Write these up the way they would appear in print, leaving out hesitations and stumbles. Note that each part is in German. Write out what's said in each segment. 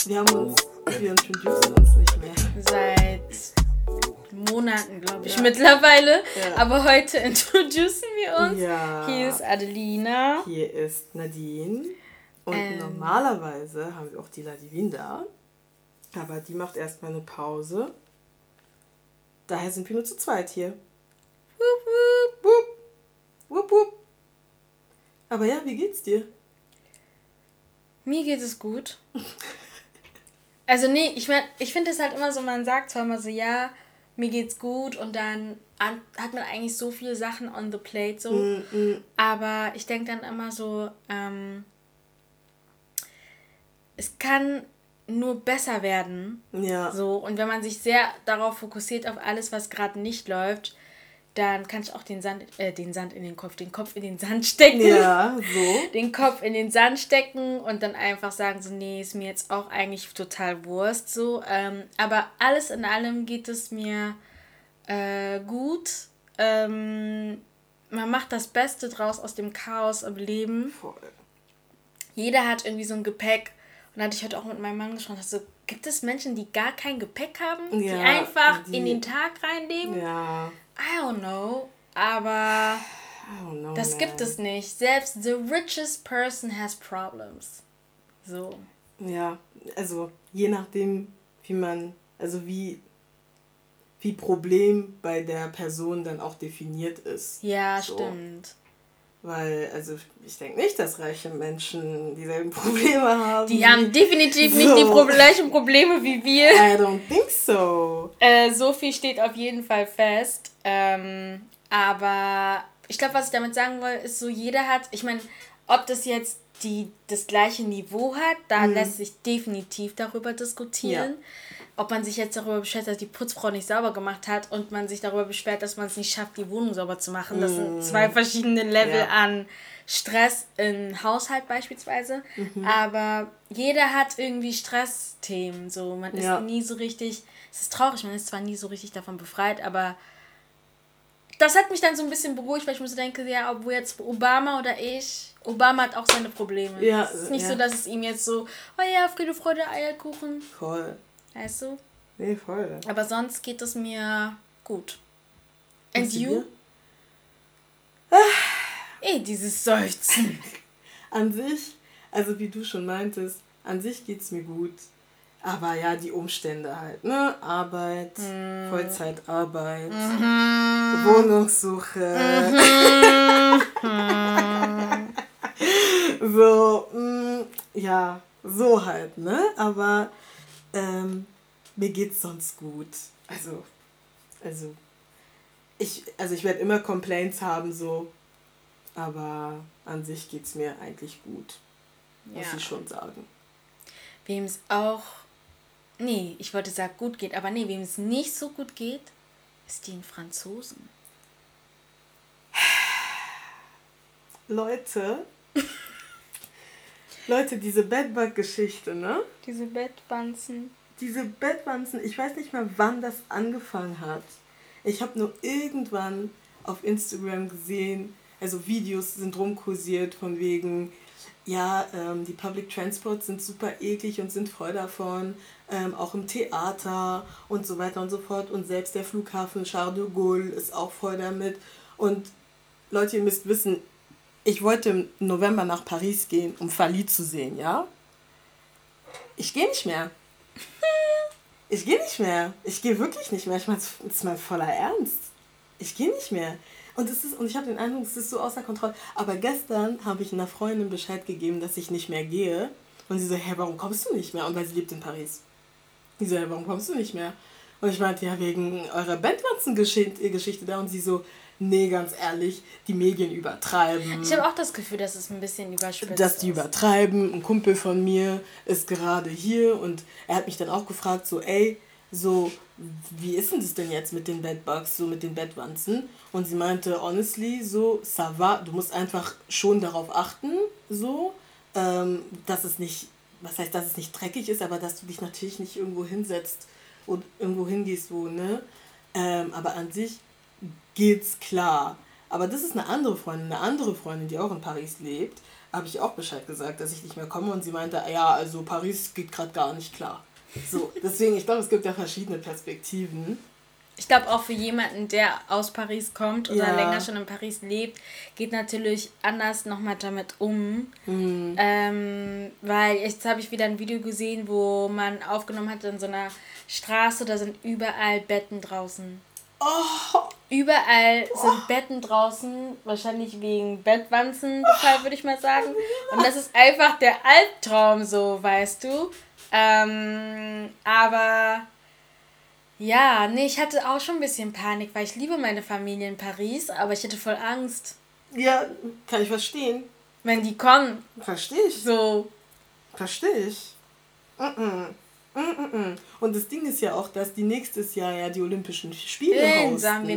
Wir introducen uns nicht mehr. Seit Monaten, glaube ich, mittlerweile. Ja. Aber heute introducen wir uns. Ja. Hier ist Adelina. Hier ist Nadine. Und normalerweise haben wir auch die Ladivine da. Aber die macht erstmal eine Pause. Daher sind wir nur zu zweit hier. Wupp, wupp. Wupp. Wupp, wupp. Aber ja, wie geht's dir? Mir geht es gut. Also nee, ich finde es halt immer so, man sagt zwar immer so, ja, mir geht's gut und dann hat man eigentlich so viele Sachen on the plate, so. Aber ich denke dann immer so, es kann nur besser werden. Ja. So, und wenn man sich sehr darauf fokussiert, auf alles, was gerade nicht läuft, dann kann ich auch den Kopf in den Sand stecken. Ja, so. Den Kopf in den Sand stecken und dann einfach sagen, so, nee, ist mir jetzt auch eigentlich total Wurst, so. Aber alles in allem geht es mir gut. Man macht das Beste draus aus dem Chaos im Leben. Voll. Jeder hat irgendwie so ein Gepäck. Und da hatte ich heute auch mit meinem Mann gesprochen, so, gibt es Menschen, die gar kein Gepäck haben? Ja, die einfach in den Tag reinleben? Ja. I don't know, aber das gibt es nicht. Selbst the richest person has problems. So. Ja, also je nachdem, wie Problem bei der Person dann auch definiert ist. Ja, so. Stimmt. Weil, also ich denke nicht, dass reiche Menschen dieselben Probleme haben. Die haben definitiv nicht die gleichen Probleme wie wir. I don't think so. So viel steht auf jeden Fall fest. Aber ich glaube, was ich damit sagen will, ist so, jeder hat, ich meine, ob das jetzt das gleiche Niveau hat, da lässt sich definitiv darüber diskutieren. Ja. Ob man sich jetzt darüber beschwert, dass die Putzfrau nicht sauber gemacht hat und man sich darüber beschwert, dass man es nicht schafft, die Wohnung sauber zu machen. Das sind zwei verschiedene Level an Stress im Haushalt beispielsweise. Aber jeder hat irgendwie Stressthemen. So. Man ist nie so richtig, es ist traurig, man ist zwar nie so richtig davon befreit, aber das hat mich dann so ein bisschen beruhigt, weil ich mir so denke, ja, ob jetzt Obama oder ich, Obama hat auch seine Probleme. Ja, es ist nicht so, dass es ihm jetzt so, oh ja, Friede, Freude, Eierkuchen. Voll. Weißt du? Nee, voll. Aber sonst geht es mir gut. And you? Dieses Seufzen. An sich, also wie du schon meintest, an sich geht's mir gut. Aber ja, die Umstände halt, ne? Arbeit, Vollzeitarbeit, Wohnungssuche. So, ja, so halt, ne? Aber mir geht's sonst gut. Also ich werde immer Complaints haben, so, aber an sich geht's mir eigentlich gut. Muss ich schon sagen. Wem es auch, ich wollte sagen gut geht, aber wem es nicht so gut geht, ist den Franzosen. Leute, diese Bedbug-Geschichte, ne? Diese Bettwanzen, ich weiß nicht mal, wann das angefangen hat. Ich habe nur irgendwann auf Instagram gesehen, also Videos sind rumkursiert von wegen, ja, die Public Transports sind super eklig und sind voll davon, auch im Theater und so weiter und so fort. Und selbst der Flughafen Charles de Gaulle ist auch voll damit. Und Leute, ihr müsst wissen, ich wollte im November nach Paris gehen, um Fali zu sehen, ja? Ich gehe nicht mehr. Ich gehe wirklich nicht mehr. Ich meine, das ist mein voller Ernst. Ich gehe nicht mehr. Und ich habe den Eindruck, es ist so außer Kontrolle. Aber gestern habe ich einer Freundin Bescheid gegeben, dass ich nicht mehr gehe. Und sie so, warum kommst du nicht mehr? Und weil sie lebt in Paris. Sie so, warum kommst du nicht mehr? Und ich meinte, ja, wegen eurer Bandwanzen-Geschichte da. Und sie so, nee, ganz ehrlich, die Medien übertreiben. Ich habe auch das Gefühl, dass es ein bisschen überspitzt ist. Dass die übertreiben. Ein Kumpel von mir ist gerade hier und er hat mich dann auch gefragt, so, so, wie ist denn das denn jetzt mit den Bedbugs, so mit den Bettwanzen? Und sie meinte, honestly, so, ça va, du musst einfach schon darauf achten, so, dass es nicht, dass es nicht dreckig ist, aber dass du dich natürlich nicht irgendwo hinsetzt und irgendwo hingehst, wo, ne? Aber an sich geht's klar. Aber das ist eine andere Freundin, die auch in Paris lebt. habe ich auch Bescheid gesagt, dass ich nicht mehr komme und sie meinte, ja, also Paris geht gerade gar nicht klar. So, deswegen, ich glaube, es gibt ja verschiedene Perspektiven. Ich glaube auch für jemanden, der aus Paris kommt oder länger schon in Paris lebt, geht natürlich anders nochmal damit um. Weil jetzt habe ich wieder ein Video gesehen, wo man aufgenommen hat in so einer Straße, da sind überall Betten draußen. Oh. Überall sind Betten draußen, wahrscheinlich wegen Bettwanzenbefall, würde ich mal sagen. Und das ist einfach der Albtraum so, weißt du. Aber ja, nee, ich hatte auch schon ein bisschen Panik, weil ich liebe meine Familie in Paris, aber ich hatte voll Angst. Ja, kann ich verstehen. Wenn die kommen. Verstehe ich. So. Verstehe ich. Und das Ding ist ja auch, dass die nächstes Jahr ja die Olympischen Spiele hosten.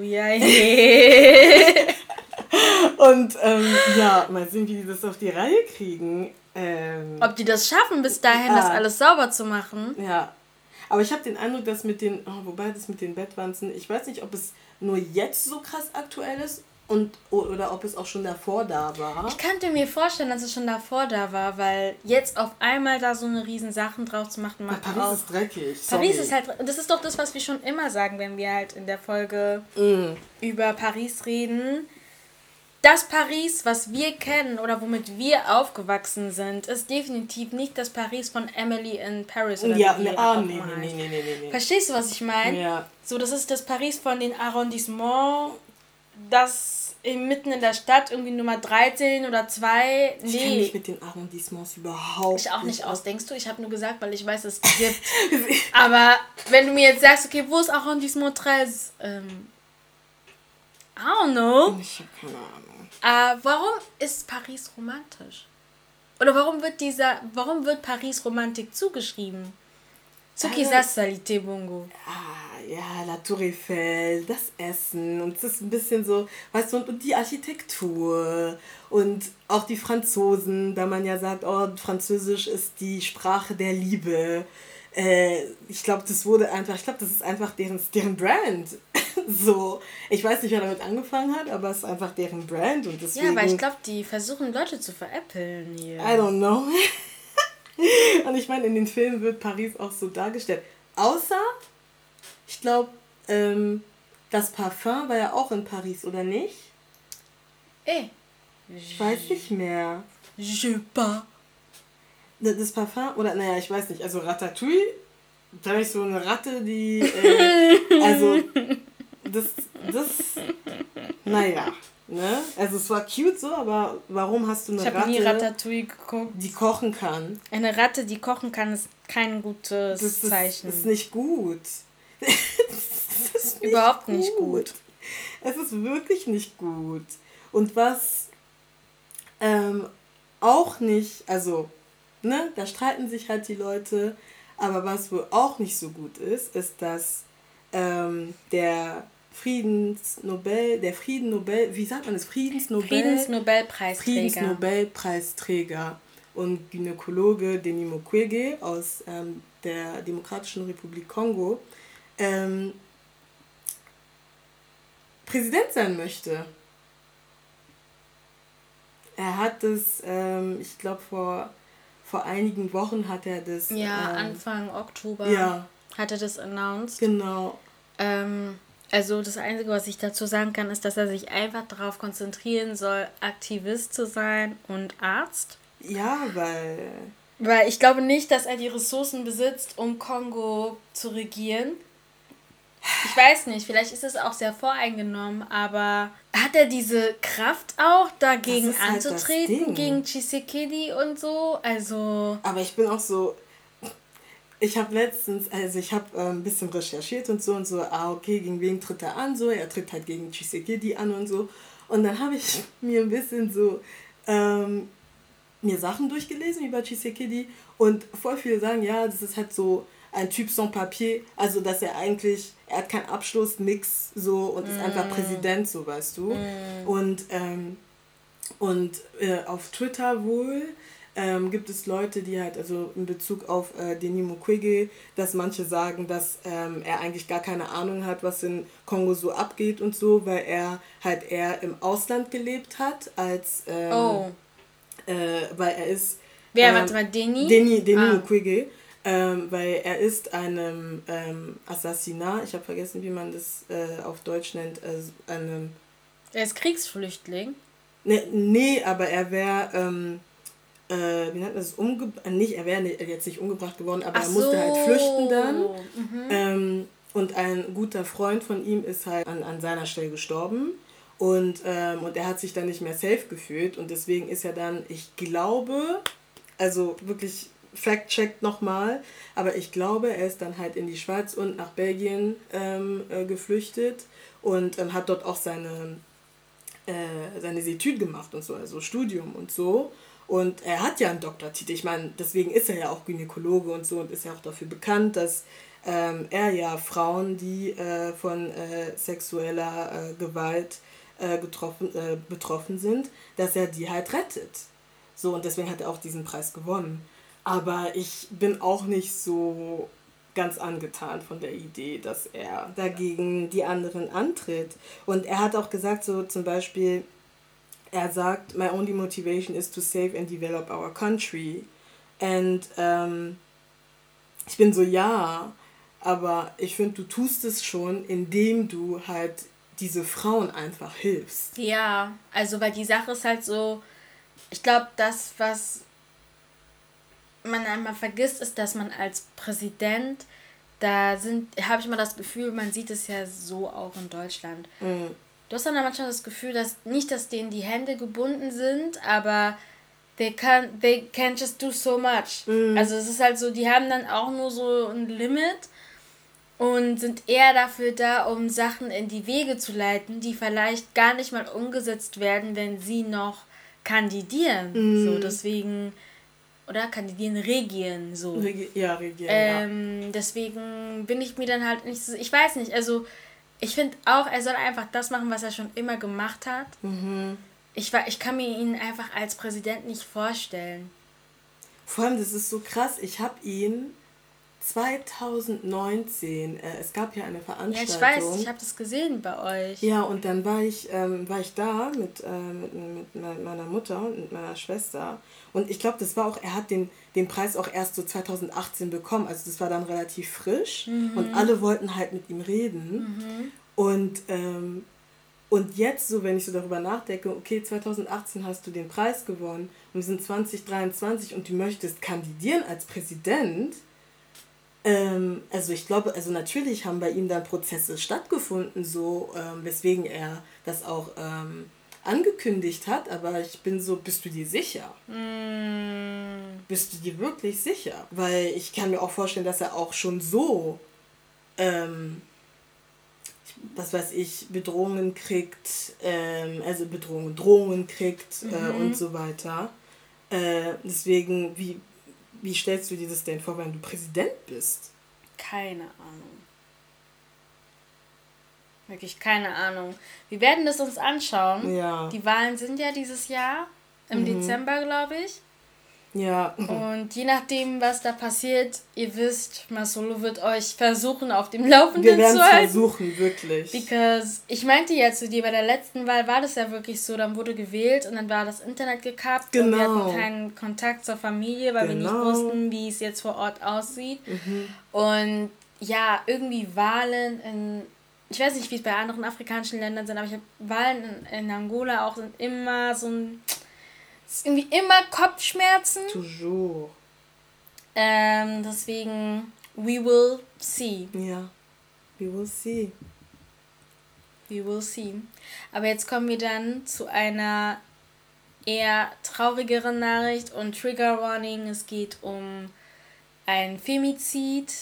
Und ja, mal sehen, wie die das auf die Reihe kriegen. Ob die das schaffen, bis dahin das alles sauber zu machen. Ja. Aber ich habe den Eindruck, dass mit den, wobei das mit den Bettwanzen, ich weiß nicht, ob es nur jetzt so krass aktuell ist oder ob es auch schon davor da war. Ich könnte mir vorstellen, dass es schon davor da war, weil jetzt auf einmal da so eine riesen Sachen drauf zu machen, macht Paris auch... ist dreckig. Paris ist halt... Das ist doch das, was wir schon immer sagen, wenn wir halt in der Folge über Paris reden. Das Paris, was wir kennen oder womit wir aufgewachsen sind, ist definitiv nicht das Paris von Emily in Paris. Oder nee. Verstehst du, was ich meine? Ja. So, das ist das Paris von den Arrondissements, das mitten in der Stadt, irgendwie Nummer 13 oder 2. Ich kenne mich mit den Arrondissements überhaupt nicht. Ich auch nicht aus, denkst du? Ich habe nur gesagt, weil ich weiß, dass es gibt. Aber wenn du mir jetzt sagst, okay, wo ist Arrondissement 13? I don't know. Ich habe keine Ahnung. Warum ist Paris romantisch? Oder warum wird Paris Romantik zugeschrieben? Zuki Sassalite Bongo. Ja, La Tour Eiffel, das Essen und es ist ein bisschen so, weißt du, und die Architektur und auch die Franzosen, da man ja sagt, Französisch ist die Sprache der Liebe. Ich glaube, das ist einfach deren Brand. So, ich weiß nicht, wer damit angefangen hat, aber es ist einfach deren Brand und deswegen... Ja, aber ich glaube, die versuchen Leute zu veräppeln hier. I don't know. Und ich meine, in den Filmen wird Paris auch so dargestellt. Außer, ich glaube, das Parfum war ja auch in Paris, oder nicht? Ich weiß nicht mehr. Je pas. Das Parfum, oder naja, ich weiß nicht. Also Ratatouille, da habe ich so eine Ratte, die... also... Naja, ne? Also es war cute so, aber warum hast du eine Ratte, nie Ratatouille geguckt, die kochen kann? Eine Ratte, die kochen kann, ist kein gutes Zeichen. Das ist nicht gut. Das ist überhaupt nicht gut. Es ist wirklich nicht gut. Und was auch nicht, also, ne, da streiten sich halt die Leute, aber was wohl auch nicht so gut ist, dass der Friedensnobelpreisträger und Gynäkologe Denis Mukwege aus der Demokratischen Republik Kongo Präsident sein möchte. Er hat das, ich glaube vor einigen Wochen hat er das... Ja, Anfang Oktober hat er das announced. Genau. Also das Einzige, was ich dazu sagen kann, ist, dass er sich einfach darauf konzentrieren soll, Aktivist zu sein und Arzt. Ja, weil ich glaube nicht, dass er die Ressourcen besitzt, um Kongo zu regieren. Ich weiß nicht, vielleicht ist es auch sehr voreingenommen, aber hat er diese Kraft auch, dagegen anzutreten, gegen Tshisekedi und so? Also... Aber ich bin auch so... Ich habe letztens, ein bisschen recherchiert und so, okay, gegen wen tritt er an, so, er tritt halt gegen Tshisekedi an und so. Und dann habe ich mir ein bisschen so, mir Sachen durchgelesen über Tshisekedi und voll viele sagen, ja, das ist halt so ein Typ sans papier, also dass er hat keinen Abschluss, nix, so, und ist einfach Präsident, so, weißt du. Und auf Twitter wohl gibt es Leute, die halt, also in Bezug auf Denis Mukwege, dass manche sagen, dass er eigentlich gar keine Ahnung hat, was in Kongo so abgeht und so, weil er halt eher im Ausland gelebt hat, als weil er ist... Wer, warte mal, Denis Mukwege, weil er ist einem Assassinat, ich habe vergessen, wie man das auf Deutsch nennt, er ist Kriegsflüchtling? Nee, aber er wäre... wie nennt man das? Er wäre jetzt nicht umgebracht geworden, aber er musste halt flüchten dann. Und ein guter Freund von ihm ist halt an seiner Stelle gestorben. Und er hat sich dann nicht mehr safe gefühlt. Und deswegen ist er dann, ich glaube, also wirklich fact-checkt nochmal, aber ich glaube, er ist dann halt in die Schweiz und nach Belgien geflüchtet und hat dort auch seine Etudes gemacht und so, also Studium und so. Und er hat ja einen Doktortitel. Ich meine, deswegen ist er ja auch Gynäkologe und so und ist ja auch dafür bekannt, dass er ja Frauen, die von sexueller Gewalt betroffen sind, dass er die halt rettet. So, und deswegen hat er auch diesen Preis gewonnen. Aber ich bin auch nicht so ganz angetan von der Idee, dass er dagegen die anderen antritt. Und er hat auch gesagt, so zum Beispiel, er sagt, my only motivation is to save and develop our country. Und ich bin so, ja, aber ich finde, du tust es schon, indem du halt diese Frauen einfach hilfst. Ja, also weil die Sache ist halt so, ich glaube, das, was man einmal vergisst, ist, dass man als Präsident, habe ich immer das Gefühl, man sieht es ja so auch in Deutschland. Du hast dann manchmal das Gefühl, dass denen die Hände gebunden sind, aber they can't just do so much. Also es ist halt so, die haben dann auch nur so ein Limit und sind eher dafür da, um Sachen in die Wege zu leiten, die vielleicht gar nicht mal umgesetzt werden, wenn sie noch kandidieren. So, deswegen, oder regieren, so. Regieren, Deswegen bin ich mir dann halt nicht so, ich weiß nicht, also ich finde auch, er soll einfach das machen, was er schon immer gemacht hat. Ich kann mir ihn einfach als Präsident nicht vorstellen. Vor allem, das ist so krass, ich habe ihn 2019, es gab ja eine Veranstaltung. Ja, ich weiß, ich habe das gesehen bei euch. Ja, und dann war ich da mit meiner Mutter und mit meiner Schwester. Und ich glaube, das war auch, er hat den Preis auch erst so 2018 bekommen. Also das war dann relativ frisch. Und alle wollten halt mit ihm reden. Und jetzt so, wenn ich so darüber nachdenke, okay, 2018 hast du den Preis gewonnen und wir sind 2023 und du möchtest kandidieren als Präsident. Also ich glaube, also natürlich haben bei ihm dann Prozesse stattgefunden, so weswegen er das auch angekündigt hat, aber ich bin so, bist du dir sicher? Bist du dir wirklich sicher? Weil ich kann mir auch vorstellen, dass er auch schon so was weiß ich, Bedrohungen kriegt, Drohungen kriegt und so weiter. Deswegen, wie stellst du dir das denn vor, wenn du Präsident bist? Keine Ahnung. Wirklich keine Ahnung. Wir werden das uns anschauen. Ja. Die Wahlen sind ja dieses Jahr, im Dezember, glaube ich. Ja. Und je nachdem, was da passiert, ihr wisst, Masolo wird euch versuchen, auf dem Laufenden zu halten. Wir werden es versuchen, wirklich. Because, ich meinte ja zu dir, bei der letzten Wahl war das ja wirklich so, dann wurde gewählt und dann war das Internet gekappt und wir hatten keinen Kontakt zur Familie, weil wir nicht wussten, wie es jetzt vor Ort aussieht. Und ja, irgendwie Wahlen ich weiß nicht, wie es bei anderen afrikanischen Ländern sind, aber ich habe Wahlen in Angola auch sind immer so ein... Es ist irgendwie immer Kopfschmerzen. Toujours. Deswegen, we will see. Ja, we will see. We will see. Aber jetzt kommen wir dann zu einer eher traurigeren Nachricht und Trigger Warning. Es geht um ein Femizid.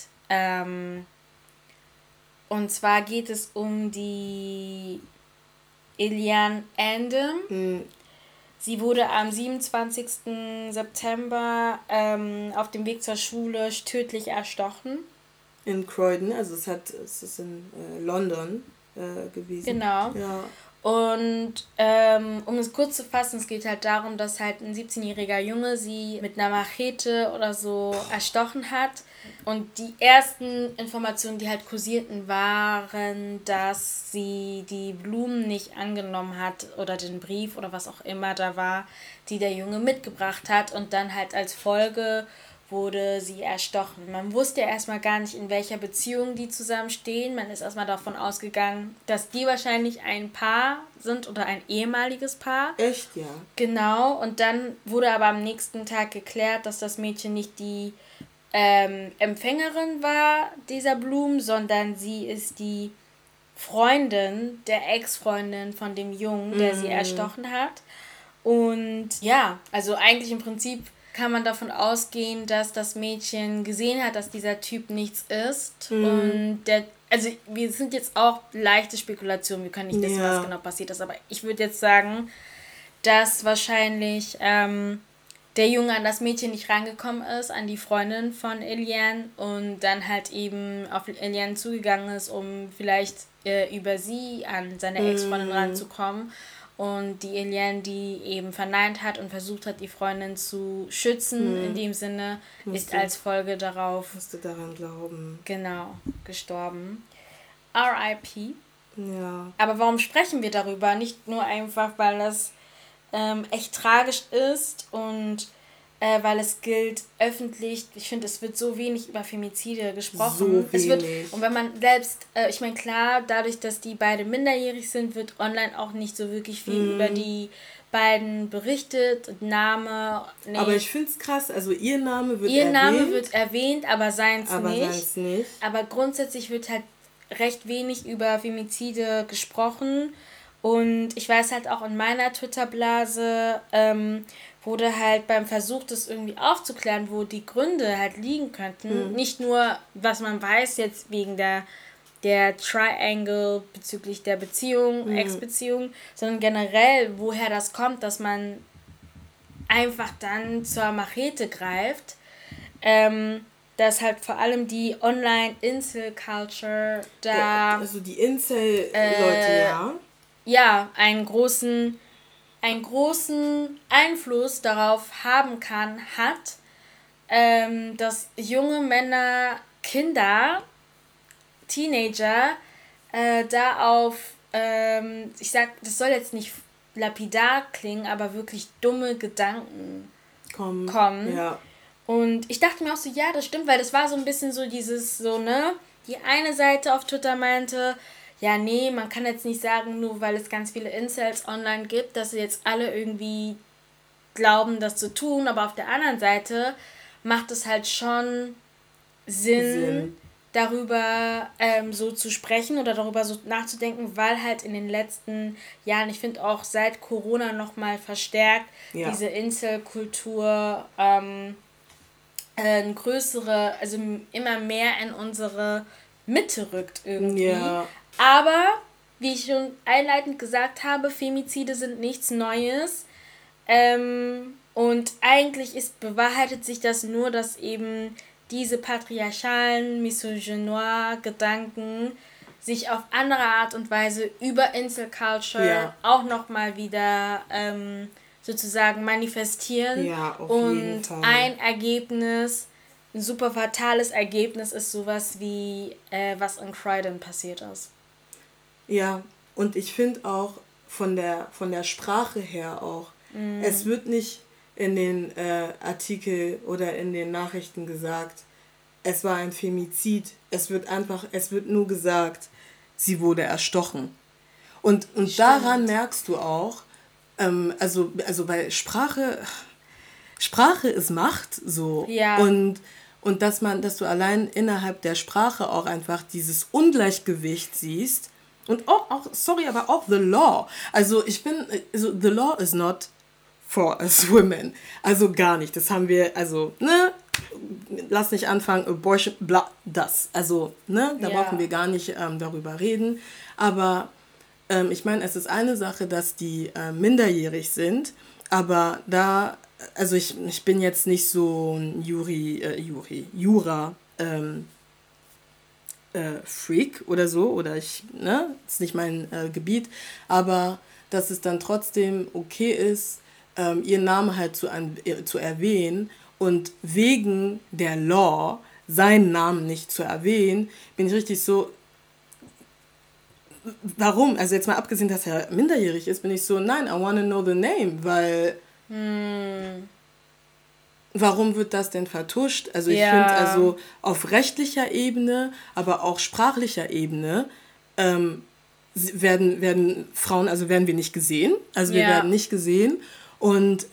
Und zwar geht es um die Eliane Andem. Sie wurde am 27. September auf dem Weg zur Schule tödlich erstochen. In Croydon, also es ist in London gewesen. Genau. Ja. Und um es kurz zu fassen, es geht halt darum, dass halt ein 17-jähriger Junge sie mit einer Machete oder so erstochen hat. Und die ersten Informationen, die halt kursierten, waren, dass sie die Blumen nicht angenommen hat oder den Brief oder was auch immer da war, die der Junge mitgebracht hat. Und dann halt als Folge wurde sie erstochen. Man wusste ja erstmal gar nicht, in welcher Beziehung die zusammenstehen. Man ist erstmal davon ausgegangen, dass die wahrscheinlich ein Paar sind oder ein ehemaliges Paar. Echt, ja. Genau, und dann wurde aber am nächsten Tag geklärt, dass das Mädchen nicht die Empfängerin war dieser Blumen, sondern sie ist die Freundin, der Ex-Freundin von dem Jungen, der sie erstochen hat. Und ja, also eigentlich im Prinzip kann man davon ausgehen, dass das Mädchen gesehen hat, dass dieser Typ nichts ist. Und also wir sind jetzt auch leichte Spekulationen, wir können nicht wissen, was genau passiert ist, aber ich würde jetzt sagen, dass wahrscheinlich der Junge an das Mädchen nicht rangekommen ist, an die Freundin von Eliane und dann halt eben auf Eliane zugegangen ist, um vielleicht über sie an seine Ex-Freundin ranzukommen. Und die Eliane, die eben verneint hat und versucht hat, die Freundin zu schützen, in dem Sinne, ist als Folge darauf... Musste daran glauben. Genau, gestorben. R.I.P. Ja. Aber warum sprechen wir darüber? Nicht nur einfach, weil das echt tragisch ist und weil es gilt öffentlich, ich finde, es wird so wenig über Femizide gesprochen. So wenig. Und wenn man selbst, ich meine, klar, dadurch, dass die beide minderjährig sind, wird online auch nicht so wirklich viel über die beiden berichtet. Name, nee. Aber ich finde es krass, also ihr Name wird erwähnt, aber seins nicht. Aber grundsätzlich wird halt recht wenig über Femizide gesprochen. Und ich weiß halt auch in meiner Twitter-Blase wurde halt beim Versuch, das irgendwie aufzuklären, wo die Gründe halt liegen könnten. Nicht nur, was man weiß jetzt wegen der Triangle bezüglich der Beziehung, Ex-Beziehung, sondern generell, woher das kommt, dass man einfach dann zur Machete greift. Dass halt vor allem die Online-Incel-Culture da... Also die Incel-Leute, ja, einen großen Einfluss darauf haben hat, dass junge Männer, Kinder, Teenager da auf, ich sag, das soll jetzt nicht lapidar klingen, aber wirklich dumme Gedanken kommen. Ja. Und ich dachte mir auch so, ja, das stimmt, weil das war so ein bisschen so dieses, so, ne, die eine Seite auf Twitter meinte, ja, nee, man kann jetzt nicht sagen, nur weil es ganz viele Incels online gibt, dass sie jetzt alle irgendwie glauben, das zu tun. Aber auf der anderen Seite macht es halt schon Sinn. Darüber so zu sprechen oder darüber so nachzudenken, weil halt in den letzten Jahren, ich finde auch seit Corona nochmal verstärkt, diese Incel-Kultur größere, also immer mehr in unsere Mitte rückt irgendwie. Ja. Aber, wie ich schon einleitend gesagt habe, Femizide sind nichts Neues. Und eigentlich bewahrheitet sich das nur, dass eben diese patriarchalen, misogynoir Gedanken sich auf andere Art und Weise über Incel-Culture auch nochmal wieder sozusagen manifestieren. Ja, auf jeden Fall. Ein Ergebnis, ein super fatales Ergebnis ist sowas wie, was in Croydon passiert ist. Ja, und ich finde auch von der Sprache her auch, es wird nicht in den Artikel oder in den Nachrichten gesagt, es war ein Femizid. Es wird nur gesagt, sie wurde erstochen. Und daran merkst du auch, also weil Sprache ist Macht, so. Ja. Und dass du allein innerhalb der Sprache auch einfach dieses Ungleichgewicht siehst. Und auch the law. Also the law is not for us women. Also gar nicht. Das haben wir, lass nicht anfangen, Abortion, bla, das. Also, da brauchen wir gar nicht darüber reden. Aber ich meine, es ist eine Sache, dass die minderjährig sind, aber da, also ich bin jetzt nicht so ein Jura Freak oder so, oder ist nicht mein Gebiet, aber dass es dann trotzdem okay ist, ihren Namen halt zu erwähnen und wegen der Law seinen Namen nicht zu erwähnen, bin ich richtig so, warum? Also jetzt mal abgesehen, dass er minderjährig ist, bin ich so, nein, I wanna know the name, weil warum wird das denn vertuscht? Also ich finde, also auf rechtlicher Ebene, aber auch sprachlicher Ebene werden Frauen, also werden wir nicht gesehen. Also wir werden nicht gesehen. Und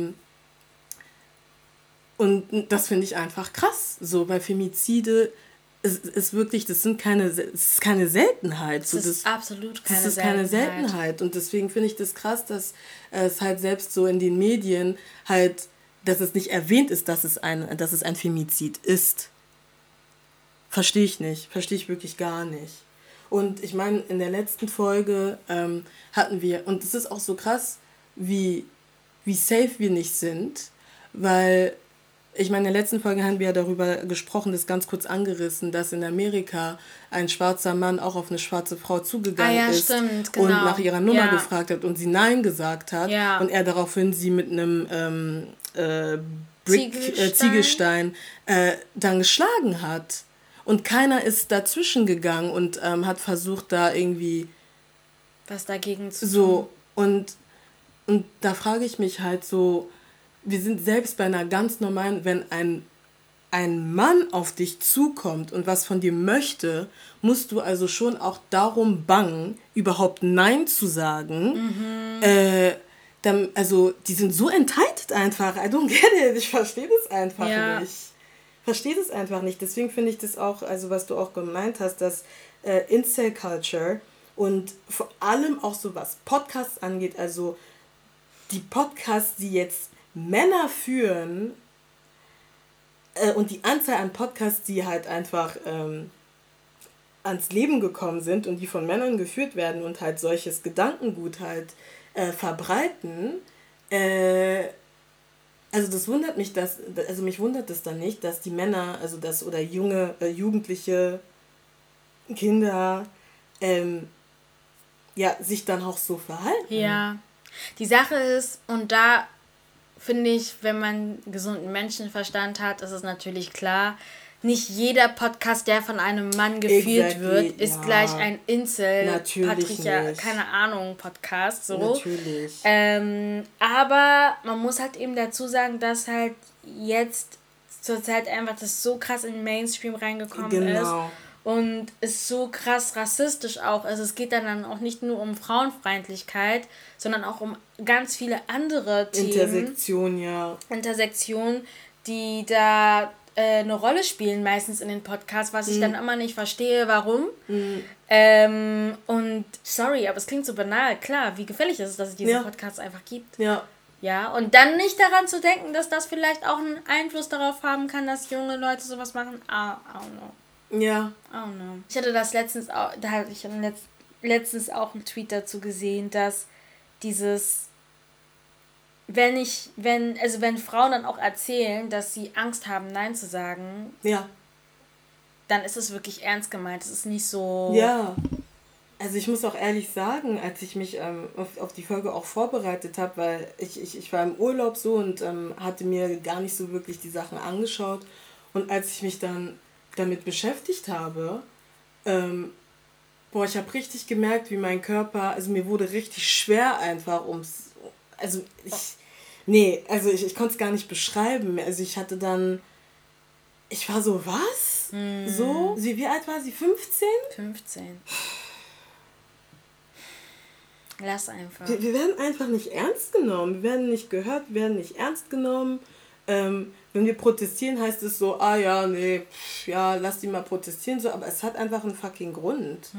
das finde ich einfach krass. So, weil Femizide ist wirklich, das ist keine Seltenheit. Das ist absolut keine Seltenheit. Und deswegen finde ich das krass, dass es halt selbst so in den Medien halt, dass es nicht erwähnt ist, dass es ein Femizid ist. Verstehe ich nicht. Verstehe ich wirklich gar nicht. Und ich meine, in der letzten Folge hatten wir, und es ist auch so krass, wie safe wir nicht sind, weil, ich meine, in der letzten Folge haben wir ja darüber gesprochen, das ganz kurz angerissen, dass in Amerika ein schwarzer Mann auch auf eine schwarze Frau zugegangen ist stimmt, und nach ihrer Nummer gefragt hat und sie Nein gesagt hat und er daraufhin sie mit einem Ziegelstein dann geschlagen hat. Und keiner ist dazwischen gegangen und hat versucht, da irgendwie was dagegen zu tun. So, und da frage ich mich halt so, wir sind selbst bei einer ganz normalen, wenn ein Mann auf dich zukommt und was von dir möchte, musst du also schon auch darum bangen, überhaupt Nein zu sagen. Dann, also, die sind so entitled einfach. I don't get it. Ich verstehe das einfach nicht. Verstehe das einfach nicht. Deswegen finde ich das auch, also was du auch gemeint hast, dass Incel-Culture und vor allem auch so was Podcasts angeht, also die Podcasts, die jetzt Männer führen und die Anzahl an Podcasts, die halt einfach ans Leben gekommen sind und die von Männern geführt werden und halt solches Gedankengut halt verbreiten, also das wundert mich, mich wundert es dann nicht, dass die Männer, also das oder junge, jugendliche Kinder, sich dann auch so verhalten. Ja, die Sache ist, und da finde ich, wenn man gesunden Menschenverstand hat, ist es natürlich klar, nicht jeder Podcast, der von einem Mann geführt wird, ist gleich ein keine Ahnung, Podcast. So. Natürlich. Aber man muss halt eben dazu sagen, dass halt jetzt zur Zeit einfach das so krass in den Mainstream reingekommen ist. Und ist so krass rassistisch auch. Also es geht dann auch nicht nur um Frauenfeindlichkeit, sondern auch um ganz viele andere Themen. Intersektion, die da eine Rolle spielen meistens in den Podcasts, was ich dann immer nicht verstehe, warum. Und sorry, aber es klingt so banal. Klar, wie gefährlich ist es, dass es diese Podcasts einfach gibt. Ja, und dann nicht daran zu denken, dass das vielleicht auch einen Einfluss darauf haben kann, dass junge Leute sowas machen. I don't know. Ja. Oh no. Ich hatte das letztens auch, da hatte ich letztens auch einen Tweet dazu gesehen, dass dieses, wenn Frauen dann auch erzählen, dass sie Angst haben, Nein zu sagen, dann ist es wirklich ernst gemeint. Es ist nicht so. Ja. Also ich muss auch ehrlich sagen, als ich mich auf die Folge auch vorbereitet habe, weil ich war im Urlaub so und hatte mir gar nicht so wirklich die Sachen angeschaut. Und als ich mich dann damit beschäftigt habe, ich habe richtig gemerkt, wie mein Körper, also mir wurde richtig schwer einfach ich konnte es gar nicht beschreiben. Also ich war so, was? So? Wie alt war sie? 15? 15. Lass einfach. Wir werden einfach nicht ernst genommen. Wir werden nicht gehört, wir werden nicht ernst genommen. Wenn wir protestieren, heißt es so, lass die mal protestieren, so, aber es hat einfach einen fucking Grund.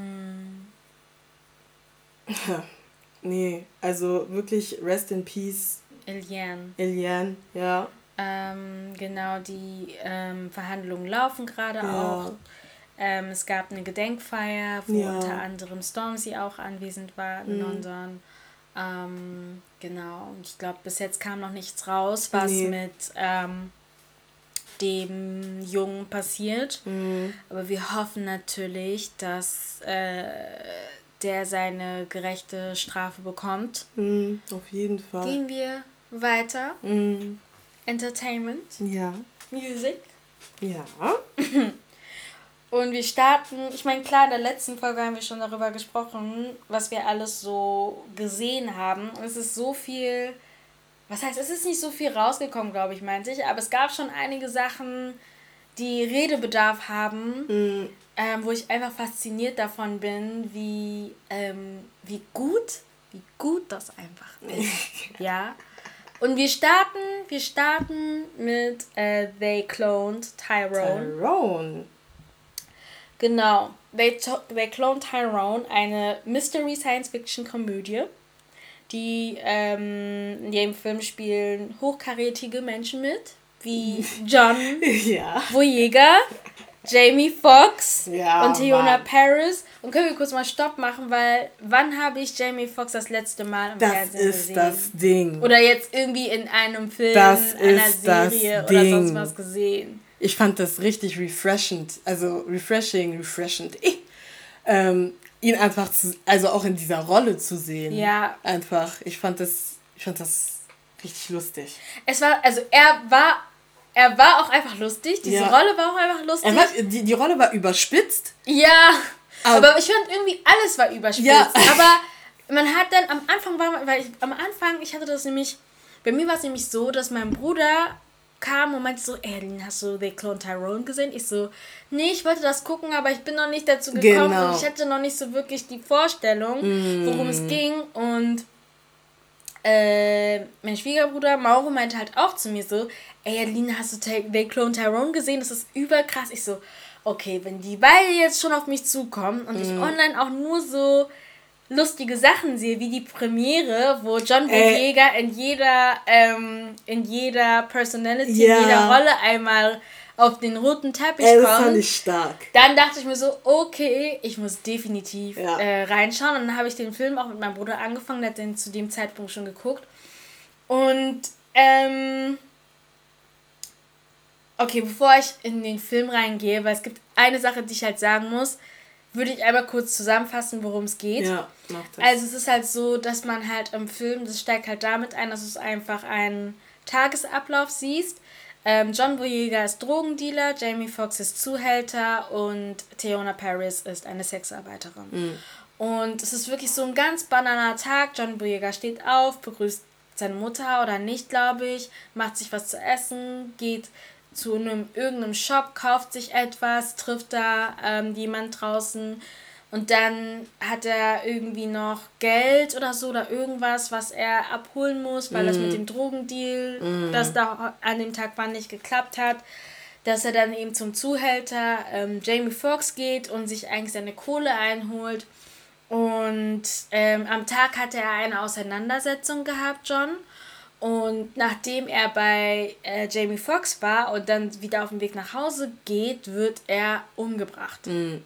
Nee, also wirklich rest in peace. Eliane, ja. Genau, die Verhandlungen laufen gerade auch. Es gab eine Gedenkfeier, wo unter anderem Stormzy auch anwesend war in London. Genau, und ich glaube, bis jetzt kam noch nichts raus, was mit dem Jungen passiert. Aber wir hoffen natürlich, dass der seine gerechte Strafe bekommt. Auf jeden Fall. Gehen wir weiter. Entertainment. Ja. Music. Ja. Und wir starten, ich meine, klar, in der letzten Folge haben wir schon darüber gesprochen, was wir alles so gesehen haben. Und es ist so viel, was heißt, es ist nicht so viel rausgekommen, glaube ich, meinte ich. Aber es gab schon einige Sachen, die Redebedarf haben, wo ich einfach fasziniert davon bin, wie gut das einfach ist. Ja. Und wir starten mit They Cloned Tyrone. Genau. They Cloned Tyrone, eine Mystery-Science-Fiction-Komödie, die in dem Film spielen hochkarätige Menschen mit, wie John Boyega, Jamie Foxx und Teyonah Parris. Und können wir kurz mal Stopp machen, weil wann habe ich Jamie Foxx das letzte Mal im Fernsehen gesehen? Das ist das Ding. Oder jetzt irgendwie in einem Film, einer Serie oder sonst was gesehen. Ich fand das richtig refreshend, also refreshend, ihn einfach also auch in dieser Rolle zu sehen. Ja. Einfach, ich fand das richtig lustig. Er war auch einfach lustig, diese Rolle war auch einfach lustig. Die Rolle war überspitzt. Ja, aber ich fand irgendwie alles war überspitzt. Ja. Aber man hat dann am Anfang, ich hatte das nämlich, bei mir war es nämlich so, dass mein Bruder kam und meinte so, Lina, hast du They Cloned Tyrone gesehen? Ich so, nee, ich wollte das gucken, aber ich bin noch nicht dazu gekommen und ich hatte noch nicht so wirklich die Vorstellung, worum es ging. Und mein Schwiegerbruder Mauro meinte halt auch zu mir so, Lina, hast du They Cloned Tyrone gesehen? Das ist überkrass. Ich so, okay, wenn die beide jetzt schon auf mich zukommen und ich online auch nur so lustige Sachen sehe, wie die Premiere, wo John Boyega in jeder Personality, in jeder Rolle einmal auf den roten Teppich kommt. Das fand ich stark. Dann dachte ich mir so, okay, ich muss definitiv reinschauen. Und dann habe ich den Film auch mit meinem Bruder angefangen, der hat den zu dem Zeitpunkt schon geguckt. Und, okay, bevor ich in den Film reingehe, weil es gibt eine Sache, die ich halt sagen muss, würde ich einmal kurz zusammenfassen, worum es geht. Ja, mach das. Also es ist halt so, dass man halt im Film, das steigt halt damit ein, dass du einfach einen Tagesablauf siehst. John Boyega ist Drogendealer, Jamie Foxx ist Zuhälter und Teyonah Parris ist eine Sexarbeiterin. Und es ist wirklich so ein ganz banaler Tag. John Boyega steht auf, begrüßt seine Mutter oder nicht, glaube ich, macht sich was zu essen, geht zu irgendeinem Shop, kauft sich etwas, trifft da jemand draußen und dann hat er irgendwie noch Geld oder so oder irgendwas, was er abholen muss, weil das mit dem Drogendeal, das da an dem Tag nicht geklappt hat, dass er dann eben zum Zuhälter Jamie Foxx geht und sich eigentlich seine Kohle einholt. Und am Tag hatte er eine Auseinandersetzung gehabt, John. Und nachdem er bei Jamie Foxx war und dann wieder auf dem Weg nach Hause geht, wird er umgebracht.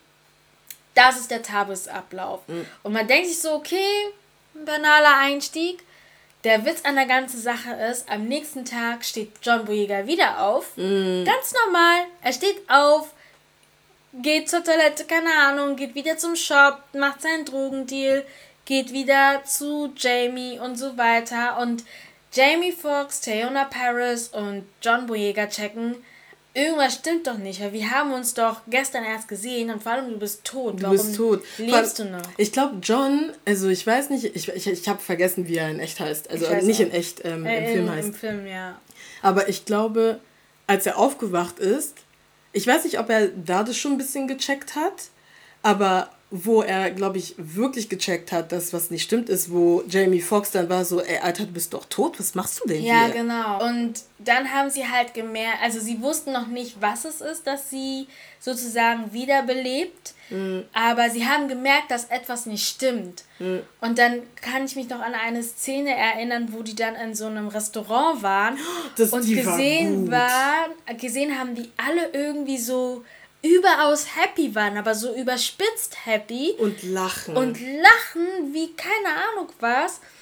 Das ist der Tagesablauf. Und man denkt sich so, okay, ein banaler Einstieg. Der Witz an der ganzen Sache ist, am nächsten Tag steht John Boyega wieder auf. Ganz normal. Er steht auf, geht zur Toilette, keine Ahnung, geht wieder zum Shop, macht seinen Drogendeal, geht wieder zu Jamie und so weiter. Und Jamie Foxx, Teyonah Parris und John Boyega checken, irgendwas stimmt doch nicht, weil wir haben uns doch gestern erst gesehen und vor allem du bist tot. Warum lebst du noch? Ich glaube, John, also ich weiß nicht, ich habe vergessen, wie er in echt heißt. Also nicht auch. In echt, im Film heißt. Im Film, ja. Aber ich glaube, als er aufgewacht ist, ich weiß nicht, ob er da das schon ein bisschen gecheckt hat, aber wo er, glaube ich, wirklich gecheckt hat, dass was nicht stimmt, ist, wo Jamie Foxx dann war so, ey, Alter, du bist doch tot, was machst du denn hier? Ja, genau. Und dann haben sie halt gemerkt, also sie wussten noch nicht, was es ist, dass sie sozusagen wiederbelebt, aber sie haben gemerkt, dass etwas nicht stimmt. Und dann kann ich mich noch an eine Szene erinnern, wo die dann in so einem Restaurant waren und gesehen haben, wie alle irgendwie so überaus happy waren, aber so überspitzt happy. Und lachen. Und lachen wie keine Ahnung was.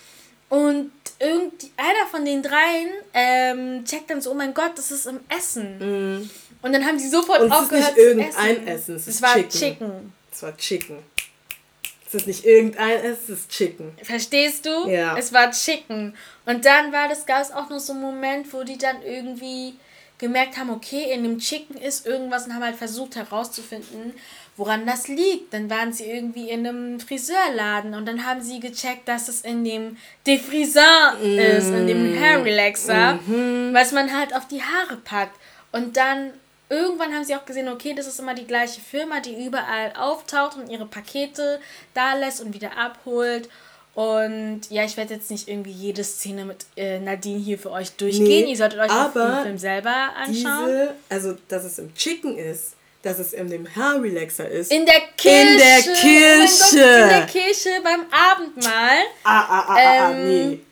Und einer von den dreien checkt dann so, oh mein Gott, das ist im Essen. Und dann haben sie sofort aufgehört zu essen. Es ist nicht irgendein Essen, es war Chicken. Es war Chicken. Es ist nicht irgendein Essen, es ist Chicken. Verstehst du? Ja. Es war Chicken. Und dann gab es auch noch so einen Moment, wo die dann irgendwie gemerkt haben, okay, in dem Chicken ist irgendwas und haben halt versucht herauszufinden, woran das liegt. Dann waren sie irgendwie in einem Friseurladen und dann haben sie gecheckt, dass es in dem Defriseur ist, in dem Hair Relaxer, was man halt auf die Haare packt. Und dann irgendwann haben sie auch gesehen, okay, das ist immer die gleiche Firma, die überall auftaucht und ihre Pakete da lässt und wieder abholt. Und ja, ich werde jetzt nicht irgendwie jede Szene mit Nadine hier für euch durchgehen. Ihr solltet euch den Film selber anschauen. Also, dass es im Chicken ist, dass es in dem Hair Relaxer ist. In der Kirche! In der Kirche! Oh mein Gott, in der Kirche beim Abendmahl. Nee.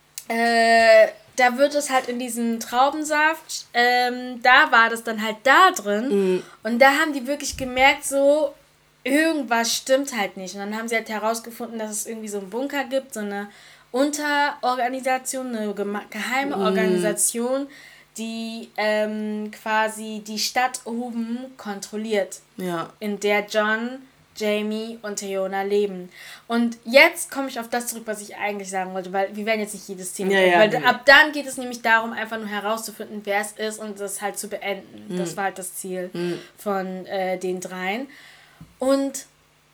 Da wird es halt in diesem Traubensaft, da war das dann halt da drin. Und da haben die wirklich gemerkt, so, irgendwas stimmt halt nicht. Und dann haben sie halt herausgefunden, dass es irgendwie so einen Bunker gibt, so eine Unterorganisation, eine geheime Organisation, die quasi die Stadt oben kontrolliert. Ja. In der John, Jamie und Theona leben. Und jetzt komme ich auf das zurück, was ich eigentlich sagen wollte, weil wir werden jetzt nicht jedes Thema weil ab dann geht es nämlich darum, einfach nur herauszufinden, wer es ist und das halt zu beenden. Das war halt das Ziel von den dreien. Und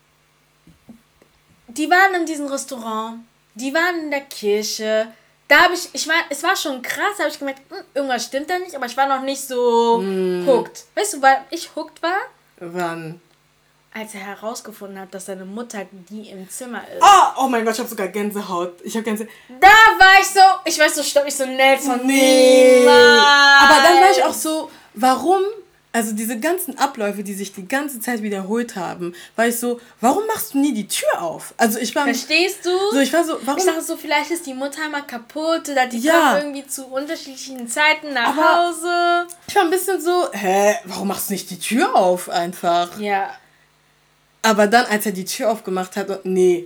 die waren in diesem Restaurant, die waren in der Kirche. Da habe es war schon krass, da habe ich gemerkt, irgendwas stimmt da nicht, aber ich war noch nicht so hooked. Weißt du, weil ich hooked war? Wann? Als er herausgefunden hat, dass seine Mutter die im Zimmer ist. Oh mein Gott, ich habe sogar Gänsehaut. Da war ich weiß so, stopp, ich so Nelson. Nee. Aber dann war ich auch so, warum? Also diese ganzen Abläufe, die sich die ganze Zeit wiederholt haben, war ich so, warum machst du nie die Tür auf? Also ich war... Verstehst du? So, ich war so, warum... Ich dachte so, vielleicht ist die Mutter mal kaputt oder die kommt irgendwie zu unterschiedlichen Zeiten nach Hause. Ich war ein bisschen so, warum machst du nicht die Tür auf einfach? Ja. Aber dann, als er die Tür aufgemacht hat, nee.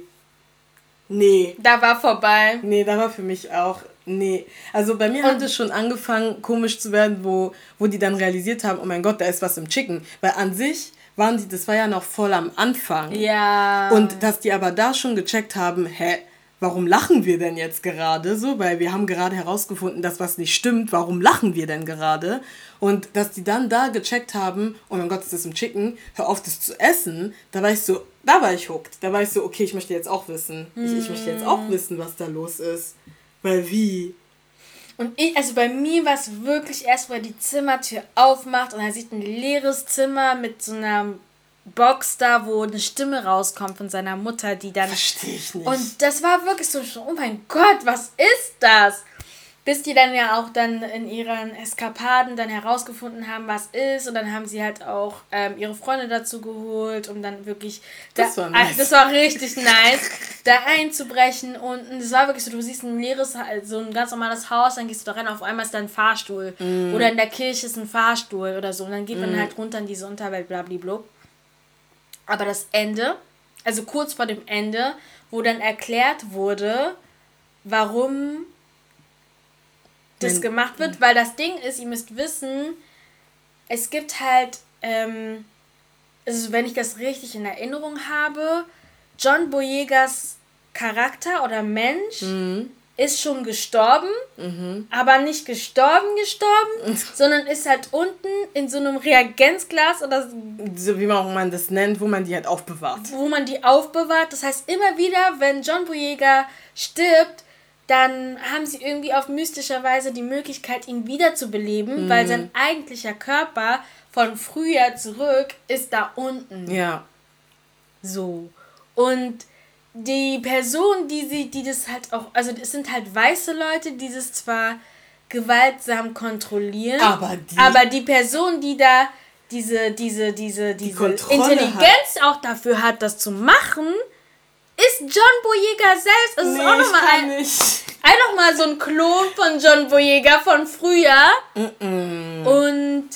Da war vorbei. Nee, da war für mich auch, nee. Also bei mir hat es schon angefangen, komisch zu werden, wo die dann realisiert haben, oh mein Gott, da ist was im Chicken. Weil an sich das war ja noch voll am Anfang. Ja. Und dass die aber da schon gecheckt haben, warum lachen wir denn jetzt gerade so? Weil wir haben gerade herausgefunden, dass was nicht stimmt. Warum lachen wir denn gerade? Und dass die dann da gecheckt haben, oh mein Gott, das ist im Chicken, hör auf, das zu essen. Da war ich hooked. Da war ich so, okay, ich möchte jetzt auch wissen. Ich möchte jetzt auch wissen, was da los ist. Weil wie? Und also bei mir war es wirklich erst, wo er die Zimmertür aufmacht und er sieht ein leeres Zimmer mit so einer Box da, wo eine Stimme rauskommt von seiner Mutter, die dann... Verstehe ich nicht. Und das war wirklich so, oh mein Gott, was ist das? Bis die dann ja auch dann in ihren Eskapaden dann herausgefunden haben, was ist. Und dann haben sie halt auch ihre Freunde dazu geholt, um dann wirklich... Das war nice. Das war richtig nice, da einzubrechen. Und das war wirklich so, du siehst ein leeres, so ein ganz normales Haus, dann gehst du da rein, auf einmal ist da ein Fahrstuhl. Oder in der Kirche ist ein Fahrstuhl oder so. Und dann geht man halt runter in diese Unterwelt, blablabla. Aber das Ende, also kurz vor dem Ende, wo dann erklärt wurde, warum das gemacht wird, weil das Ding ist, ihr müsst wissen, es gibt halt, also wenn ich das richtig in Erinnerung habe, John Boyegas Charakter oder Mensch ist schon gestorben, aber nicht gestorben, sondern ist halt unten in so einem Reagenzglas oder so wie man das nennt, wo man die halt aufbewahrt. Wo man die aufbewahrt. Das heißt, immer wieder, wenn John Boyega stirbt, dann haben sie irgendwie auf mystischer Weise die Möglichkeit, ihn wiederzubeleben, weil sein eigentlicher Körper von früher zurück ist da unten. Ja. So. Und die Person, die das halt auch, also es sind halt weiße Leute, die das zwar gewaltsam kontrollieren, aber die Person, die da diese Intelligenz auch dafür hat, das zu machen, ist John Boyega selbst. Es ist auch nochmal mal so ein Klon von John Boyega von früher. Und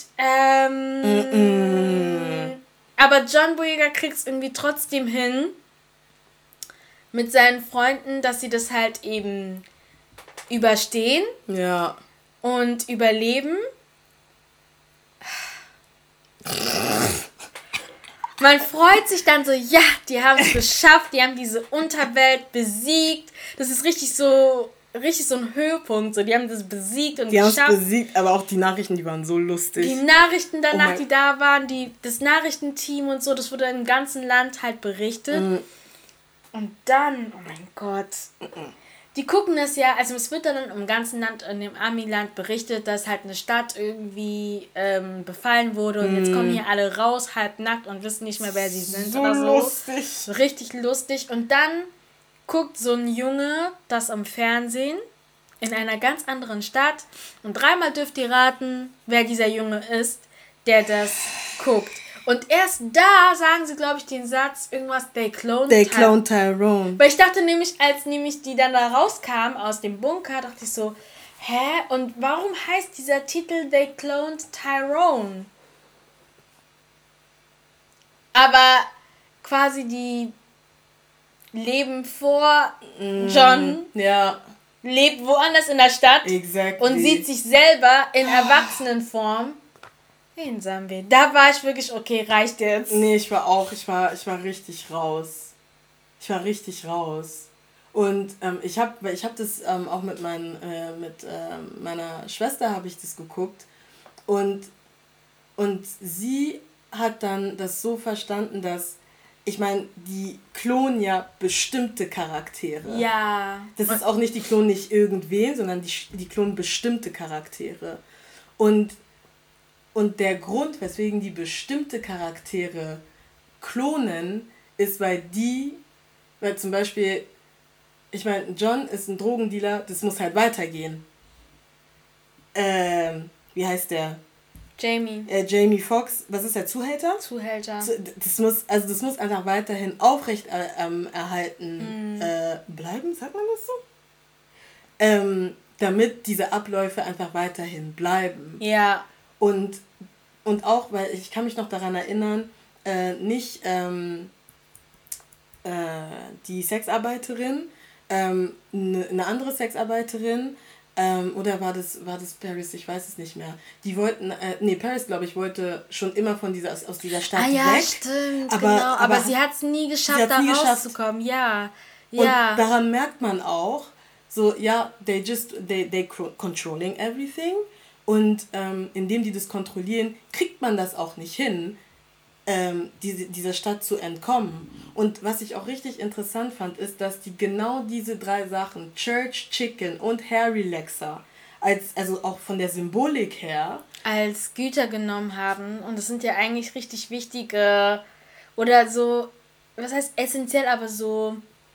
aber John Boyega kriegt es irgendwie trotzdem hin mit seinen Freunden, dass sie das halt eben überstehen und überleben. Man freut sich dann so, ja, die haben es geschafft, die haben diese Unterwelt besiegt. Das ist richtig so ein Höhepunkt. So, die haben das besiegt und geschafft. Die haben es besiegt, aber auch die Nachrichten, die waren so lustig. Die Nachrichten danach, die da waren, das Nachrichtenteam und so, das wurde im ganzen Land halt berichtet. Und dann, oh mein Gott, die gucken das ja, also es wird dann im ganzen Land, in dem Ami-Land berichtet, dass halt eine Stadt irgendwie befallen wurde und jetzt kommen hier alle raus, halbnackt und wissen nicht mehr, wer sie sind so oder so. Lustig. Richtig lustig. Und dann guckt so ein Junge das am Fernsehen in einer ganz anderen Stadt und 3-mal dürft ihr raten, wer dieser Junge ist, der das guckt. Und erst da sagen sie, glaube ich, den Satz, irgendwas, they cloned Tyrone. Weil ich dachte nämlich, als die dann da rauskam aus dem Bunker, dachte ich so, hä? Und warum heißt dieser Titel They Cloned Tyrone? Aber quasi die leben vor John. Ja. Lebt woanders in der Stadt. Exactly. Und sieht sich selber in Erwachsenenform. Einsam wird. Da war ich wirklich, okay, reicht jetzt. Nee, ich war richtig raus. Und ich hab das auch mit meiner Schwester habe ich das geguckt. Und sie hat dann das so verstanden, dass, ich meine, die klonen ja bestimmte Charaktere. Ja. Das ist auch nicht, die klonen nicht irgendwen, sondern die klonen bestimmte Charaktere. Und der Grund, weswegen die bestimmte Charaktere klonen, ist, weil zum Beispiel, ich meine, John ist ein Drogendealer, das muss halt weitergehen. Wie heißt der? Jamie Foxx, was ist der, Zuhälter? Das muss einfach weiterhin aufrecht erhalten bleiben, sagt man das so? Damit diese Abläufe einfach weiterhin bleiben. Ja. Und auch, weil ich kann mich noch daran erinnern, nicht die Sexarbeiterin, eine andere Sexarbeiterin, oder war das Paris, ich weiß es nicht mehr. Die wollten, Paris, glaube ich, wollte schon immer aus dieser Stadt weg. Ja, stimmt, aber sie hat es nie geschafft, da rauszukommen, ja. Und daran merkt man auch, so, ja, they controlling everything. Und indem die das kontrollieren, kriegt man das auch nicht hin, dieser Stadt zu entkommen. Und was ich auch richtig interessant fand, ist, dass die genau diese 3 Sachen, Church, Chicken und Hair Relaxer, also auch von der Symbolik her, als Güter genommen haben. Und das sind ja eigentlich richtig wichtige, oder so, was heißt essentiell, aber so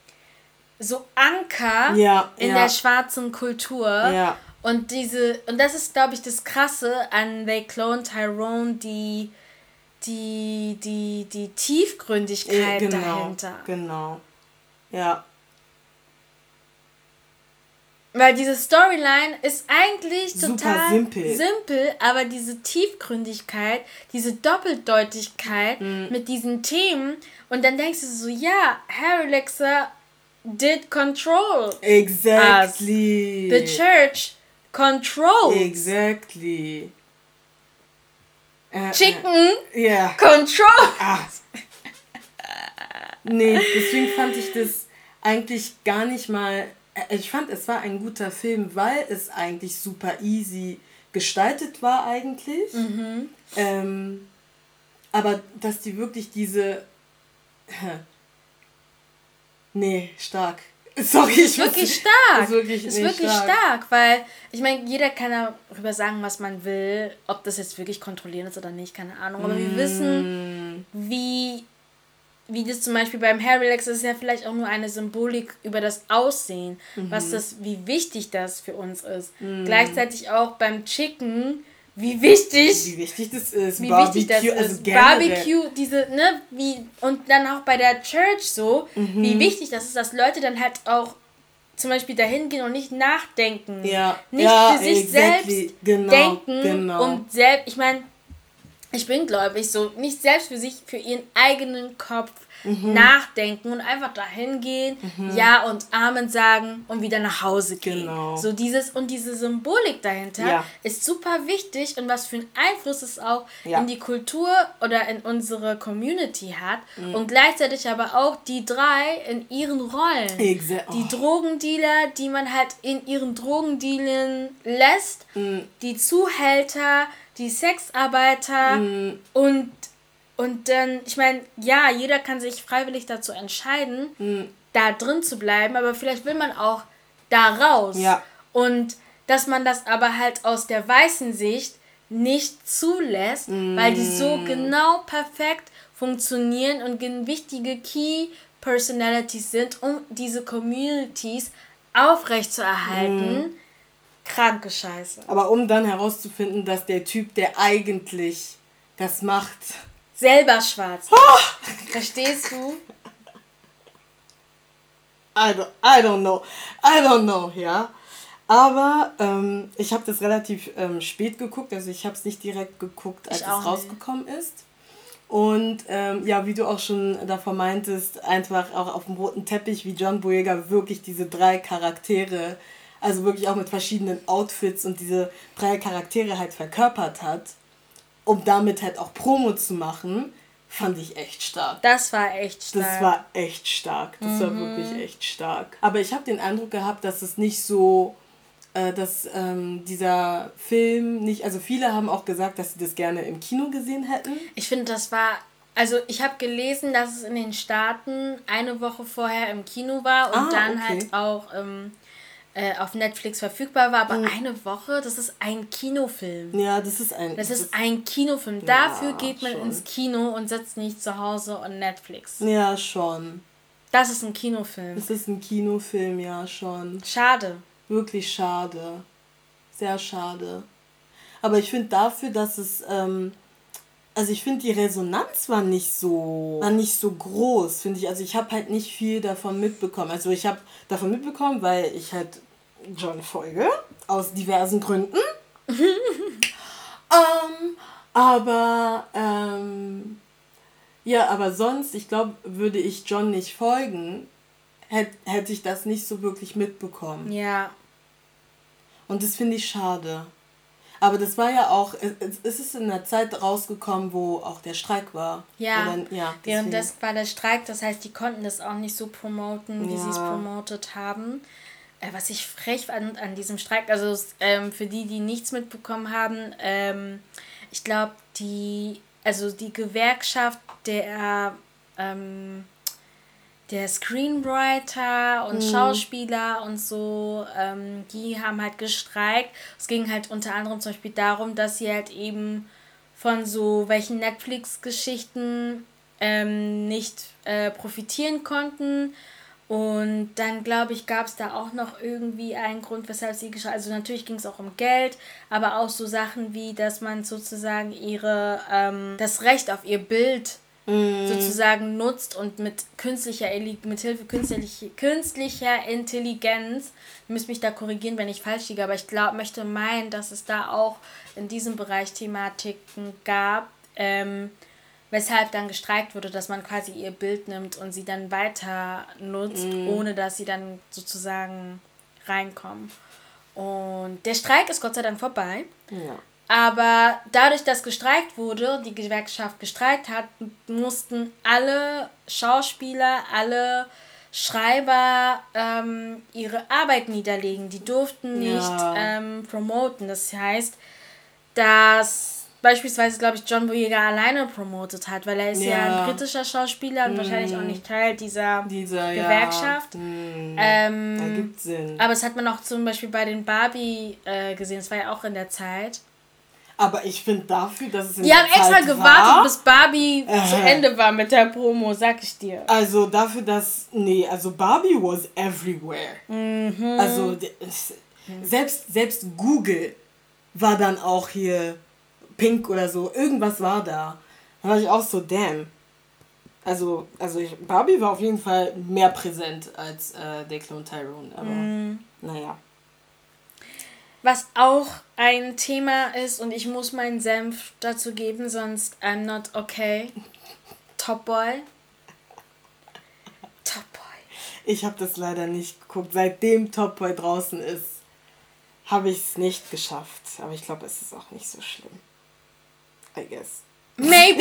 Anker in der schwarzen Kultur. Ja. Und das ist, glaube ich, das Krasse an They Cloned Tyrone, die Tiefgründigkeit dahinter. Genau. Ja. Weil diese Storyline ist eigentlich total simpel, aber diese Tiefgründigkeit, diese Doppeldeutigkeit mit diesen Themen, und dann denkst du so, ja, Hair Relaxer did control exactly us. The church controls. Exactly. Chicken control. Nee, deswegen fand ich das eigentlich gar nicht mal. Ich fand, es war ein guter Film, weil es eigentlich super easy gestaltet war eigentlich. Aber dass die wirklich diese... Nee, stark. Sorry, ist wirklich stark, weil ich meine, jeder kann darüber sagen, was man will, ob das jetzt wirklich kontrollieren ist oder nicht, keine Ahnung. Aber wir wissen, wie das zum Beispiel beim Hair Relax ist, ja vielleicht auch nur eine Symbolik über das Aussehen, wie wichtig das für uns ist. Gleichzeitig auch beim Chicken, wie wichtig das ist. Barbecue, also Barbecue, und dann auch bei der Church so, wie wichtig das ist, dass Leute dann halt auch zum Beispiel dahin gehen und nicht nachdenken. Nicht für sich selbst denken und selbst, ich meine, ich bin gläubig, so nicht selbst für sich, für ihren eigenen Kopf nachdenken und einfach dahin gehen, Ja und Amen sagen und wieder nach Hause gehen. Genau. So diese Symbolik dahinter ist super wichtig und was für einen Einfluss es auch in die Kultur oder in unsere Community hat und gleichzeitig aber auch die 3 in ihren Rollen. Die Drogendealer, die man halt in ihren Drogendealen lässt, die Zuhälter, die Sexarbeiter und dann, ich meine, ja, jeder kann sich freiwillig dazu entscheiden, da drin zu bleiben, aber vielleicht will man auch da raus. Ja. Und dass man das aber halt aus der weißen Sicht nicht zulässt, weil die so genau perfekt funktionieren und wichtige Key Personalities sind, um diese Communities aufrechtzuerhalten. Kranke Scheiße. Aber um dann herauszufinden, dass der Typ, der eigentlich das macht, selber schwarz. Verstehst du? I don't know, ja. Aber ich habe das relativ spät geguckt, also ich habe es nicht direkt geguckt, als es rausgekommen ist. Und ja, wie du auch schon davon meintest, einfach auch auf dem roten Teppich, wie John Boyega wirklich diese 3 Charaktere, also wirklich auch mit verschiedenen Outfits und diese 3 Charaktere halt verkörpert hat, um damit halt auch Promo zu machen, fand ich echt stark. Das war echt stark. Das war echt stark. Das war wirklich echt stark. Aber ich habe den Eindruck gehabt, dass es nicht so, dass dieser Film nicht, also viele haben auch gesagt, dass sie das gerne im Kino gesehen hätten. Ich finde, das war, also ich habe gelesen, dass es in den Staaten eine Woche vorher im Kino war und dann halt auch auf Netflix verfügbar war, aber eine Woche, das ist ein Kinofilm. Ja, das ist ein Kinofilm. Ja, dafür geht man ins Kino und sitzt nicht zu Hause und Netflix. Ja, schon. Das ist ein Kinofilm. Das ist ein Kinofilm, ja, schon. Schade. Wirklich schade. Sehr schade. Aber ich finde dafür, dass es, also ich finde die Resonanz war nicht so groß, finde ich. Also ich habe halt nicht viel davon mitbekommen. Also ich habe davon mitbekommen, weil ich halt John folge, aus diversen Gründen. Aber sonst, ich glaube, würde ich John nicht folgen, hätte ich das nicht so wirklich mitbekommen. Ja. Und das finde ich schade. Aber das war ja auch, es ist in der Zeit rausgekommen, wo auch der Streik war. Ja, währenddessen war der Streik, das heißt, die konnten das auch nicht so promoten, wie sie es promotet haben. Was ich frech fand an diesem Streik, also für die nichts mitbekommen haben, ich glaube, die Gewerkschaft der Screenwriter und Schauspieler und so, die haben halt gestreikt. Es ging halt unter anderem zum Beispiel darum, dass sie halt eben von so welchen Netflix-Geschichten nicht profitieren konnten. Und dann, glaube ich, gab es da auch noch irgendwie einen Grund, weshalb sie also natürlich ging es auch um Geld, aber auch so Sachen wie, dass man sozusagen das Recht auf ihr Bild sozusagen nutzt und mit Hilfe künstlicher Intelligenz, ihr müsst mich da korrigieren, wenn ich falsch liege, aber ich möchte meinen, dass es da auch in diesem Bereich Thematiken gab, weshalb dann gestreikt wurde, dass man quasi ihr Bild nimmt und sie dann weiter nutzt, ohne dass sie dann sozusagen reinkommen. Und der Streik ist Gott sei Dank vorbei. Ja. Aber dadurch, dass gestreikt wurde, die Gewerkschaft gestreikt hat, mussten alle Schauspieler, alle Schreiber ihre Arbeit niederlegen. Die durften nicht promoten. Das heißt, dass beispielsweise, glaube ich, John Boyega alleine promotet hat, weil er ist ja ein britischer Schauspieler und wahrscheinlich auch nicht Teil dieser Gewerkschaft. Ergibt Sinn. Aber das hat man auch zum Beispiel bei den Barbie gesehen. Das war ja auch in der Zeit. Aber ich finde dafür, dass es in der Zeit war... Die haben extra gewartet, bis Barbie zu Ende war mit der Promo, sag ich dir. Also dafür, dass... Nee, also Barbie was everywhere. Also selbst Google war dann auch hier pink oder so. Irgendwas war da. Da war ich auch so, damn. Also Barbie war auf jeden Fall mehr präsent als Declan und Tyrone. Aber naja. was auch ein Thema ist und ich muss meinen Senf dazu geben, sonst I'm not okay. Top Boy. Top Boy. Ich habe das leider nicht geguckt. Seitdem Top Boy draußen ist, habe ich es nicht geschafft. Aber ich glaube, es ist auch nicht so schlimm. I guess. Maybe.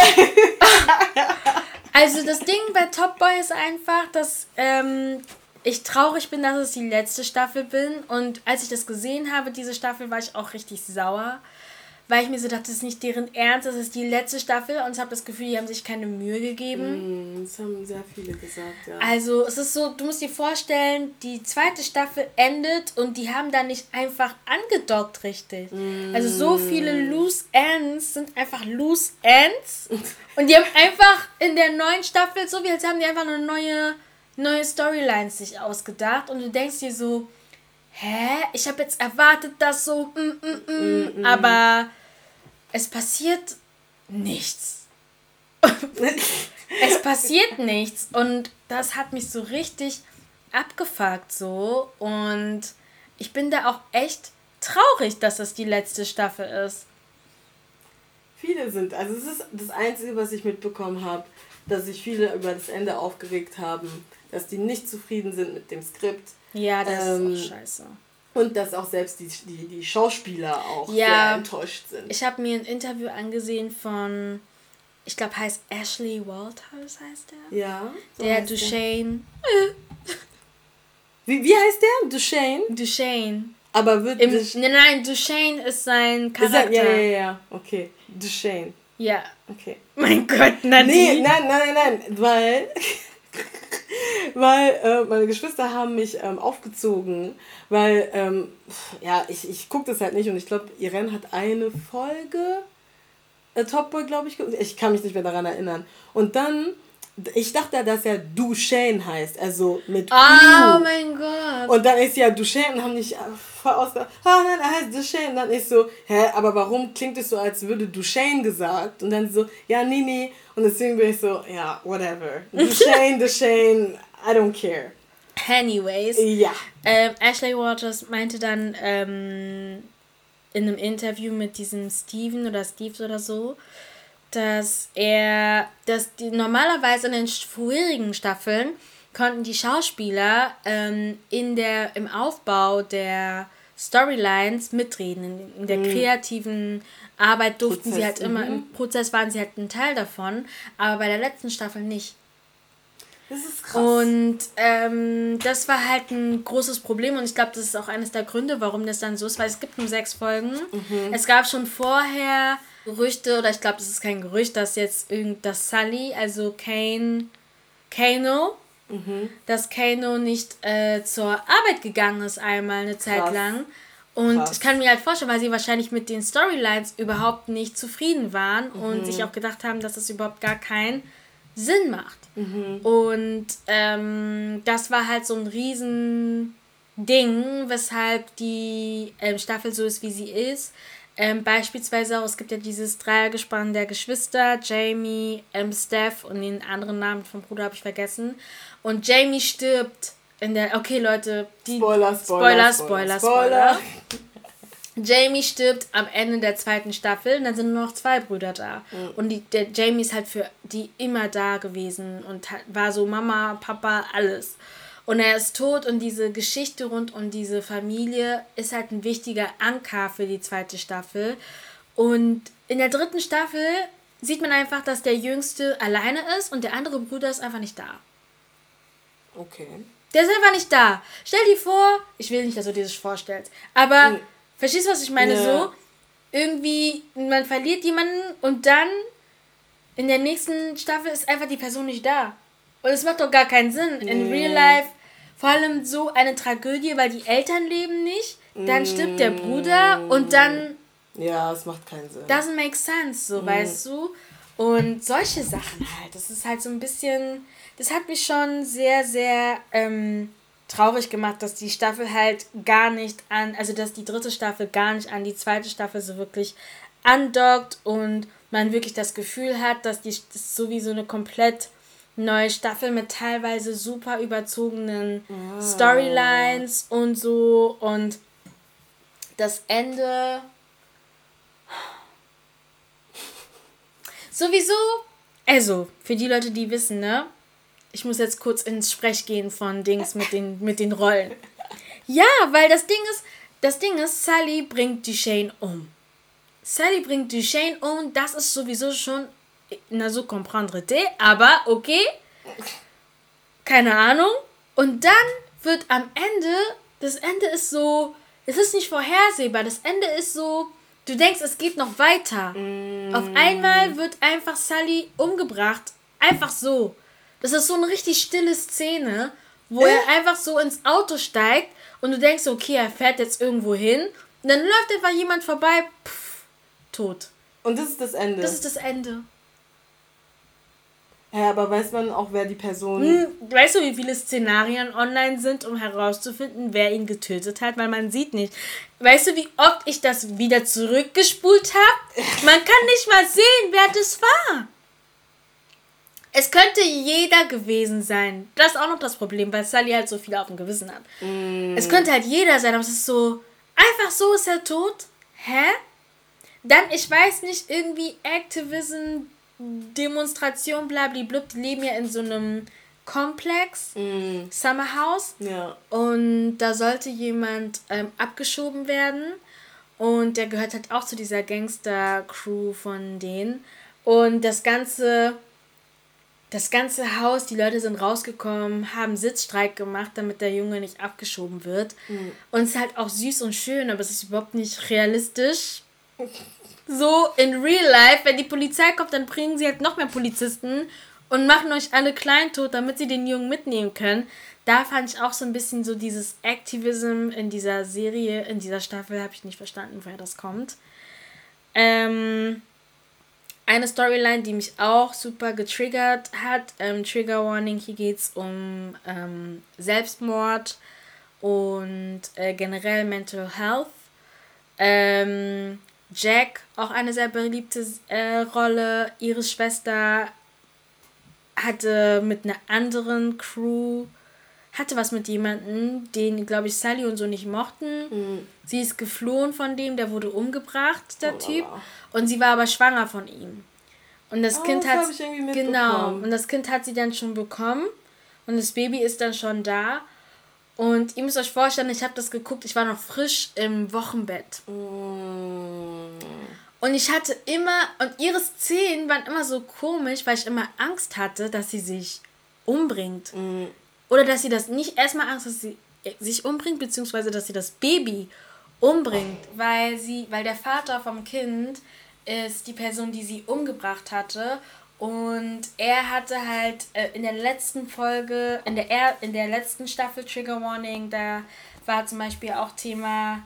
Also das Ding bei Top Boy ist einfach, dass ich traurig bin, dass es die letzte Staffel bin. Und als ich das gesehen habe, diese Staffel, war ich auch richtig sauer. Weil ich mir so dachte, das ist nicht deren Ernst, das ist die letzte Staffel. Und ich habe das Gefühl, die haben sich keine Mühe gegeben. Das haben sehr viele gesagt, ja. Also es ist so, du musst dir vorstellen, die zweite Staffel endet und die haben da nicht einfach angedockt richtig. Also so viele Loose Ends sind einfach Loose Ends. Und die haben einfach in der neuen Staffel, so wie als haben die einfach eine neue Storylines sich ausgedacht. Und du denkst dir so, hä? Ich habe jetzt erwartet, dass so, aber es passiert nichts. Es passiert nichts und das hat mich so richtig abgefuckt so und ich bin da auch echt traurig, dass das die letzte Staffel ist. Viele sind, also es ist das Einzige, was ich mitbekommen habe, dass sich viele über das Ende aufgeregt haben, dass die nicht zufrieden sind mit dem Skript. Ja, das ist auch scheiße. Und dass auch selbst die Schauspieler auch sehr enttäuscht sind. Ich habe mir ein Interview angesehen von, ich glaube heißt Ashley Walters, heißt der? Ja. So der Duchesne. Wie heißt der? Duchesne? Duchesne. Aber wird Nein, Duchesne ist sein Charakter. Ja. Okay. Duchesne. Ja. Okay. Mein Gott, Nadine. Nee, nein. Weil meine Geschwister haben mich aufgezogen, weil, ich gucke das halt nicht und ich glaube, Irene hat eine Folge Top Boy, glaube ich, ich kann mich nicht mehr daran erinnern. Und dann, ich dachte, dass er Duchesne heißt, also mit Oh mein Gott. Und dann ist ja Duchesne und haben nicht voll ausgedacht, nein, er heißt Duchesne. Und dann ist so, aber warum klingt es so, als würde Duchesne gesagt? Und dann so, ja, nee. Und deswegen bin ich so, ja, whatever. Duchesne, I don't care. Anyways. Ja. Ashley Walters meinte dann in einem Interview mit diesem Steves oder so, dass normalerweise in den vorherigen Staffeln konnten die Schauspieler im Aufbau der Storylines mitreden. In der kreativen Arbeit durften sie halt immer, im Prozess waren sie halt ein Teil davon, aber bei der letzten Staffel nicht. Das ist krass. Und das war halt ein großes Problem und ich glaube, das ist auch eines der Gründe, warum das dann so ist, weil es gibt nur 6 Folgen. Es gab schon vorher Gerüchte, oder ich glaube, das ist kein Gerücht, dass jetzt dass Sully, also Kano, dass Kano nicht zur Arbeit gegangen ist einmal eine Zeit lang. Und ich kann mir halt vorstellen, weil sie wahrscheinlich mit den Storylines überhaupt nicht zufrieden waren und sich auch gedacht haben, dass das überhaupt gar keinen Sinn macht. Und das war halt so ein riesen Ding, weshalb die Staffel so ist, wie sie ist. Beispielsweise auch, es gibt ja dieses Dreiergespann der Geschwister, Jamie, Steph und den anderen Namen vom Bruder habe ich vergessen. Und Jamie stirbt in der... Okay, Leute, Spoiler. Jamie stirbt am Ende der 2. Staffel und dann sind nur noch 2 Brüder da. Und der Jamie ist halt für die immer da gewesen und war so Mama, Papa, alles. Und er ist tot und diese Geschichte rund um diese Familie ist halt ein wichtiger Anker für die 2. Staffel. Und in der 3. Staffel sieht man einfach, dass der Jüngste alleine ist und der andere Bruder ist einfach nicht da. Okay. Der ist einfach nicht da. Stell dir vor, ich will nicht, dass du dir das vorstellst, aber verstehst du, was ich meine? Ja. So, irgendwie, man verliert jemanden und dann in der nächsten Staffel ist einfach die Person nicht da. Und es macht doch gar keinen Sinn. In Real Life, vor allem so eine Tragödie, weil die Eltern leben nicht, dann stirbt der Bruder und dann... Ja, es macht keinen Sinn. Doesn't make sense, so, weißt du? Und solche Sachen halt, das ist halt so ein bisschen... Das hat mich schon sehr, sehr traurig gemacht, dass die Staffel halt gar nicht dass die 3. Staffel gar nicht an die 2. Staffel so wirklich andockt und man wirklich das Gefühl hat, dass das so wie so eine komplett neue Staffel mit teilweise super überzogenen Storylines und so und das Ende sowieso, also für die Leute, die wissen, ne? Ich muss jetzt kurz ins Sprech gehen von Dings mit den Rollen. Ja, weil das Ding ist, Sully bringt Duchesne um. Das ist sowieso schon, na so comprendre-t, aber okay. Keine Ahnung. Und dann wird am Ende, das Ende ist so, es ist nicht vorhersehbar, das Ende ist so, du denkst, es geht noch weiter. Auf einmal wird einfach Sully umgebracht. Einfach so. Das ist so eine richtig stille Szene, wo er einfach so ins Auto steigt und du denkst, okay, er fährt jetzt irgendwo hin und dann läuft einfach jemand vorbei, tot. Und das ist das Ende? Das ist das Ende. Ja, aber weiß man auch, wer die Person... Weißt du, wie viele Szenarien online sind, um herauszufinden, wer ihn getötet hat? Weil man sieht nicht. Weißt du, wie oft ich das wieder zurückgespult habe? Man kann nicht mal sehen, wer das war. Es könnte jeder gewesen sein. Das ist auch noch das Problem, weil Sully halt so viel auf dem Gewissen hat. Es könnte halt jeder sein, aber es ist so... Einfach so ist er tot. Hä? Dann, ich weiß nicht, irgendwie Activism... Demonstration, blablablub, die leben ja in so einem Komplex, Summerhouse. Ja. Und da sollte jemand abgeschoben werden. Und der gehört halt auch zu dieser Gangster-Crew von denen. Und das ganze Haus, die Leute sind rausgekommen, haben Sitzstreik gemacht, damit der Junge nicht abgeschoben wird. Und es ist halt auch süß und schön, aber es ist überhaupt nicht realistisch. So in real life, wenn die Polizei kommt, dann bringen sie halt noch mehr Polizisten und machen euch alle kleintot, damit sie den Jungen mitnehmen können. Da fand ich auch so ein bisschen so dieses Activism in dieser Serie, in dieser Staffel, habe ich nicht verstanden, woher das kommt. Eine Storyline, die mich auch super getriggert hat, Trigger Warning, hier geht es um Selbstmord und generell Mental Health. Jack, auch eine sehr beliebte Rolle. Ihre Schwester hatte mit einer anderen Crew, hatte was mit jemandem, den, glaube ich, Sully und so nicht mochten. Sie ist geflohen von dem, der wurde umgebracht, der Typ. Und sie war aber schwanger von ihm. Und das Kind das hat... hab ich irgendwie mitbekommen. Genau. Und das Kind hat sie dann schon bekommen. Und das Baby ist dann schon da. Und ihr müsst euch vorstellen, ich habe das geguckt, ich war noch frisch im Wochenbett. Und ich hatte immer, und ihre Szenen waren immer so komisch, weil ich immer Angst hatte, dass sie sich umbringt. Oder dass sie das nicht erstmal Angst, dass sie sich umbringt, beziehungsweise dass sie das Baby umbringt. Weil der Vater vom Kind ist die Person, die sie umgebracht hatte. Und er hatte halt in der letzten Folge, in der letzten Staffel Trigger Warning, da war zum Beispiel auch Thema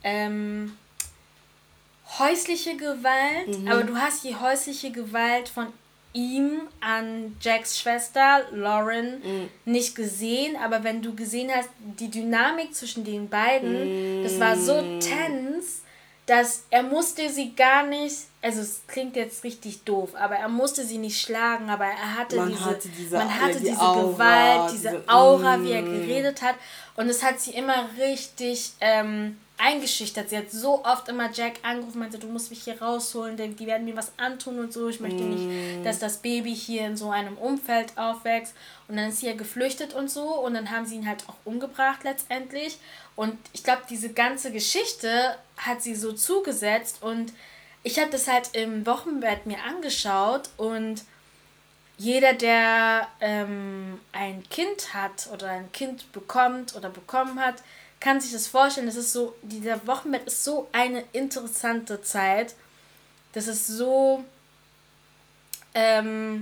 häusliche Gewalt. Aber du hast die häusliche Gewalt von ihm an Jacks Schwester Lauren nicht gesehen. Aber wenn du gesehen hast, die Dynamik zwischen den beiden, das war so tense, dass er musste sie gar nicht, also es klingt jetzt richtig doof, aber er musste sie nicht schlagen, aber er hatte diese Aura, Gewalt, diese Aura, wie er geredet hat, und es hat sie immer richtig eingeschüchtert. Sie hat so oft immer Jack angerufen, meinte, du musst mich hier rausholen, denn die werden mir was antun und so, ich möchte nicht, dass das Baby hier in so einem Umfeld aufwächst. Und dann ist sie ja geflüchtet und so, und dann haben sie ihn halt auch umgebracht letztendlich. Und ich glaube, diese ganze Geschichte hat sie so zugesetzt, und ich habe das halt im Wochenbett mir angeschaut, und jeder, der ein Kind hat oder ein Kind bekommt oder bekommen hat, kann sich das vorstellen. Das ist so, dieser Wochenbett ist so eine interessante Zeit. Das ist so, da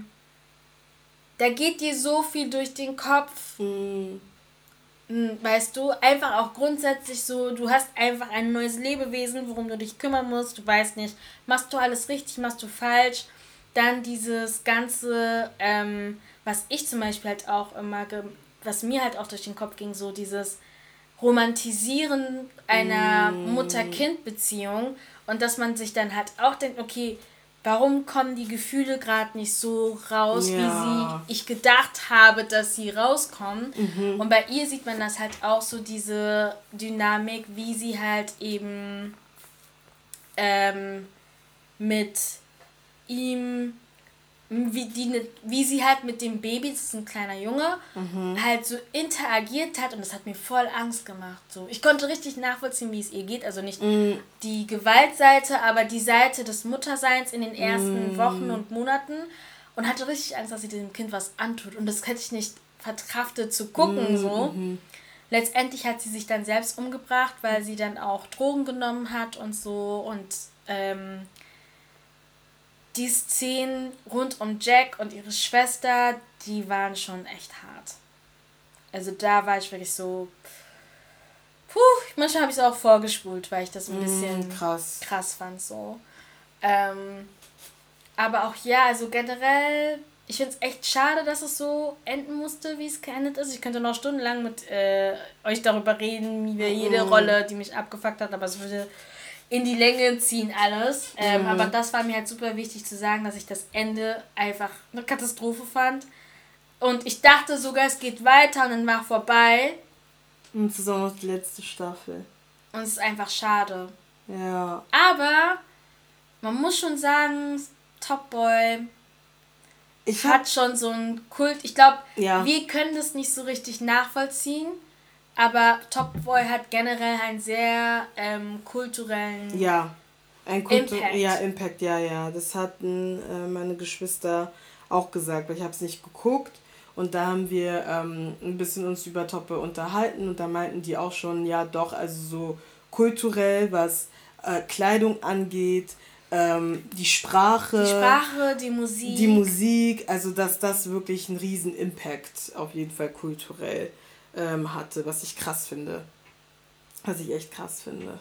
geht dir so viel durch den Kopf. Weißt du, einfach auch grundsätzlich so, du hast einfach ein neues Lebewesen, worum du dich kümmern musst, du weißt nicht, machst du alles richtig, machst du falsch, dann dieses ganze, was ich zum Beispiel halt auch immer, was mir halt auch durch den Kopf ging, so dieses Romantisieren einer Mutter-Kind-Beziehung, und dass man sich dann halt auch denkt, okay, warum kommen die Gefühle gerade nicht so raus, wie ich gedacht habe, dass sie rauskommen. Und bei ihr sieht man das halt auch so, diese Dynamik, wie sie halt eben mit ihm, wie sie halt mit dem Baby, das ist ein kleiner Junge, halt so interagiert hat, und das hat mir voll Angst gemacht. So. Ich konnte richtig nachvollziehen, wie es ihr geht, also nicht die Gewaltseite, aber die Seite des Mutterseins in den ersten Wochen und Monaten, und hatte richtig Angst, dass sie dem Kind was antut, und das hätte ich nicht verkraftet zu gucken. So. Letztendlich hat sie sich dann selbst umgebracht, weil sie dann auch Drogen genommen hat und so, und die Szenen rund um Jack und ihre Schwester, die waren schon echt hart. Also da war ich wirklich so... manchmal habe ich es auch vorgespult, weil ich das ein bisschen krass fand. So. Aber auch also generell, ich finde es echt schade, dass es so enden musste, wie es geendet ist. Ich könnte noch stundenlang mit euch darüber reden, wie wir jede Rolle, die mich abgefuckt hat, aber es würde in die Länge ziehen alles. Aber das war mir halt super wichtig zu sagen, dass ich das Ende einfach eine Katastrophe fand. Und ich dachte sogar, es geht weiter, und dann war vorbei. Und es ist auch noch die letzte Staffel. Und es ist einfach schade. Ja. Aber man muss schon sagen, Top Boy hat schon so einen Kult. Ich glaube, wir können das nicht so richtig nachvollziehen. Aber Top Boy hat generell einen sehr kulturellen Impact. Impact, ja. Das hatten meine Geschwister auch gesagt, weil ich habe es nicht geguckt. Und da haben wir ein bisschen uns über Top Boy unterhalten. Und da meinten die auch schon, ja doch, also so kulturell, was Kleidung angeht, die Sprache, die Musik, also dass das wirklich einen riesen Impact auf jeden Fall kulturell hatte, was ich krass finde. Was ich echt krass finde.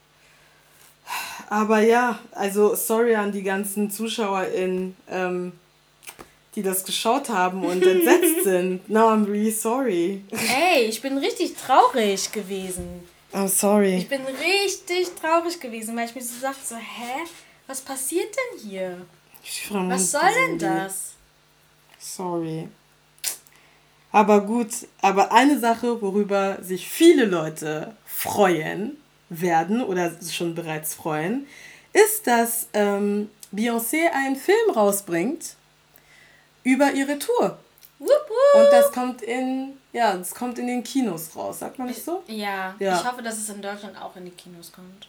Aber ja, also sorry an die ganzen ZuschauerInnen, die das geschaut haben und entsetzt sind. No, I'm really sorry. Ey, ich bin richtig traurig gewesen. I'm sorry. Ich bin richtig traurig gewesen, weil ich mir so dachte, so, was passiert denn hier? Was soll denn das? Sorry. Aber gut, aber eine Sache, worüber sich viele Leute freuen werden oder schon bereits freuen, ist, dass Beyoncé einen Film rausbringt über ihre Tour. Wupp, wupp. Und das kommt in den Kinos raus, sagt man das so? Ja, ich hoffe, dass es in Deutschland auch in die Kinos kommt.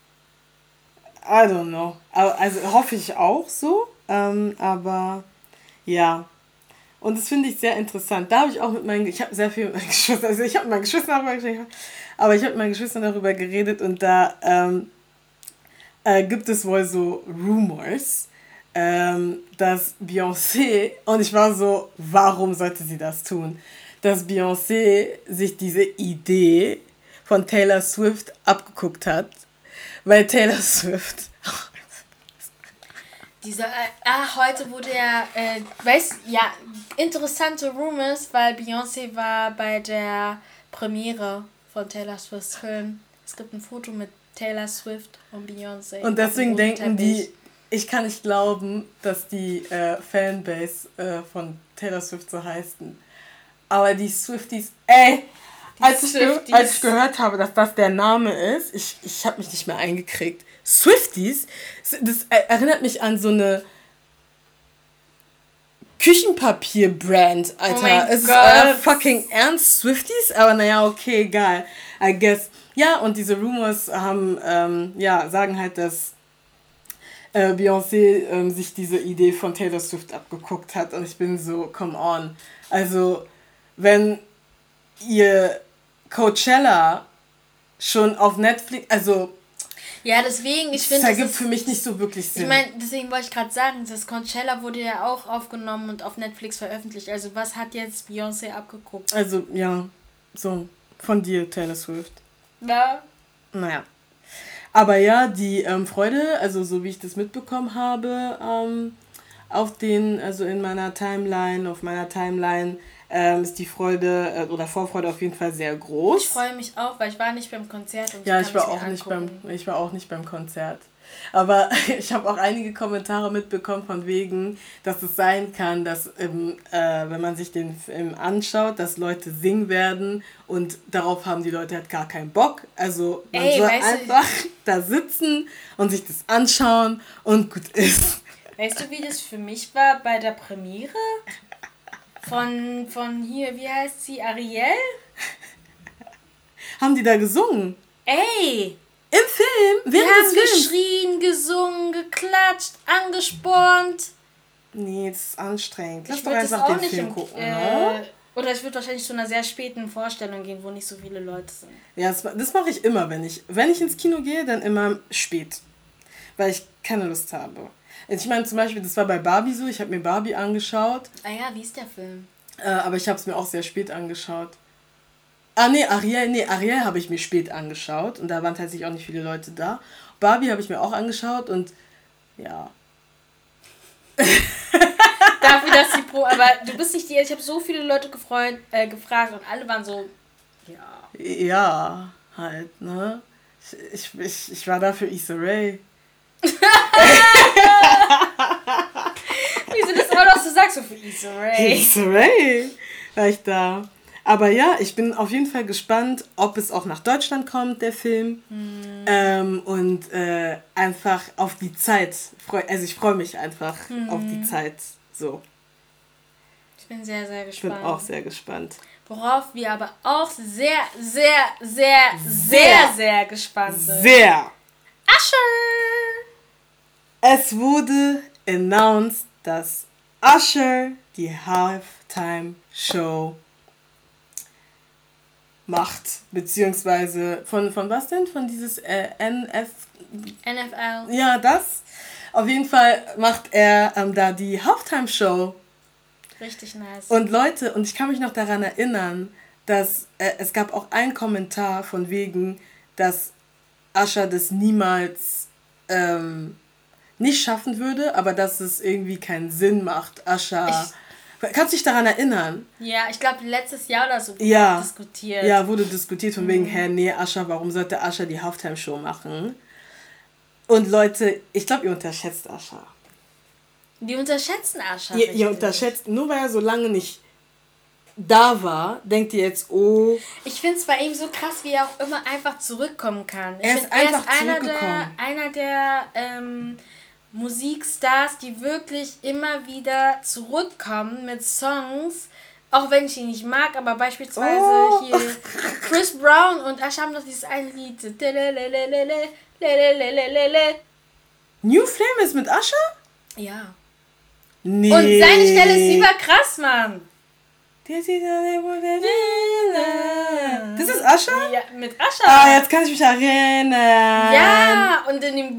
I don't know. Also hoffe ich auch so, aber ja. Und das finde ich sehr interessant. Da habe ich auch ich habe sehr viel mit meinen Geschwistern, also ich habe mit meinen Geschwistern darüber geredet, aber ich habe mit meinen Geschwistern darüber geredet, und da gibt es wohl so Rumors, dass Beyoncé, und ich war so, warum sollte sie das tun? Dass Beyoncé sich diese Idee von Taylor Swift abgeguckt hat, weil Taylor Swift... heute wurde interessante Rumors, weil Beyoncé war bei der Premiere von Taylor Swifts Film. Es gibt ein Foto mit Taylor Swift und Beyoncé. Und deswegen denken die, ich kann nicht glauben, dass die Fanbase von Taylor Swift so heißen. Aber die Swifties, als ich gehört habe, dass das der Name ist, ich habe mich nicht mehr eingekriegt. Swifties, das erinnert mich an so eine Küchenpapier-Brand, Alter. Es ist fucking ernst, Swifties? Aber naja, okay, egal. I guess. Ja, und diese Rumors haben, sagen halt, dass Beyoncé sich diese Idee von Taylor Swift abgeguckt hat. Und ich bin so, come on. Also, wenn ihr Coachella schon auf Netflix, also... Ja, deswegen, ich finde... Das ergibt für mich nicht so wirklich Sinn. Ich meine, deswegen wollte ich gerade sagen, das Coachella wurde ja auch aufgenommen und auf Netflix veröffentlicht. Also was hat jetzt Beyoncé abgeguckt? Also, ja, so, von dir, Taylor Swift. Ja. Naja. Aber ja, die Freude, also so wie ich das mitbekommen habe, in meiner Timeline, ist die Freude oder Vorfreude auf jeden Fall sehr groß. Ich freue mich auch, weil ich war nicht beim Konzert. Und ja, ich war auch nicht beim Konzert. Aber ich habe auch einige Kommentare mitbekommen von wegen, dass es sein kann, dass wenn man sich den Film anschaut, dass Leute singen werden und darauf haben die Leute halt gar keinen Bock. Also man soll einfach da sitzen und sich das anschauen und gut ist. Weißt du, wie das für mich war bei der Premiere? Von hier, wie heißt sie? Ariel? Haben die da gesungen? Ey! Im Film? Wir haben geschrien, gesungen, geklatscht, angespornt. Nee, das ist anstrengend. Lass doch einfach den Film gucken, ne? Oder ich würde wahrscheinlich zu einer sehr späten Vorstellung gehen, wo nicht so viele Leute sind. Ja, das mache ich immer, wenn ich ins Kino gehe, dann immer spät. Weil ich keine Lust habe. Ich meine zum Beispiel, das war bei Barbie so, ich habe mir Barbie angeschaut. Ah ja, wie ist der Film? Aber ich habe es mir auch sehr spät angeschaut. Ariel habe ich mir spät angeschaut und da waren tatsächlich auch nicht viele Leute da. Barbie habe ich mir auch angeschaut und ja. Dafür, dass sie aber du bist nicht ich habe so viele Leute gefragt und alle waren so, ja. Ja, halt, ne? Ich war da für Issa Rae. Wieso das immer noch so sagst, so für Issa Rae? Issa Rae war ich da. Aber ja, ich bin auf jeden Fall gespannt, ob es auch nach Deutschland kommt, der Film. Und einfach auf die Zeit. Ich freue mich einfach auf die Zeit. So. Ich bin sehr, sehr gespannt. Ich bin auch sehr gespannt. Worauf wir aber auch sehr, sehr, sehr, sehr, sehr gespannt sind. Sehr. Usher! Es wurde announced, dass Usher die Halftime-Show macht, beziehungsweise von was denn? Von dieses NFL. Ja, das. Auf jeden Fall macht er da die Halftime-Show. Richtig nice. Und Leute, und ich kann mich noch daran erinnern, dass es gab auch einen Kommentar von wegen, dass Usher das niemals nicht schaffen würde, aber dass es irgendwie keinen Sinn macht. Usher... Kannst du dich daran erinnern? Ja, ich glaube letztes Jahr oder so wurde diskutiert. Ja, wurde diskutiert von wegen, Usher, warum sollte Usher die Halftime-Show machen? Und Leute, ich glaube, ihr unterschätzt Usher. Die unterschätzen Usher. Ihr unterschätzt, nur weil er so lange nicht da war, denkt ihr jetzt, oh... Ich finde es bei ihm so krass, wie er auch immer einfach zurückkommen kann. Er ist zurückgekommen. Einer der Musikstars, die wirklich immer wieder zurückkommen mit Songs, auch wenn ich ihn nicht mag, aber beispielsweise hier Chris Brown und Usher haben doch dieses eine Lied. New Flame ist mit Usher? Ja. Nee. Und seine Stelle ist super krass, Mann. Das ist Usher? Ja, mit Usher. Ah, jetzt kann ich mich erinnern. Ja, und in dem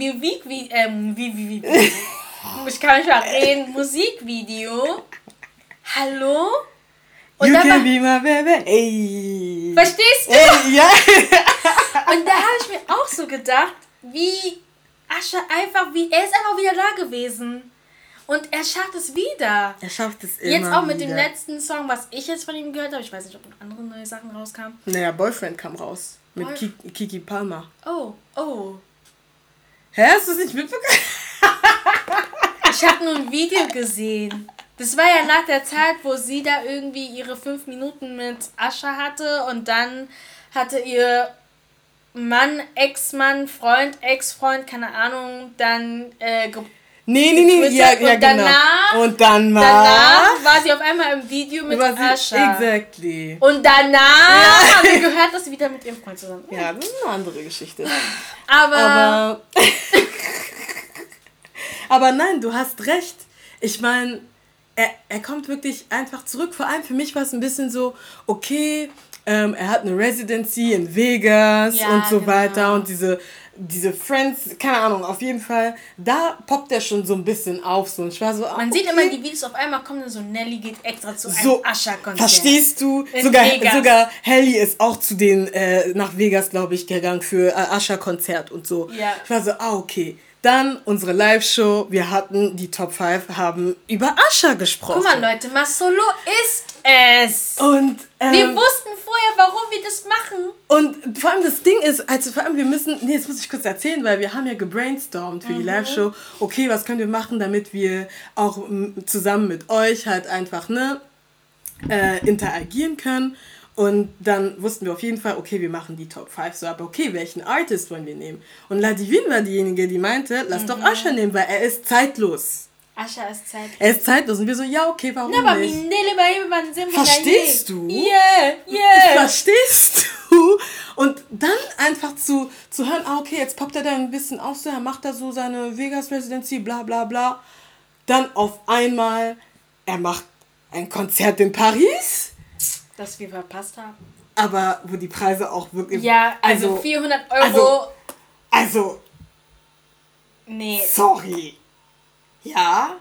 ich kann mich mal reden, Musikvideo. Hallo? Und you can be my baby. Ey. Verstehst du? Ey, ja. Und da habe ich mir auch so gedacht, wie Usher er ist einfach wieder da gewesen. Und er schafft es wieder. Er schafft es immer jetzt auch mit wieder. dem letzten Song, was ich jetzt von ihm gehört habe. Ich weiß nicht, ob noch andere neue Sachen rauskamen. Naja, Boyfriend kam raus. Mit Kiki Palmer. Oh. Hä, hast du es nicht mitbekommen? Ich habe nur ein Video gesehen. Das war ja nach der Zeit, wo sie da irgendwie ihre 5 Minuten mit Usher hatte. Und dann hatte ihr Mann, Ex-Mann, Freund, Ex-Freund, keine Ahnung, dann Nee, ja, genau. Und danach war sie auf einmal im Video mit Usher. Exactly. Und danach haben wir gehört, dass sie wieder mit ihrem Freund zusammen ist. Ja, das ist eine andere Geschichte. Aber nein, du hast recht. Ich meine, er kommt wirklich einfach zurück. Vor allem für mich war es ein bisschen so, okay, er hat eine Residency in Vegas und so weiter und diese Friends, keine Ahnung, auf jeden Fall, da poppt er schon so ein bisschen auf. So. Und ich war so, man sieht immer die Videos, auf einmal kommen dann so, Nelly geht extra zu einem Usher-Konzert. Verstehst du? Sogar Helly ist auch zu den, nach Vegas, glaube ich, gegangen für Usher-Konzert und so. Ja. Ich war so, okay. Dann unsere Live-Show, wir hatten die Top 5, haben über Usher gesprochen. Guck mal, Leute, Masolo ist es. Und wir wussten vorher, warum wir das machen. Und vor allem das Ding ist, also vor allem wir müssen, jetzt muss ich kurz erzählen, weil wir haben ja gebrainstormt für die Live-Show. Okay, was können wir machen, damit wir auch zusammen mit euch halt einfach, interagieren können. Und dann wussten wir auf jeden Fall, okay, wir machen die Top 5 so, aber okay, welchen Artist wollen wir nehmen? Und Ladivine war diejenige, die meinte, lass doch Usher nehmen, weil er ist zeitlos. Usher ist zeitlos. Er ist zeitlos. Und wir so, ja, okay, warum nicht? Verstehst du? Verstehst du? Und dann einfach zu hören, okay, jetzt poppt er da ein bisschen auf, so, er macht da so seine Vegas-Residency, bla bla bla. Dann auf einmal, er macht ein Konzert in Paris. Das wir verpasst haben. Aber wo die Preise auch wirklich... Ja, also 400 Euro... Also... Nee. Sorry. Ja.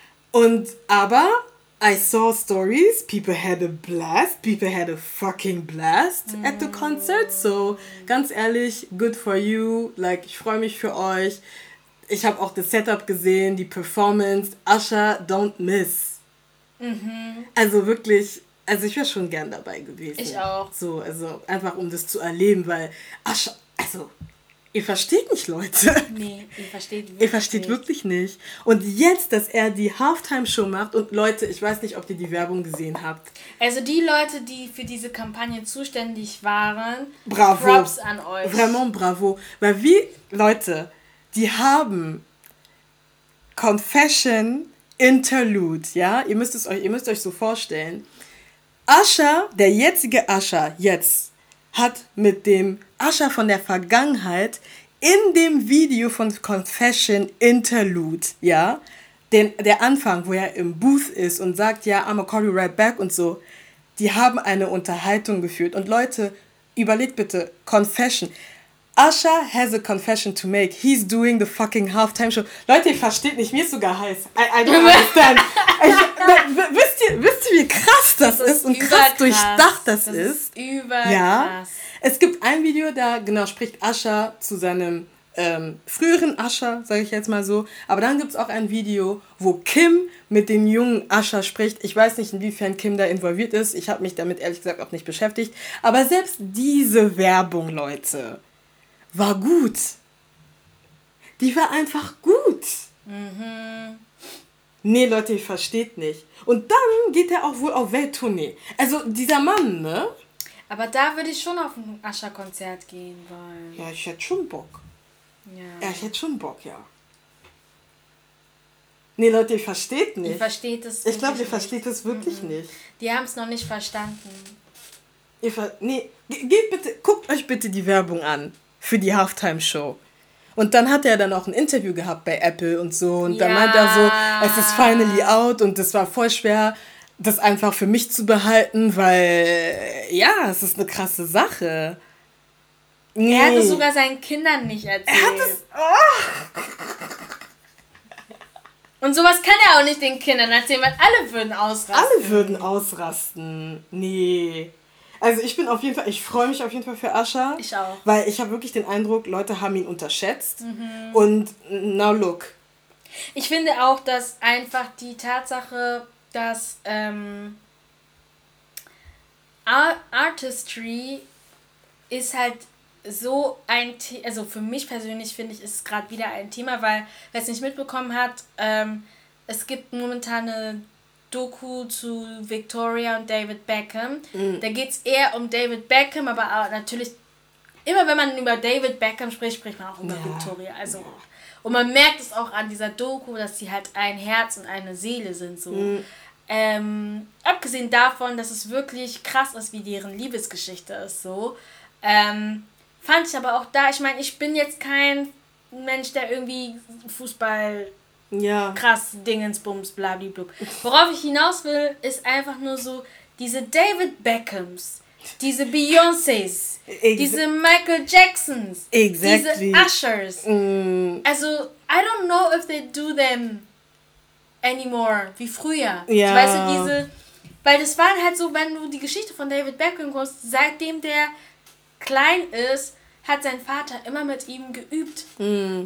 Aber I saw stories. People had a blast. People had a fucking blast at the concert. So, ganz ehrlich, good for you. Like, ich freue mich für euch. Ich habe auch das Setup gesehen, die Performance. Usher, don't miss. Also wirklich... Also ich wäre schon gern dabei gewesen. Ich auch. So, also einfach um das zu erleben, weil Usher, also ihr versteht nicht, Leute. Nee, ihr versteht wirklich nicht. Und jetzt, dass er die Halftime-Show macht und Leute, ich weiß nicht, ob ihr die Werbung gesehen habt. Also die Leute, die für diese Kampagne zuständig waren, bravo. Props an euch. Vraiment bravo. Weil Leute, die haben Confession Interlude, ja? Ihr müsst euch so vorstellen. Usher, der jetzige Usher, hat mit dem Usher von der Vergangenheit in dem Video von Confession Interlude, ja, der Anfang, wo er im Booth ist und sagt, ja, I'm a call you right back und so, die haben eine Unterhaltung geführt. Und Leute, überlegt bitte, Confession. Usher has a confession to make. He's doing the fucking halftime show. Leute, ihr versteht nicht, mir ist sogar heiß. I don't understand. Wisst ihr, wie krass das ist und krass durchdacht das ist? Überkrass. Es gibt ein Video, da genau spricht Usher zu seinem früheren Usher, sage ich jetzt mal so. Aber dann gibt es auch ein Video, wo Kim mit dem jungen Usher spricht. Ich weiß nicht, inwiefern Kim da involviert ist. Ich habe mich damit ehrlich gesagt auch nicht beschäftigt. Aber selbst diese Werbung, Leute, war gut. Die war einfach gut. Nee, Leute, ihr versteht nicht. Und dann geht er auch wohl auf Welttournee. Also dieser Mann, ne? Aber da würde ich schon auf ein Usher-Konzert gehen wollen. Ja, ich hätte schon Bock. Ja, ich hätte schon Bock, ja. Nee, Leute, ihr versteht nicht. Ihr versteht es Ich glaube, ihr versteht es wirklich nicht. Die haben es noch nicht verstanden. Geht bitte, guckt euch bitte die Werbung an für die Halftime-Show. Und dann hat er dann auch ein Interview gehabt bei Apple und so. Und dann meint er so, es ist finally out. Und das war voll schwer, das einfach für mich zu behalten, weil, ja, es ist eine krasse Sache. Nee. Er hat es sogar seinen Kindern nicht erzählt. Er hat es... Oh. Und sowas kann er auch nicht den Kindern erzählen, weil alle würden ausrasten. Alle würden ausrasten. Nee. Also ich freue mich auf jeden Fall für Usher. Ich auch. Weil ich habe wirklich den Eindruck, Leute haben ihn unterschätzt. Und now look. Ich finde auch, dass einfach die Tatsache, dass Artistry ist halt so ein Thema, also für mich persönlich finde ich, ist es gerade wieder ein Thema, weil, wer es nicht mitbekommen hat, es gibt momentan eine Doku zu Victoria und David Beckham. Da geht es eher um David Beckham, aber auch natürlich, immer wenn man über David Beckham spricht man auch über Victoria. Also, und man merkt es auch an dieser Doku, dass sie halt ein Herz und eine Seele sind. So. Abgesehen davon, dass es wirklich krass ist, wie deren Liebesgeschichte ist. So. Fand ich aber auch da, ich meine, ich bin jetzt kein Mensch, der irgendwie Fußball krass Dingensbums, blablablub. Worauf ich hinaus will, ist einfach nur so, diese David Beckhams, diese Beyoncés, diese Michael Jacksons, diese Ushers. Also, I don't know if they do them anymore, wie früher. Ja. Weißt du, weil das war halt so, wenn du die Geschichte von David Beckham guckst, seitdem der klein ist, hat sein Vater immer mit ihm geübt.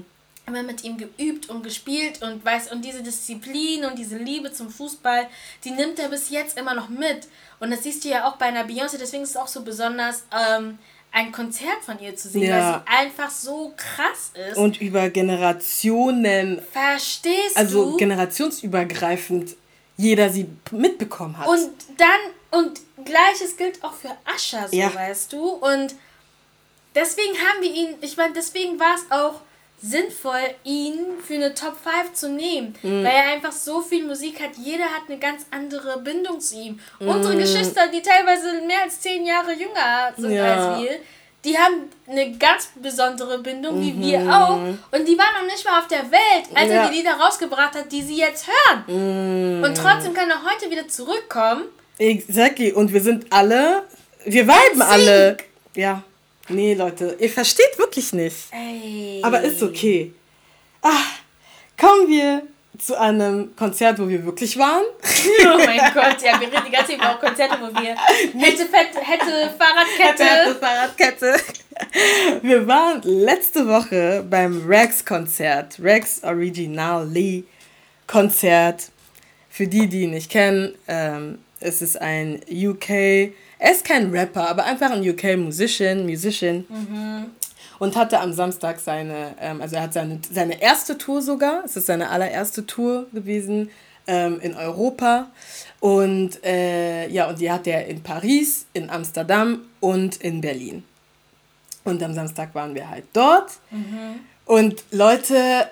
immer mit ihm geübt und gespielt und und diese Disziplin und diese Liebe zum Fußball, die nimmt er bis jetzt immer noch mit. Und das siehst du ja auch bei einer Beyoncé, deswegen ist es auch so besonders, ein Konzert von ihr zu sehen, weil sie einfach so krass ist. Und über Generationen. Verstehst du? Also generationsübergreifend jeder sie mitbekommen hat. Und Gleiches gilt auch für Usher, so weißt du. Und deswegen haben wir ihn, deswegen war es auch sinnvoll, ihn für eine Top 5 zu nehmen. Weil er einfach so viel Musik hat. Jeder hat eine ganz andere Bindung zu ihm. Unsere Geschwister, die teilweise mehr als 10 Jahre jünger sind als wir, die haben eine ganz besondere Bindung, wie wir auch. Und die waren noch nicht mal auf der Welt, als er die Lieder rausgebracht hat, die sie jetzt hören. Und trotzdem kann er heute wieder zurückkommen. Exactly. Und wir sind alle, wir viben alle. Ja. Nee, Leute, ihr versteht wirklich nicht. Ey. Aber ist okay. Kommen wir zu einem Konzert, wo wir wirklich waren. Oh mein Gott, ja, wir reden die ganze Zeit über Konzerte, wo wir hätte Fahrradkette. Wir waren letzte Woche beim Rex-Konzert. Rex Originally Konzert. Für die ihn nicht kennen, es ist ein UK... Er ist kein Rapper, aber einfach ein UK-Musician. Und hatte am Samstag er hat seine erste Tour sogar. Es ist seine allererste Tour gewesen in Europa. Und und die hat er in Paris, in Amsterdam und in Berlin. Und am Samstag waren wir halt dort. Und Leute,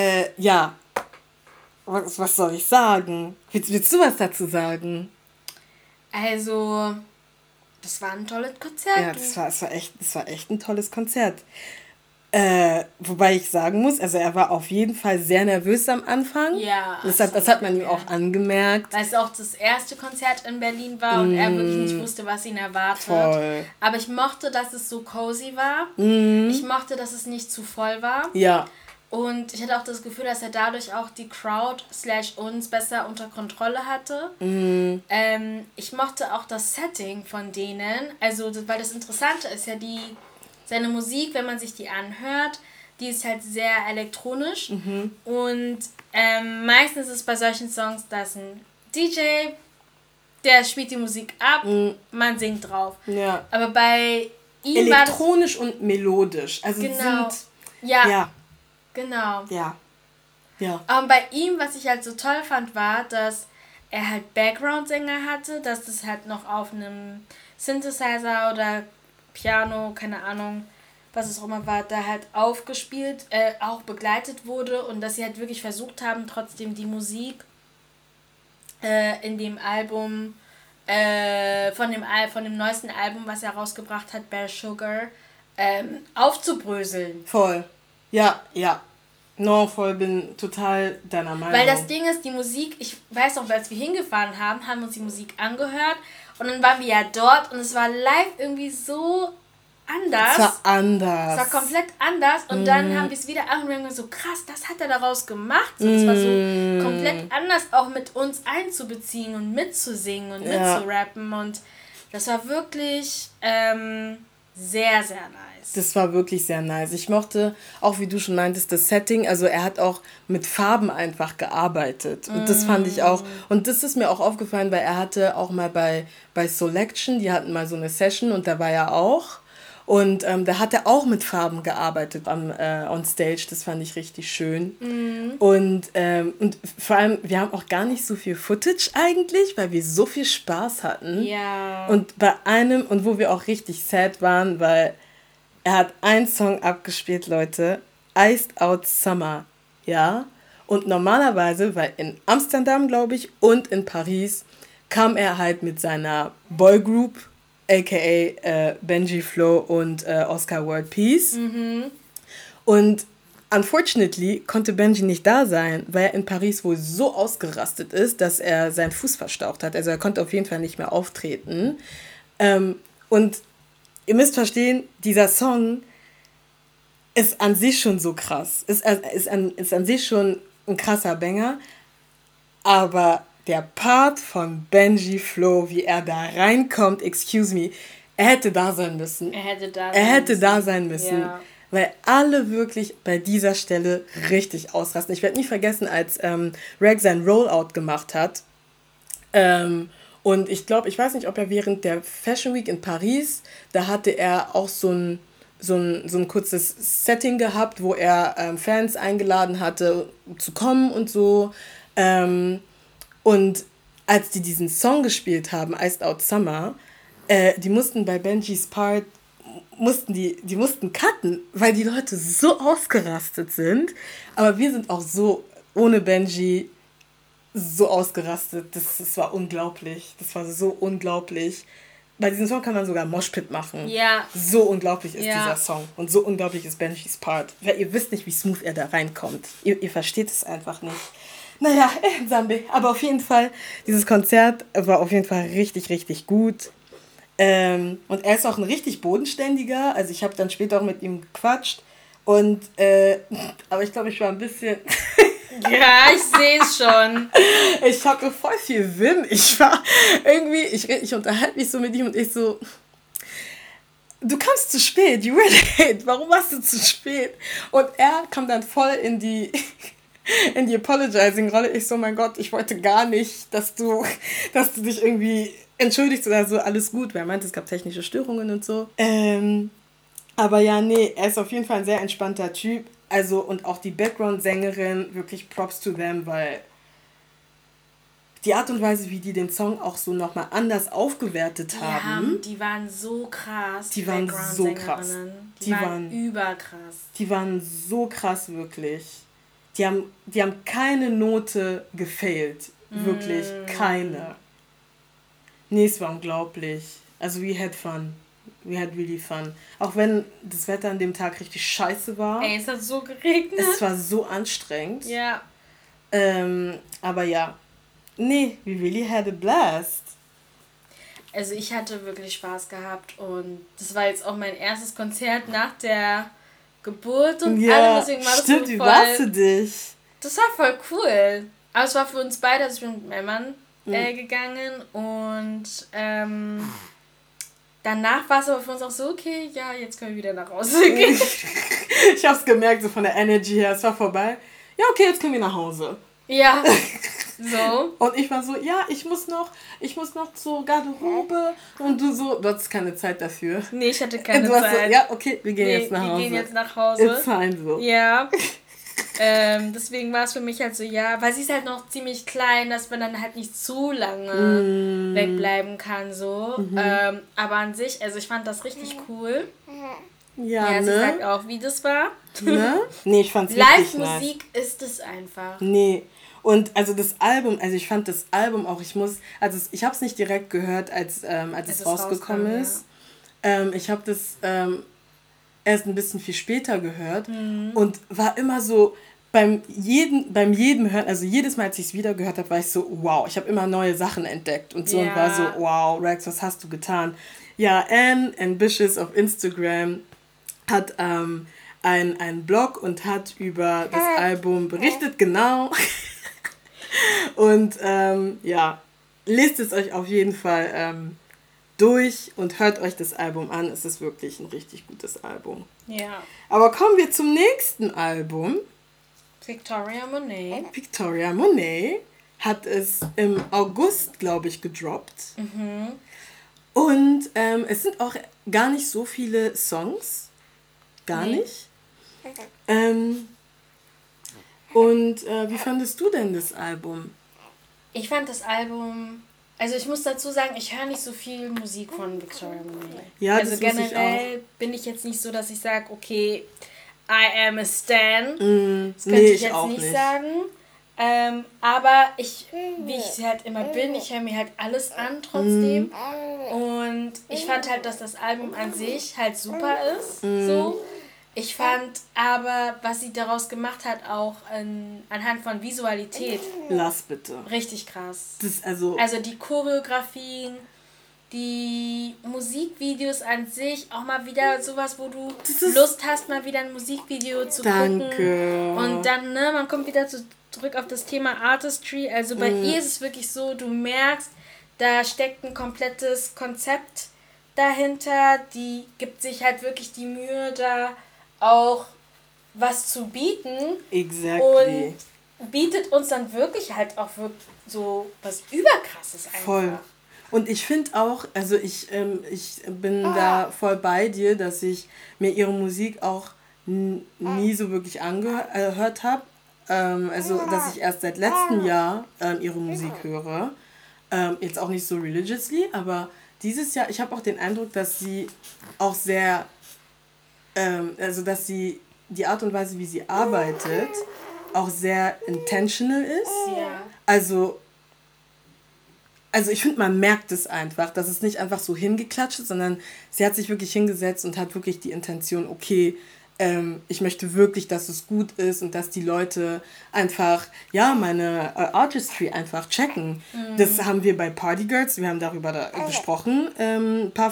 was soll ich sagen? Willst du was dazu sagen? Also... Das war ein tolles Konzert. Ja, das war echt ein tolles Konzert. Wobei ich sagen muss, also er war auf jeden Fall sehr nervös am Anfang. Ja. Das hat man ihm auch angemerkt. Weil es auch das erste Konzert in Berlin war und er wirklich nicht wusste, was ihn erwartet. Voll. Aber ich mochte, dass es so cozy war. Ich mochte, dass es nicht zu voll war. Ja. Und ich hatte auch das Gefühl, dass er dadurch auch die Crowd / uns besser unter Kontrolle hatte. Ich mochte auch das Setting von denen. Also, weil das Interessante ist ja, seine Musik, wenn man sich die anhört, die ist halt sehr elektronisch. Und meistens ist es bei solchen Songs, dass ein DJ, der spielt die Musik ab, man singt drauf. Ja. Aber bei ihm war elektronisch und melodisch. Also genau. Genau. Ja. Aber bei ihm, was ich halt so toll fand, war, dass er halt Background-Sänger hatte, dass das halt noch auf einem Synthesizer oder Piano, keine Ahnung, was es auch immer war, da halt aufgespielt, auch begleitet wurde und dass sie halt wirklich versucht haben, trotzdem die Musik in dem Album, von dem neuesten Album, was er rausgebracht hat, Bear Sugar, aufzubröseln. Voll. Ja. Bin total deiner Meinung. Weil das Ding ist, die Musik, ich weiß noch, als wir hingefahren haben, haben wir uns die Musik angehört und dann waren wir ja dort und es war live irgendwie so anders. Es war anders. Es war komplett anders und dann haben wir es wieder angehört und so, krass, das hat er daraus gemacht. So, das war so komplett anders, auch mit uns einzubeziehen und mitzusingen und mitzurappen und das war wirklich sehr, sehr nice. Das war wirklich sehr nice. Ich mochte, auch wie du schon meintest, das Setting. Also er hat auch mit Farben einfach gearbeitet. Und das fand ich auch. Und das ist mir auch aufgefallen, weil er hatte auch mal bei Selection, die hatten mal so eine Session und da war er auch. Und da hat er auch mit Farben gearbeitet on Stage. Das fand ich richtig schön. Und vor allem, wir haben auch gar nicht so viel Footage eigentlich, weil wir so viel Spaß hatten. Ja. Und wo wir auch richtig sad waren, weil er hat einen Song abgespielt, Leute. Iced Out Summer. Ja. Und normalerweise, weil in Amsterdam, glaube ich, und in Paris, kam er halt mit seiner Boygroup, a.k.a. Benji Flo und Oscar World Peace. Und unfortunately konnte Benji nicht da sein, weil er in Paris wohl so ausgerastet ist, dass er seinen Fuß verstaucht hat. Also er konnte auf jeden Fall nicht mehr auftreten. Und ihr müsst verstehen, dieser Song ist an sich schon so krass. Ist an sich schon ein krasser Banger. Aber der Part von Benji Flo, wie er da reinkommt, excuse me, er hätte da sein müssen. Er hätte da sein müssen. Ja. weil alle wirklich bei dieser Stelle richtig ausrasten. Ich werde nie vergessen, als Rag sein Rollout gemacht hat. Und ich glaube, ich weiß nicht, ob er während der Fashion Week in Paris, da hatte er auch so ein kurzes Setting gehabt, wo er Fans eingeladen hatte, zu kommen und so. Und als die diesen Song gespielt haben, Iced Out Summer, die mussten bei Benjis Part, die mussten cutten, weil die Leute so ausgerastet sind. Aber wir sind auch so ohne Benji so ausgerastet. Das war unglaublich. Das war so unglaublich. Bei diesem Song kann man sogar Moshpit machen. Ja. So unglaublich ist dieser Song. Und so unglaublich ist Benjis Part. Weil ihr wisst nicht, wie smooth er da reinkommt. Ihr versteht es einfach nicht. Naja, Zambi. Aber auf jeden Fall, dieses Konzert war auf jeden Fall richtig, richtig gut. Und er ist auch ein richtig bodenständiger. Also ich habe dann später auch mit ihm gequatscht. Und, aber ich glaube, ich war ein bisschen... Ja, ich sehe es schon. Ich hatte voll viel Wim. Ich war irgendwie, ich unterhalte mich so mit ihm und ich so, du kamst zu spät, you were late, warum warst du zu spät? Und er kam dann voll in die Apologizing-Rolle. Ich so, mein Gott, ich wollte gar nicht, dass du dich irgendwie entschuldigst oder so, alles gut, weil er meinte, es gab technische Störungen und so. Aber ja, nee, er ist auf jeden Fall ein sehr entspannter Typ. Also, und auch die Background-Sängerin, wirklich Props to them, weil die Art und Weise, wie die den Song auch so nochmal anders aufgewertet haben. Ja, die waren so krass. Die waren so krass. Die waren überkrass. Die waren so krass, wirklich. Die haben keine Note gefailt. Wirklich, keine. Nee, es war unglaublich. Also, we had fun. We had really fun. Auch wenn das Wetter an dem Tag richtig scheiße war. Ey, es hat so geregnet. Es war so anstrengend. Ja. Aber ja. Nee, we really had a blast. Also ich hatte wirklich Spaß gehabt und das war jetzt auch mein erstes Konzert nach der Geburt und allem, deswegen war das stimmt, so wie voll... warst du dich? Das war voll cool. Aber es war für uns beide, also ich bin mit meinem Mann gegangen und danach war es aber für uns auch so, okay, ja, jetzt können wir wieder nach Hause gehen. Ich hab's gemerkt, so von der Energy her, es war vorbei. Ja, okay, jetzt können wir nach Hause. Ja, so. Und ich war so, ja, ich muss noch zur Garderobe. Und du so, du hattest keine Zeit dafür. Nee, ich hatte keine Zeit. Zeit. So, ja, okay, wir gehen jetzt nach Hause. Wir gehen jetzt nach Hause. It's fine so. Ja. Deswegen war es für mich halt so, ja, weil sie ist halt noch ziemlich klein, dass man dann halt nicht zu lange wegbleiben kann, so. Aber an sich, also ich fand das richtig cool. Ja, ja, ne? sie sagt auch, wie das war. Ne? Nee, ich fand's wirklich Live-Musik ist es einfach. Nee. Und also das Album, also ich fand das Album auch, ich habe es nicht direkt gehört, als es rausgekommen ist. Ja. Ich habe das erst ein bisschen viel später gehört und war immer so, beim jedem Hören, also jedes Mal, als ich es wieder gehört habe, war ich so, wow, ich habe immer neue Sachen entdeckt und so. Ja. Und war so, wow, Rags, was hast du getan? Ja, Anne Ambitious auf Instagram hat einen Blog und hat über das Album berichtet, genau. Und ja, lest es euch auf jeden Fall durch und hört euch das Album an. Es ist wirklich ein richtig gutes Album. Ja. Aber kommen wir zum nächsten Album. Victoria Monet. Victoria Monet hat es im August, glaube ich, gedroppt. Und es sind auch gar nicht so viele Songs. Gar nicht. Und wie fandest du denn das Album? Ich fand das Album... Also ich muss dazu sagen, ich höre nicht so viel Musik von Victoria Monet. Ja, also generell bin ich jetzt nicht so, dass ich sage, okay, I am a stan. Das könnte ich jetzt nicht sagen. Aber wie ich halt immer bin, ich höre mir halt alles an trotzdem. Und ich fand halt, dass das Album an sich halt super ist. So. Ich fand aber, was sie daraus gemacht hat, auch anhand von Visualität. Lass bitte. Richtig krass. Also die Choreografien, die Musikvideos an sich, auch mal wieder sowas, wo du Lust hast, mal wieder ein Musikvideo zu gucken. Und dann, man kommt wieder zurück auf das Thema Artistry. Also bei ihr ist es wirklich so, du merkst, da steckt ein komplettes Konzept dahinter. Die gibt sich halt wirklich die Mühe, da auch was zu bieten. Exactly. Und bietet uns dann wirklich halt auch wirklich so was Überkrasses einfach. Voll. Und ich finde auch, also ich bin da voll bei dir, dass ich mir ihre Musik auch nie so wirklich angehört habe. Also, dass ich erst seit letztem Jahr ihre Musik höre. Jetzt auch nicht so religiously, aber dieses Jahr, ich habe auch den Eindruck, dass sie auch sehr, also dass sie die Art und Weise, wie sie arbeitet, auch sehr intentional ist. Ja. Also ich finde, man merkt es einfach, dass es nicht einfach so hingeklatscht ist, sondern sie hat sich wirklich hingesetzt und hat wirklich die Intention, okay, ich möchte wirklich, dass es gut ist und dass die Leute einfach, ja, meine Artistry einfach checken. Mhm. Das haben wir bei Party Girls, wir haben darüber gesprochen, ein paar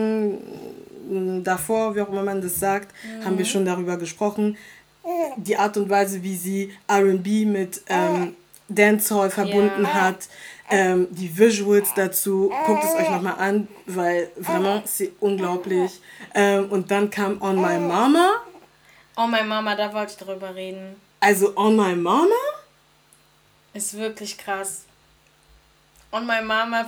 Folgen davor, wie auch immer man das sagt, haben wir schon darüber gesprochen. Die Art und Weise, wie sie R&B mit Dancehall verbunden hat, die Visuals dazu, guckt es euch nochmal an, weil vraiment, c'est unglaublich. Und dann kam On My Mama. On My Mama, da wollte ich drüber reden. Also On My Mama? Ist wirklich krass. On My Mama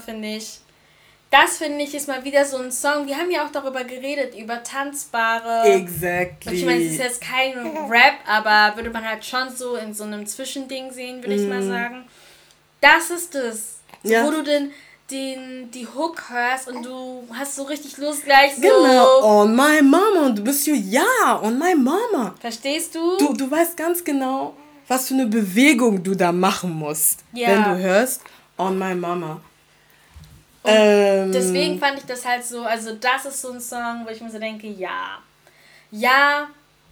das finde ich ist mal wieder so ein Song. Wir haben ja auch darüber geredet, über tanzbare. Exactly. Und ich meine, es ist jetzt kein Rap, aber würde man halt schon so in so einem Zwischending sehen, würde ich mal sagen. Das ist es. Ja. Wo du die Hook hörst und du hast so richtig Lust gleich so. Genau, On My Mama. Und du bist so, ja, On My Mama. Verstehst du? Du weißt ganz genau, was für eine Bewegung du da machen musst, wenn du hörst On My Mama. Deswegen fand ich das halt so, also das ist so ein Song, wo ich mir so denke, ja.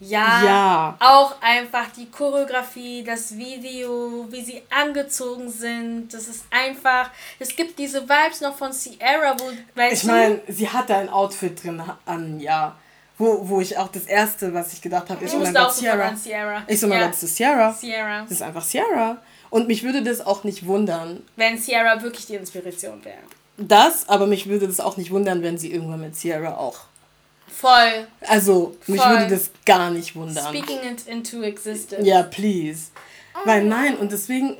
Auch einfach die Choreografie, das Video, wie sie angezogen sind, das ist einfach, es gibt diese Vibes noch von Ciara, ich meine, sie hatte ein Outfit drin an, ja, wo ich auch das erste, was ich gedacht habe, ist mein Gott, Ciara. Ich so, mein Gott, das ist Ciara. Das ist einfach Ciara. Und mich würde das auch nicht wundern. Wenn Ciara wirklich die Inspiration wäre. Aber mich würde das auch nicht wundern, wenn sie irgendwann mit Ciara auch. Voll. Also, mich würde das gar nicht wundern. Speaking it into existence. Ja, please. Weil nein, und deswegen,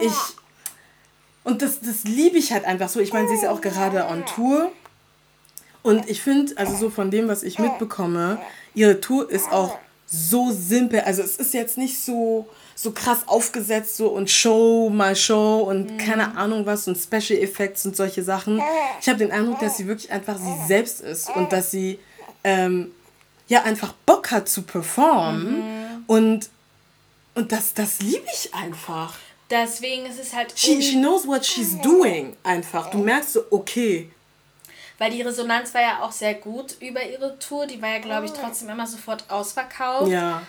und das liebe ich halt einfach so. Ich meine, sie ist ja auch gerade on Tour. Und ich finde, also so von dem, was ich mitbekomme, ihre Tour ist auch so simpel. Also es ist jetzt nicht so krass aufgesetzt so und Show und keine Ahnung was und Special Effects und solche Sachen. Ich habe den Eindruck, dass sie wirklich einfach sie selbst ist und dass sie einfach Bock hat zu performen und das liebe ich einfach. Deswegen ist es halt... She knows what she's doing einfach. Du merkst so, okay. Weil die Resonanz war ja auch sehr gut über ihre Tour. Die war ja, glaube ich, trotzdem immer sofort ausverkauft. Ja.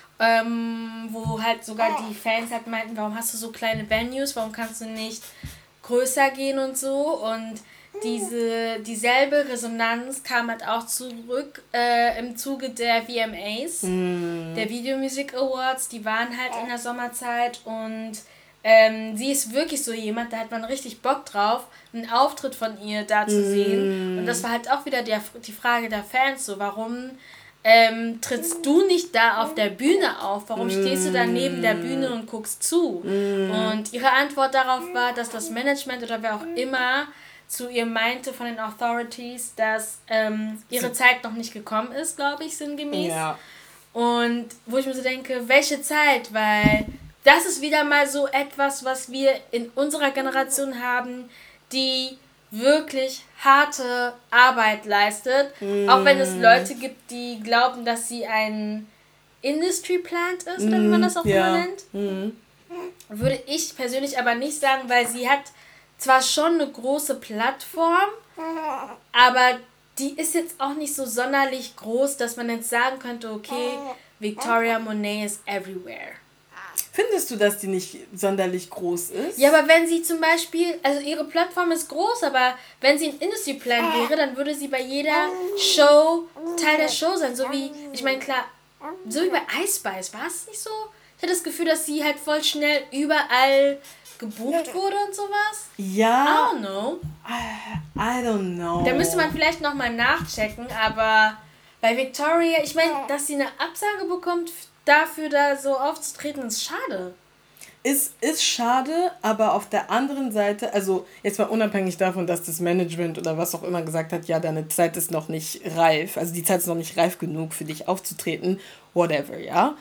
Wo halt sogar die Fans halt meinten, warum hast du so kleine Venues? Warum kannst du nicht größer gehen und so? Und dieselbe Resonanz kam halt auch zurück im Zuge der VMAs, der Video Music Awards. Die waren halt in der Sommerzeit und sie ist wirklich so jemand, da hat man richtig Bock drauf, einen Auftritt von ihr da zu sehen. Und das war halt auch wieder die Frage der Fans, so warum trittst du nicht da auf der Bühne auf? Warum stehst du da neben der Bühne und guckst zu? Und ihre Antwort darauf war, dass das Management oder wer auch immer zu ihr meinte von den Authorities, dass ihre Zeit noch nicht gekommen ist, glaube ich, sinngemäß. Ja. Und wo ich mir so denke, welche Zeit? Weil das ist wieder mal so etwas, was wir in unserer Generation haben, die wirklich harte Arbeit leistet. Auch wenn es Leute gibt, die glauben, dass sie ein Industry Plant ist, oder wie man das auch immer nennt. Würde ich persönlich aber nicht sagen, weil sie hat zwar schon eine große Plattform, aber die ist jetzt auch nicht so sonderlich groß, dass man jetzt sagen könnte, okay, Victoria Monet is everywhere. Findest du, dass die nicht sonderlich groß ist? Ja, aber wenn sie zum Beispiel, also ihre Plattform ist groß, aber wenn sie ein Industry Plan wäre, dann würde sie bei jeder Show Teil der Show sein. So wie, ich meine, klar, so wie bei Ice Spice, war es nicht so? Ich hatte das Gefühl, dass sie halt voll schnell überall gebucht wurde und sowas. Ja. I don't know. I don't know. Da müsste man vielleicht nochmal nachchecken, aber Bei Victoria, ich meine, dass sie eine Absage bekommt, dafür da so aufzutreten, ist schade. Ist schade, aber auf der anderen Seite, also jetzt mal unabhängig davon, dass das Management oder was auch immer gesagt hat, ja, deine Zeit ist noch nicht reif, also die Zeit ist noch nicht reif genug für dich aufzutreten, whatever, ja.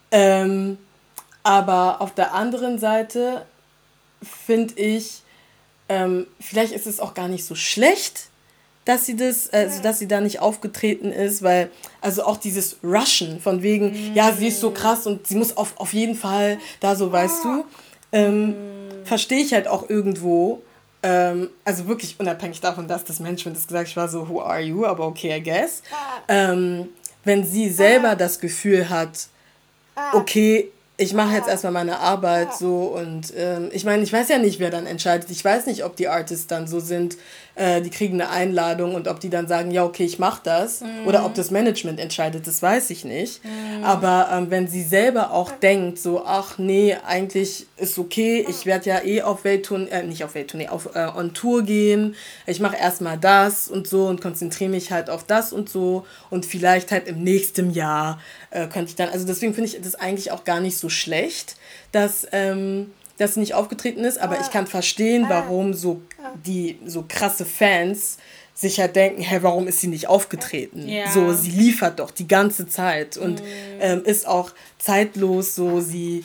Aber auf der anderen Seite finde ich, vielleicht ist es auch gar nicht so schlecht, dass sie da nicht aufgetreten ist, weil, also auch dieses Rushen von wegen, ja, sie ist so krass und sie muss auf jeden Fall da so, weißt du, verstehe ich halt auch irgendwo, also wirklich unabhängig davon, dass das Management das gesagt hat, ich war so, who are you, aber okay, I guess, wenn sie selber das Gefühl hat, okay, ich mache jetzt erstmal meine Arbeit so und ich meine, ich weiß ja nicht, wer dann entscheidet. Ich weiß nicht, ob die Artists dann so sind, die kriegen eine Einladung und ob die dann sagen, ja, okay, ich mache das. Oder ob das Management entscheidet, das weiß ich nicht. Aber wenn sie selber auch denkt, so, ach nee, eigentlich ist okay, ich werde ja eh auf Welttournee, nicht auf Welttournee, auf on Tour gehen. Ich mache erstmal das und so und konzentriere mich halt auf das und so. Und vielleicht halt im nächsten Jahr könnte ich dann, also deswegen finde ich das eigentlich auch gar nicht so schlecht, dass sie nicht aufgetreten ist, aber ich kann verstehen, warum so krasse Fans sich halt denken, hey, warum ist sie nicht aufgetreten? Ja. So, sie liefert doch die ganze Zeit und ist auch zeitlos, so sie,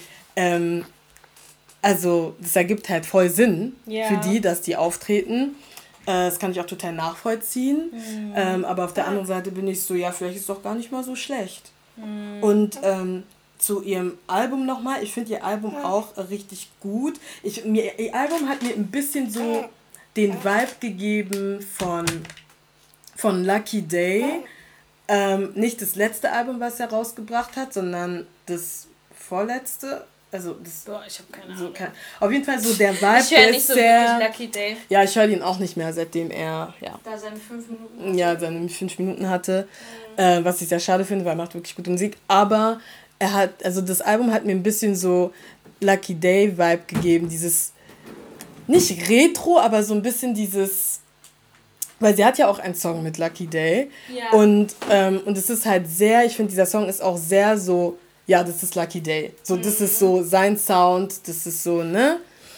also das ergibt halt voll Sinn für die, dass die auftreten. Das kann ich auch total nachvollziehen, aber auf der anderen Seite bin ich so, ja, vielleicht ist es doch gar nicht mal so schlecht. Und zu ihrem Album nochmal, ich finde ihr Album auch richtig gut. Ihr Album hat mir ein bisschen so den Vibe gegeben von Lucky Day. Nicht das letzte Album, was er rausgebracht hat, sondern das vorletzte. Also das, ich habe keine Ahnung. Auf jeden Fall so der Vibe. Ich höre nicht so wirklich Lucky Day. Ja, ich höre ihn auch nicht mehr, seitdem er da seine 5 Minuten hatte. Ja, seine 5 Minuten hatte. Was ich sehr schade finde, weil er macht wirklich gute Musik. Aber das Album hat mir ein bisschen so Lucky Day Vibe gegeben. Dieses, nicht Retro, aber so ein bisschen dieses, weil sie hat ja auch einen Song mit Lucky Day. Ja. Und es ist halt sehr, ich finde, dieser Song ist auch sehr so, ja, das ist Lucky Day. So, das ist so sein Sound, das ist so, ne?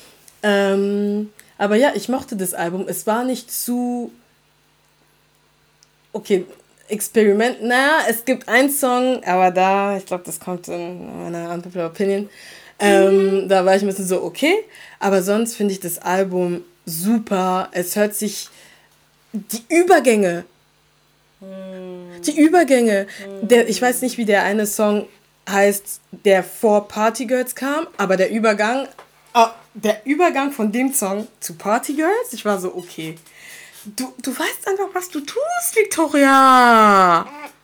Aber ja, ich mochte das Album. Es war nicht zu, okay, Experiment, es gibt einen Song, aber ich glaube, das kommt in meiner Unpopular Opinion, da war ich ein bisschen so, okay, aber sonst finde ich das Album super, es hört sich, die Übergänge, ich weiß nicht, wie der eine Song heißt, der vor Party Girls kam, aber der Übergang von dem Song zu Party Girls, ich war so, okay, Du weißt einfach, was du tust, Victoria.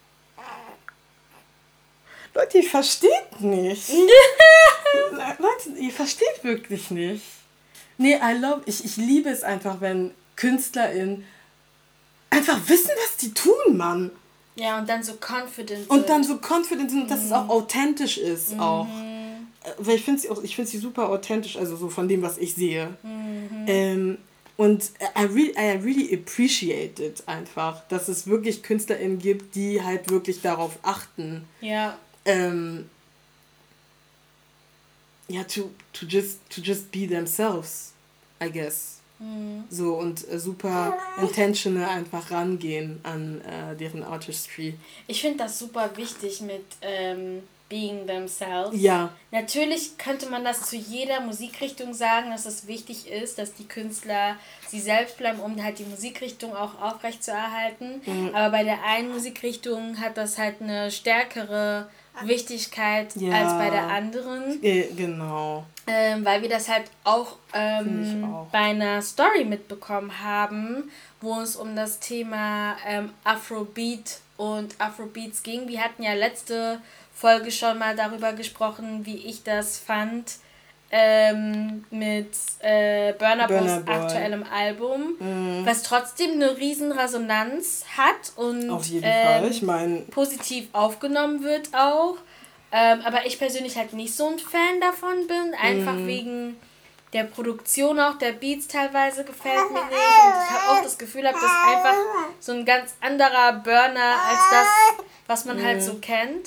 Leute, ihr versteht nicht. Leute, ihr versteht wirklich nicht. Nee, ich liebe es einfach, wenn KünstlerInnen einfach wissen, was die tun, Mann. Ja, und dann so confident sind, dass es auch authentisch ist, auch. Weil ich finde sie super authentisch, also so von dem, was ich sehe. Und I really appreciate it einfach, dass es wirklich KünstlerInnen gibt, die halt wirklich darauf achten. Ja. To just be themselves, I guess. So, und super intentional einfach rangehen an deren Artistry. Ich finde das super wichtig mit being themselves. Ja. Natürlich könnte man das zu jeder Musikrichtung sagen, dass es wichtig ist, dass die Künstler sie selbst bleiben, um halt die Musikrichtung auch aufrechtzuerhalten. Aber bei der einen Musikrichtung hat das halt eine stärkere Wichtigkeit als bei der anderen. Genau. Weil wir das halt auch, bei einer Story mitbekommen haben, wo es um das Thema Afrobeat und Afrobeats ging. Wir hatten ja letzte Folge schon mal darüber gesprochen, wie ich das fand mit Burna Boys aktuellem Album, was trotzdem eine riesen Resonanz hat und auf jeden Fall. Ich mein, positiv aufgenommen wird auch. Aber ich persönlich halt nicht so ein Fan davon bin, einfach wegen der Produktion auch, der Beats teilweise gefällt mir nicht. Und ich habe auch das Gefühl, das ist einfach so ein ganz anderer Burner als das, was man halt so kennt.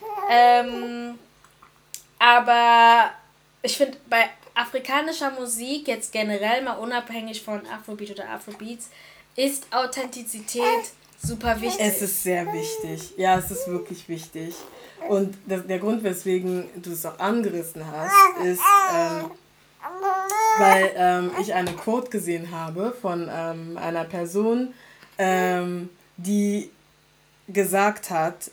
Aber ich finde, bei afrikanischer Musik, jetzt generell mal unabhängig von Afrobeat oder Afrobeats, ist Authentizität super wichtig. Es ist sehr wichtig. Ja, es ist wirklich wichtig. Und der Grund, weswegen du es auch angerissen hast, ist, weil ich eine Quote gesehen habe von einer Person, die gesagt hat,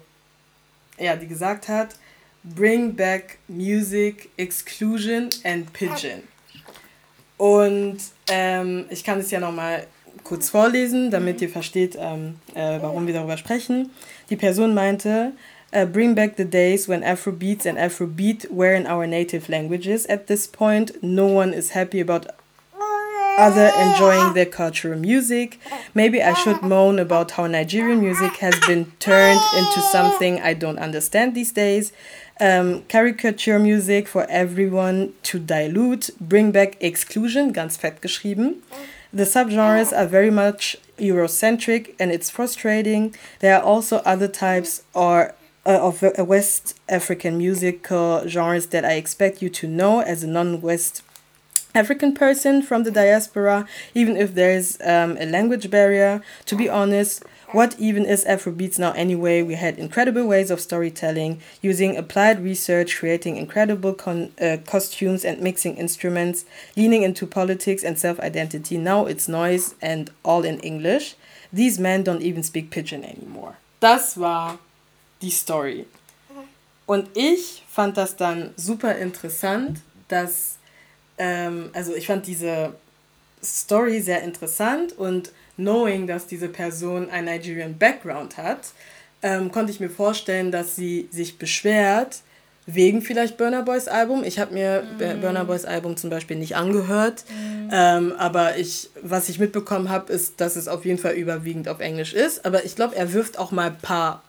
bring back music, exclusion and pidgin. Und ich kann es ja nochmal kurz vorlesen, damit ihr versteht, warum wir darüber sprechen. Die Person meinte, bring back the days when Afrobeats and Afrobeat were in our native languages. At this point, no one is happy about other enjoying their cultural music. Maybe I should moan about how Nigerian music has been turned into something I don't understand these days. Caricature music for everyone to dilute. Bring back exclusion, ganz fett geschrieben. The subgenres are very much Eurocentric and it's frustrating. There are also other types of West African musical genres that I expect you to know as a non-West African person from the diaspora, even if there's a language barrier. To be honest, what even is Afrobeats now anyway? We had incredible ways of storytelling, using applied research, creating incredible costumes and mixing instruments, leaning into politics and self-identity. Now it's noise and all in English. These men don't even speak Pidgin anymore. Das war die Story. Und ich fand das dann super interessant, dass ich fand diese Story sehr interessant und knowing, dass diese Person einen Nigerian Background hat, konnte ich mir vorstellen, dass sie sich beschwert wegen vielleicht Burna Boys Album. Ich habe mir Burna Boys Album zum Beispiel nicht angehört, aber was ich mitbekommen habe, ist, dass es auf jeden Fall überwiegend auf Englisch ist. Aber ich glaube, er wirft auch mal ein paar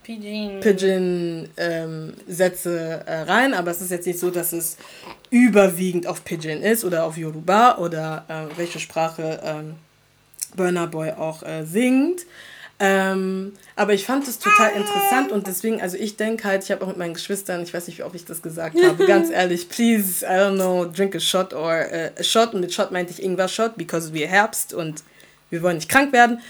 Pidgin-Sätze rein, aber es ist jetzt nicht so, dass es überwiegend auf Pidgin ist oder auf Yoruba oder welche Sprache Burna Boy auch singt. Aber ich fand es total interessant und deswegen, also ich denke halt, ich habe auch mit meinen Geschwistern, ich weiß nicht, wie oft ich das gesagt habe, ganz ehrlich, please, I don't know, drink a shot or a shot. Und mit Shot meinte ich Ingwer-Shot, because wir Herbst und wir wollen nicht krank werden.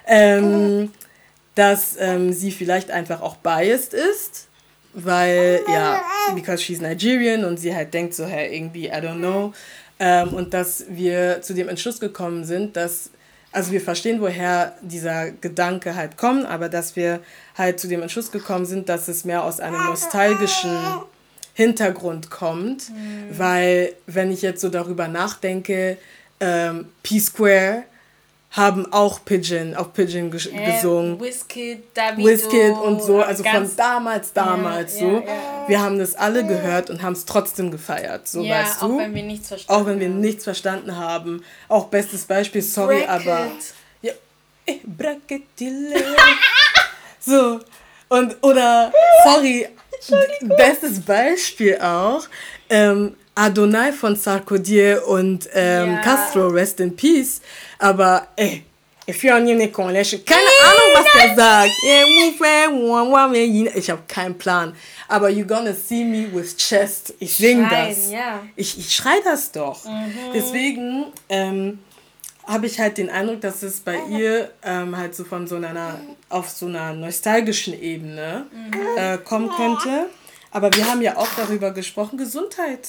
Dass sie vielleicht einfach auch biased ist, weil, because she's Nigerian und sie halt denkt so, hey, irgendwie, I don't know. Und dass wir zu dem Entschluss gekommen sind, also wir verstehen, woher dieser Gedanke halt kommt, aber dass wir halt zu dem Entschluss gekommen sind, dass es mehr aus einem nostalgischen Hintergrund kommt, weil, wenn ich jetzt so darüber nachdenke, P-Square haben auch auf Pidgin gesungen. Wizkid, Davido und so, also von damals so. Ja. Wir haben das alle gehört und haben es trotzdem gefeiert, so, weißt du? Auch wenn wir nichts verstanden haben. Auch wenn wir nichts verstanden haben. Auch bestes Beispiel, sorry, Bracket. Aber... Ja, Bracket. So, oder, sorry, bestes Beispiel auch, Adonai von Sarkodie und Castro, Rest in Peace. Aber, if you're on your keine Ahnung, was der sagt. Ich habe keinen Plan. Aber you're gonna see me with chest. Ich sing das. Ja. Ich schrei das doch. Deswegen habe ich halt den Eindruck, dass es bei ihr halt so von auf so einer nostalgischen Ebene kommen könnte. Aber wir haben ja auch darüber gesprochen, Gesundheit.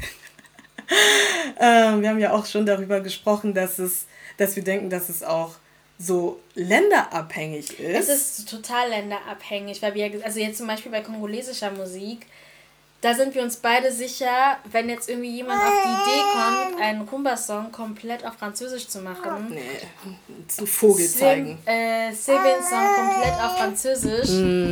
Wir haben ja auch schon darüber gesprochen, dass wir denken, dass es auch so länderabhängig ist. Es ist total länderabhängig, weil also jetzt zum Beispiel bei kongolesischer Musik, da sind wir uns beide sicher, wenn jetzt irgendwie jemand auf die Idee kommt, einen Rumba-Song komplett auf Französisch zu machen. Nee, einen Vogel zeigen. Seven-Song komplett auf Französisch.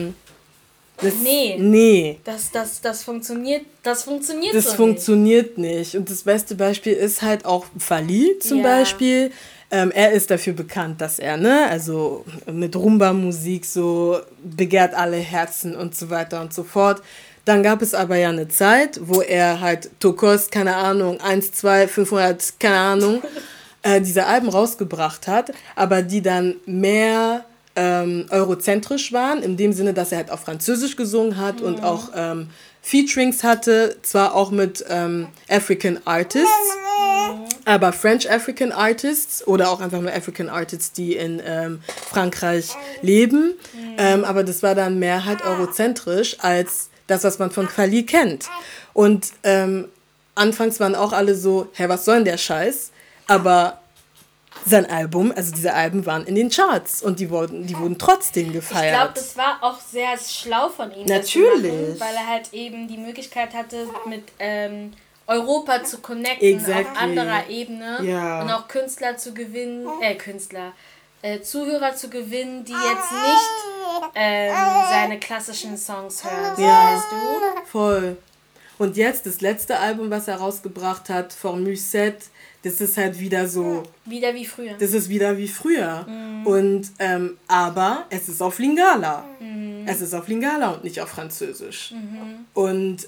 Nee. Das funktioniert so Das funktioniert nicht. Und das beste Beispiel ist halt auch Fally zum Beispiel. Er ist dafür bekannt, dass er, also mit Rumba-Musik so begehrt alle Herzen und so weiter und so fort. Dann gab es aber ja eine Zeit, wo er halt Tokos, keine Ahnung, 1, 2, 500, keine Ahnung, diese Alben rausgebracht hat, aber die dann mehr eurozentrisch waren, in dem Sinne, dass er halt auf Französisch gesungen hat und auch Featurings hatte, zwar auch mit African Artists, aber French African Artists oder auch einfach nur African Artists, die in Frankreich leben. Aber das war dann mehr halt eurozentrisch als das, was man von Khali kennt. Und anfangs waren auch alle so, hä, was soll denn der Scheiß? Aber sein Album, also diese Alben waren in den Charts und die wurden trotzdem gefeiert. Ich glaube, das war auch sehr schlau von ihm. Natürlich. Das zu machen, weil er halt eben die Möglichkeit hatte, mit Europa zu connecten, auf anderer Ebene und auch Künstler zu gewinnen, Zuhörer zu gewinnen, die jetzt nicht seine klassischen Songs hören, weißt du? Voll. Und jetzt, das letzte Album, was er rausgebracht hat, Formule 7, das ist halt wieder so... Wieder wie früher. Das ist wieder wie früher. Und, aber es ist auf Lingala. Es ist auf Lingala und nicht auf Französisch. Und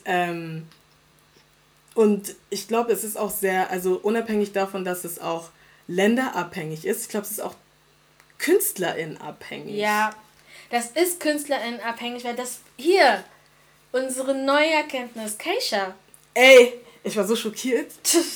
ich glaube, es ist auch sehr, also unabhängig davon, dass es auch länderabhängig ist, ich glaube, es ist auch KünstlerInnenabhängig. Ja, das ist KünstlerInnenabhängig, weil das hier, unsere neue Erkenntnis, Keisha. Ey, ich war so schockiert.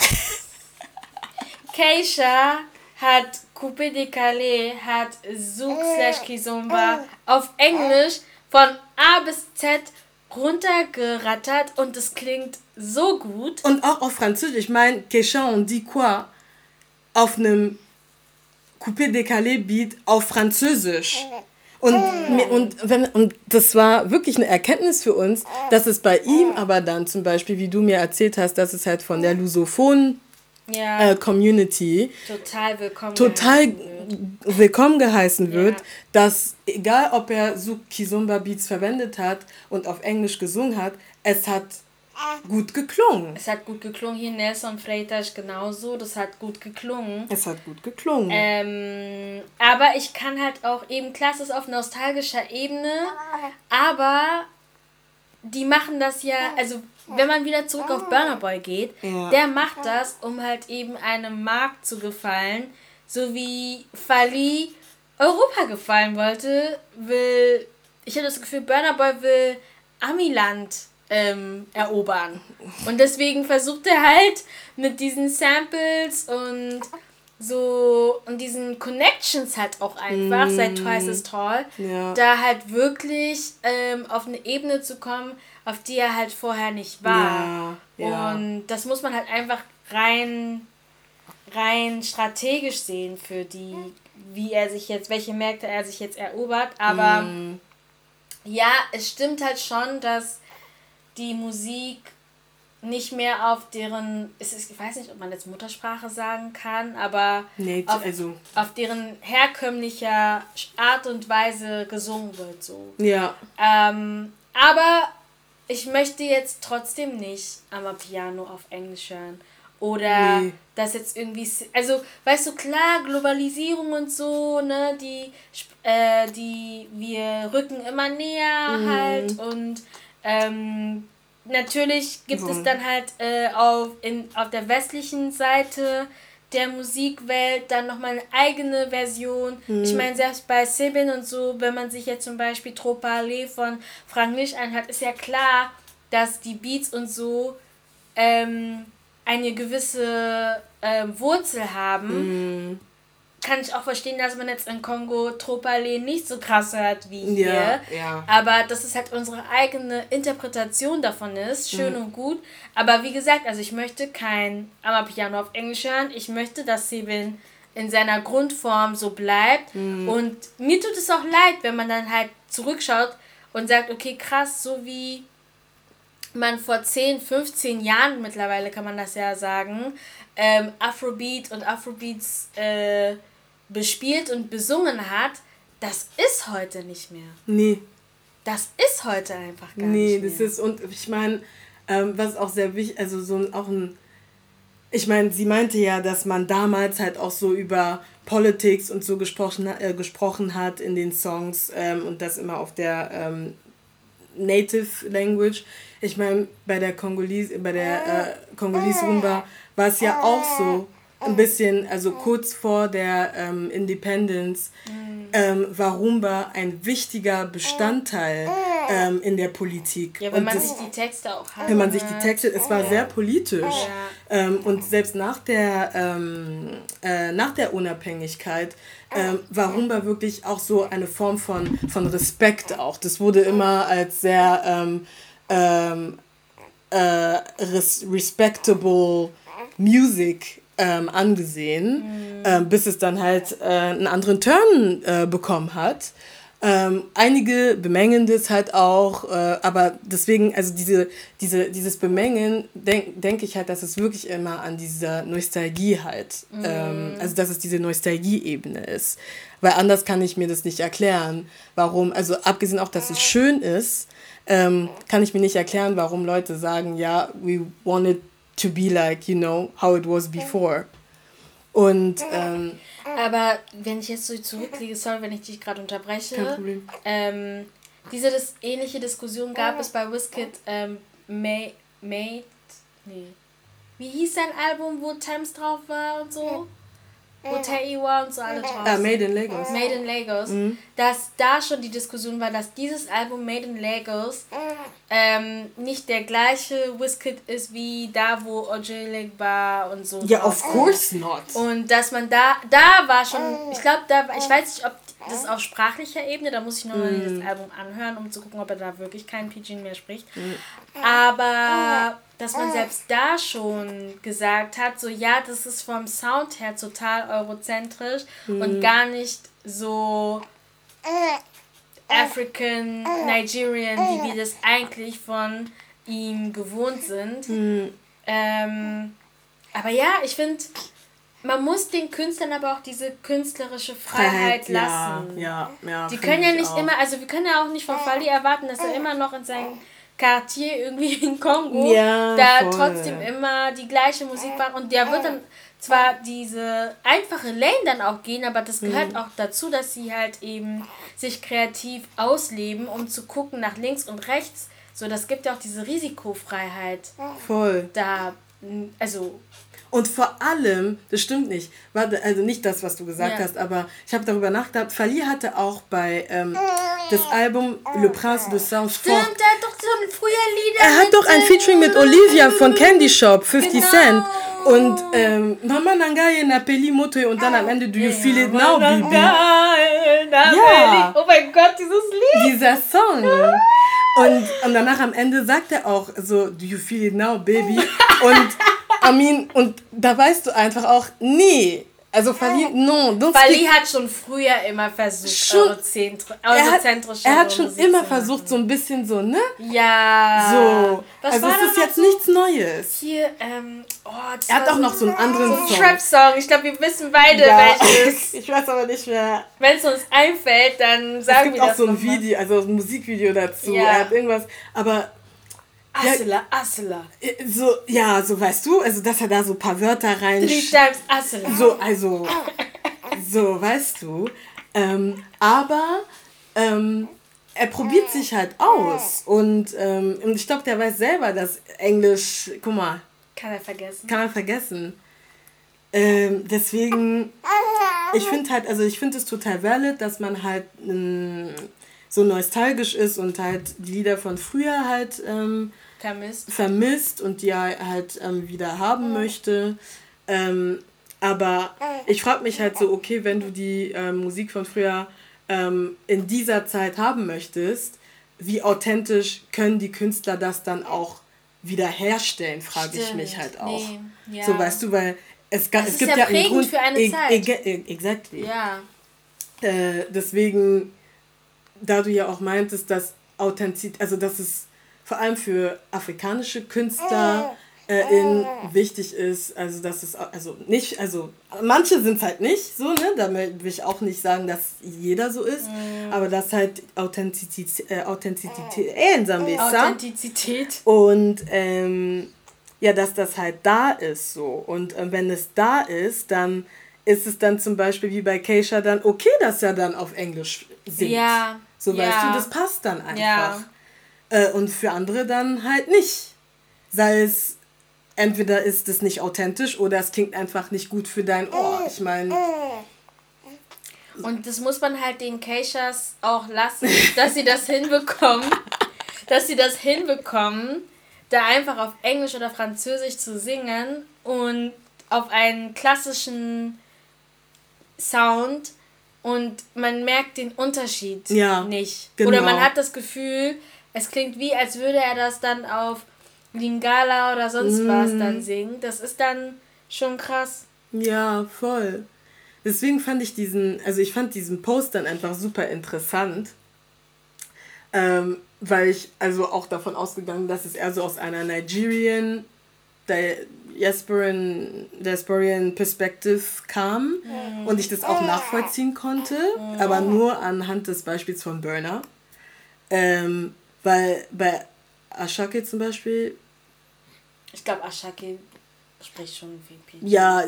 Keisha hat Coupé décalé, hat Zouk/Kizomba auf Englisch von A bis Z runtergerattert und es klingt so gut. Und auch auf Französisch. Ich meine, Keisha, on dit quoi? Auf einem Coupé décalé Beat auf Französisch. Und das war wirklich eine Erkenntnis für uns, dass es bei ihm aber dann zum Beispiel, wie du mir erzählt hast, dass es halt von der Lusophonen Community total willkommen geheißen wird, dass egal ob er Zouk Kizomba Beats verwendet hat und auf Englisch gesungen hat, es hat gut geklungen. Es hat gut geklungen, hier Nelson Freitas genauso, das hat gut geklungen. Es hat gut geklungen. Aber ich kann halt auch eben, klar, es ist auf nostalgischer Ebene, aber die machen das ja, also wenn man wieder zurück auf Burna Boy geht, der macht das, um halt eben einem Markt zu gefallen, so wie Fally Europa gefallen wollte, ich habe das Gefühl, Burna Boy will Amiland erobern. Und deswegen versucht er halt mit diesen Samples und so und diesen Connections halt auch einfach, seit Twice as Tall, da halt wirklich auf eine Ebene zu kommen, auf die er halt vorher nicht war. Und das muss man halt einfach rein strategisch sehen für welche Märkte er sich jetzt erobert. Aber ja, es stimmt halt schon, dass die Musik nicht mehr auf deren, ich weiß nicht, ob man jetzt Muttersprache sagen kann, aber auf deren herkömmlicher Art und Weise gesungen wird. So. Ja. Aber ich möchte jetzt trotzdem nicht Amapiano auf Englisch hören. Oder das jetzt irgendwie, also, weißt du, klar, Globalisierung und so, ne, wir rücken immer näher halt und natürlich gibt es dann halt auf der westlichen Seite der Musikwelt dann nochmal eine eigene Version. Ich meine, selbst bei Sebin und so, wenn man sich jetzt zum Beispiel Trop Parler von Frank Nisch anhört, ist ja klar, dass die Beats und so eine gewisse Wurzel haben. Kann ich auch verstehen, dass man jetzt in Kongo Trop Parler nicht so krass hört wie hier. Ja. Aber dass es halt unsere eigene Interpretation davon ist, schön und gut. Aber wie gesagt, also ich möchte kein Amapiano auf Englisch hören. Ich möchte, dass Sebin in seiner Grundform so bleibt. Und mir tut es auch leid, wenn man dann halt zurückschaut und sagt, okay, krass, so wie man vor 10, 15 Jahren mittlerweile, kann man das ja sagen, Afrobeat und Afrobeats bespielt und besungen hat, das ist heute nicht mehr. Nee. Das ist heute einfach gar nicht mehr. Nee, das ist, und ich meine, was auch sehr wichtig, also ich meine, sie meinte ja, dass man damals halt auch so über Politics und so gesprochen hat in den Songs und das immer auf der Native Language. Ich meine, bei der Congolese Rumba war es ja auch so ein bisschen, also kurz vor der Independence, war Rumba ein wichtiger Bestandteil in der Politik. Ja, wenn man sich die Texte auch hat. Wenn man sich die Texte, es war sehr politisch. Ja. Und selbst nach der Unabhängigkeit war Rumba wirklich auch so eine Form von Respekt auch. Das wurde immer als sehr respectable Music angesehen, bis es dann halt einen anderen Turn bekommen hat. Einige bemängeln das halt auch, aber deswegen, also dieses Bemängeln, denk ich halt, dass es wirklich immer an dieser Nostalgie halt, also dass es diese Nostalgie-Ebene ist. Weil anders kann ich mir das nicht erklären, warum, also abgesehen auch, dass es schön ist, kann ich mir nicht erklären, warum Leute sagen, ja, we want it to be like, you know, how it was before. Und, aber wenn ich jetzt so zurückliege, sorry, wenn ich dich gerade unterbreche. Kein Problem. Ähnliche Diskussion gab es bei Wizkid, wie hieß sein Album, wo Thames drauf war und so? Wo Teiwa und so alle drauf sind. Made in Lagos. Made in Lagos. Dass da schon die Diskussion war, dass dieses Album Made in Lagos nicht der gleiche Wizkid ist wie da, wo Ojelegba und so. Ja, of course not. Und dass man da war schon, ich glaube, ich weiß nicht, ob das auf sprachlicher Ebene, da muss ich nur mal das Album anhören, um zu gucken, ob er da wirklich kein Pidgin mehr spricht. Aber dass man selbst da schon gesagt hat, so ja, das ist vom Sound her total eurozentrisch und gar nicht so African, Nigerian, wie wir das eigentlich von ihm gewohnt sind. Aber ja, ich finde, man muss den Künstlern aber auch diese künstlerische Freiheit lassen. Ja, die können ja nicht immer, also wir können ja auch nicht von Fally erwarten, dass er immer noch in seinem Quartier irgendwie in Kongo da trotzdem immer die gleiche Musik macht und der wird dann zwar diese einfache Lane dann auch gehen, aber das gehört auch dazu, dass sie halt eben sich kreativ ausleben, um zu gucken nach links und rechts. So, das gibt ja auch diese Risikofreiheit. Voll. Da, also... Und vor allem, das stimmt nicht, also nicht das, was du gesagt hast, aber ich habe darüber nachgedacht, Fally hatte auch bei das Album Le Prince de Saint-Fort. Stimmt, der hat doch so ein früher Lieder. Er hat doch ein Featuring mit Olivia von Candy Shop, 50 Cent. Und Mama Nangaye na Peli Moto und dann am Ende Do You Feel It Now, Baby? Ja. Oh mein Gott, dieses Lied. Dieser Song. Und danach am Ende sagt er auch so, Do you feel it now, baby? Und und da weißt du einfach auch, nee. Also Fally hat schon früher immer versucht, eurozentrisch. Er hat schon immer versucht, so ein bisschen so, ne? Ja. So. Also es ist jetzt so nichts Neues. Hier, er hat auch noch so einen anderen Song. So einen Trap-Song. Ich glaube, wir wissen beide, welches. Ich weiß aber nicht mehr. Wenn es uns einfällt, dann sagen wir das. Es gibt auch so ein Video, also ein Musikvideo dazu. Ja. Er hat irgendwas, aber... Asela. So weißt du, also dass er da so ein paar Wörter rein... 3 times Asela. So, weißt du. Aber er probiert sich halt aus. Und ich glaube, der weiß selber, dass Englisch, guck mal... Kann er vergessen. Deswegen, ich finde es total valid, dass man halt so nostalgisch ist und halt die Lieder von früher halt vermisst und die halt wieder haben möchte. Aber ich frage mich halt so, okay, wenn du die Musik von früher in dieser Zeit haben möchtest, wie authentisch können die Künstler das dann auch wieder herstellen, frage ich mich halt auch. Nee, ja. So, weißt du, weil es gibt ja einen Grund für eine Zeit. Exactly. Ja. Deswegen, da du ja auch meintest, dass Authentizität, also dass es vor allem für afrikanische Künstler wichtig ist, also dass es manche sind es halt nicht so, ne, damit will ich auch nicht sagen, dass jeder so ist, aber dass halt Authentizität und dass das halt da ist so und wenn es da ist, dann ist es dann zum Beispiel wie bei Keisha dann okay, dass er dann auf Englisch singt. Ja. So weißt du, das passt dann einfach. Ja. und für andere dann halt nicht. Sei es, entweder ist es nicht authentisch oder es klingt einfach nicht gut für dein Ohr. Ich meine... Und das muss man halt den Keishas auch lassen, dass sie das hinbekommen, da einfach auf Englisch oder Französisch zu singen und auf einen klassischen Sound und man merkt den Unterschied nicht. Genau. Oder man hat das Gefühl, es klingt wie, als würde er das dann auf Lingala oder sonst was dann singen. Das ist dann schon krass. Ja, voll. Deswegen fand ich diesen Post dann einfach super interessant, weil ich also auch davon ausgegangen, dass es eher so aus einer Nigerian Diasporian Perspective kam und ich das auch nachvollziehen konnte, aber nur anhand des Beispiels von Burna. Weil bei Ashake zum Beispiel... Ich glaube, Ashake spricht schon wie Peach. Ja.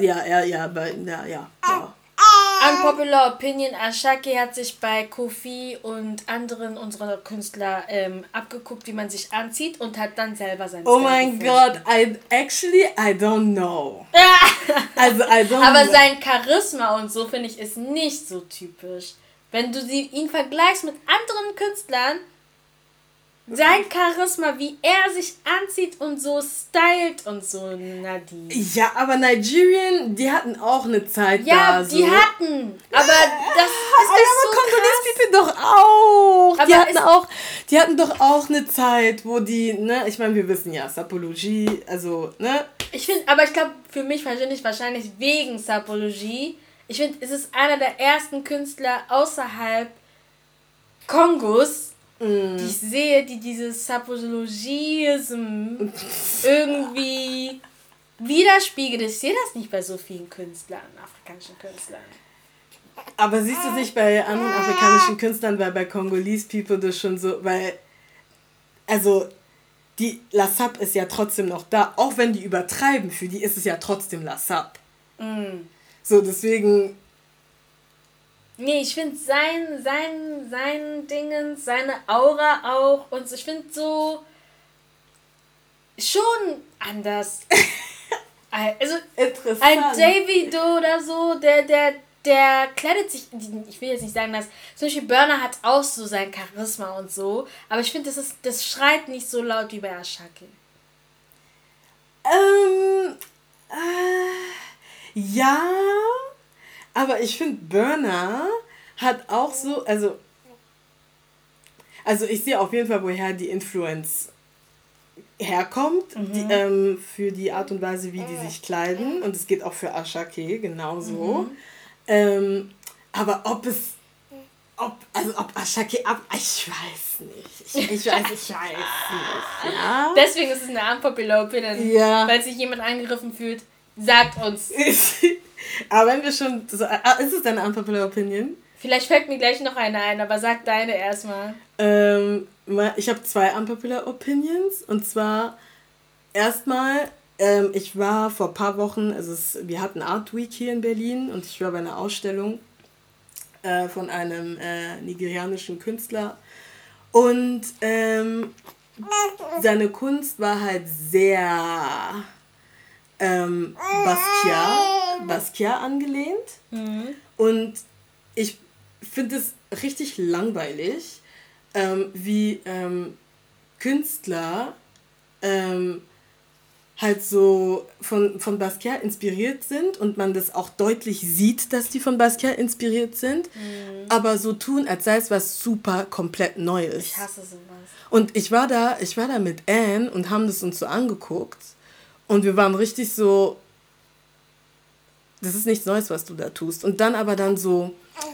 Unpopular Opinion, Ashake hat sich bei Kofi und anderen unserer Künstler abgeguckt, wie man sich anzieht und hat dann selber sein Oh mein Gott, I don't know. Aber sein Charisma und so, finde ich, ist nicht so typisch. Wenn du ihn vergleichst mit anderen Künstlern, sein Charisma, wie er sich anzieht und so stylt und so, Nadine. Ja, aber Nigerian, die hatten auch eine Zeit da. Ja, die hatten. Aber das ist so Congolese People doch auch. Die hatten doch auch eine Zeit, wo die, ne, ich meine, wir wissen ja, Sapologie, also, ne. Ich glaube, für mich persönlich wahrscheinlich wegen Sapologie, ich finde, es ist einer der ersten Künstler außerhalb Kongos, die ich sehe, die dieses Sapologism irgendwie widerspiegelt. Ich sehe das nicht bei so vielen Künstlern, afrikanischen Künstlern. Aber siehst du nicht bei anderen afrikanischen Künstlern, weil bei Congolese People das schon so, weil, also, die La Sap ist ja trotzdem noch da, auch wenn die übertreiben, für die ist es ja trotzdem La Sap. So, deswegen... Nee, ich finde sein Dingens, seine Aura auch und ich finde so schon anders. Also interessant. Ein Davido oder so, der kleidet sich, ich will jetzt nicht sagen, dass zum Beispiel Burna hat auch so sein Charisma und so, aber ich finde, das schreit nicht so laut wie bei Ashake. Ja, aber ich finde, Burna hat auch so, also ich sehe auf jeden Fall, woher die Influence herkommt, für die Art und Weise, wie die sich kleiden. Und es geht auch für Ashake genauso. Aber ob Ashake ich weiß nicht. Ich weiß nicht. Ja? Deswegen ist es eine unpopular Opinion. Ja. Weil sich jemand angegriffen fühlt, sagt uns. Aber wenn wir schon... ist es deine unpopular Opinion? Vielleicht fällt mir gleich noch eine ein, aber sag deine erstmal. Ich habe 2 unpopular Opinions. Und zwar erstmal, ich war vor ein paar Wochen, wir hatten Art Week hier in Berlin und ich war bei einer Ausstellung von einem nigerianischen Künstler. Und seine Kunst war halt sehr Basquiat angelehnt. Und ich finde es richtig langweilig, wie Künstler halt so von Basquiat inspiriert sind und man das auch deutlich sieht, dass die von Basquiat inspiriert sind, aber so tun, als sei es was super komplett Neues. Ich hasse sowas. Und ich war da mit Anne und haben das uns so angeguckt und wir waren richtig so, das ist nichts Neues, was du da tust. Und dann aber dann so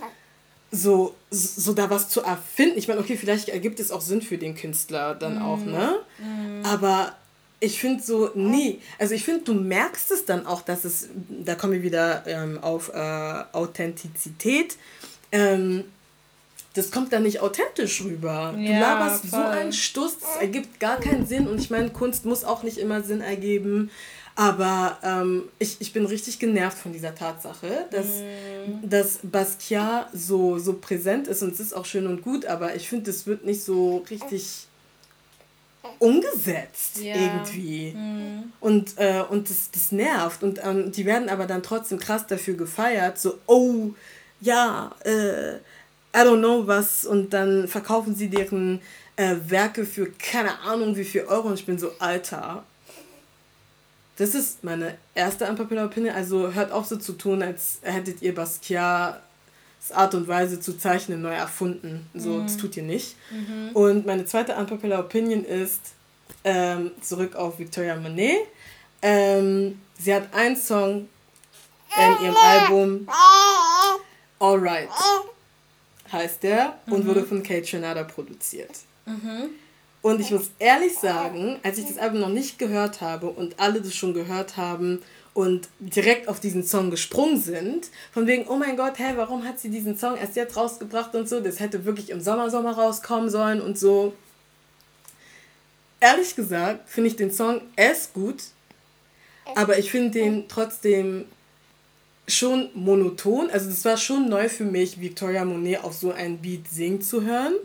da was zu erfinden. Ich meine, okay, vielleicht ergibt es auch Sinn für den Künstler dann auch, ne? Aber ich finde so, nee. Also ich finde, du merkst es dann auch, dass es, da kommen wir wieder auf Authentizität, das kommt dann nicht authentisch rüber. Du laberst voll. So einen Stuss, das ergibt gar keinen Sinn. Und ich meine, Kunst muss auch nicht immer Sinn ergeben. Aber ich bin richtig genervt von dieser Tatsache, dass Basquiat so präsent ist und es ist auch schön und gut, aber ich finde, das wird nicht so richtig umgesetzt irgendwie. Und das nervt. Und die werden aber dann trotzdem krass dafür gefeiert. So, oh, ja, I don't know was. Und dann verkaufen sie deren Werke für keine Ahnung wie viel Euro. Und ich bin so, Alter. Das ist meine erste unpopular Opinion. Also hört auf so zu tun, als hättet ihr Basquiat Art und Weise zu zeichnen neu erfunden. So, das tut ihr nicht. Und meine zweite unpopular Opinion ist, zurück auf Victoria Monet. Sie hat einen Song in ihrem Album Alright heißt der und wurde von Kate Renata produziert. Und ich muss ehrlich sagen, als ich das Album noch nicht gehört habe und alle das schon gehört haben und direkt auf diesen Song gesprungen sind, von wegen, oh mein Gott, warum hat sie diesen Song erst jetzt rausgebracht und so, das hätte wirklich im Sommer rauskommen sollen und so. Ehrlich gesagt finde ich den Song erst gut, aber ich finde den trotzdem schon monoton. Also das war schon neu für mich, Victoria Monet auf so einen Beat singen zu hören.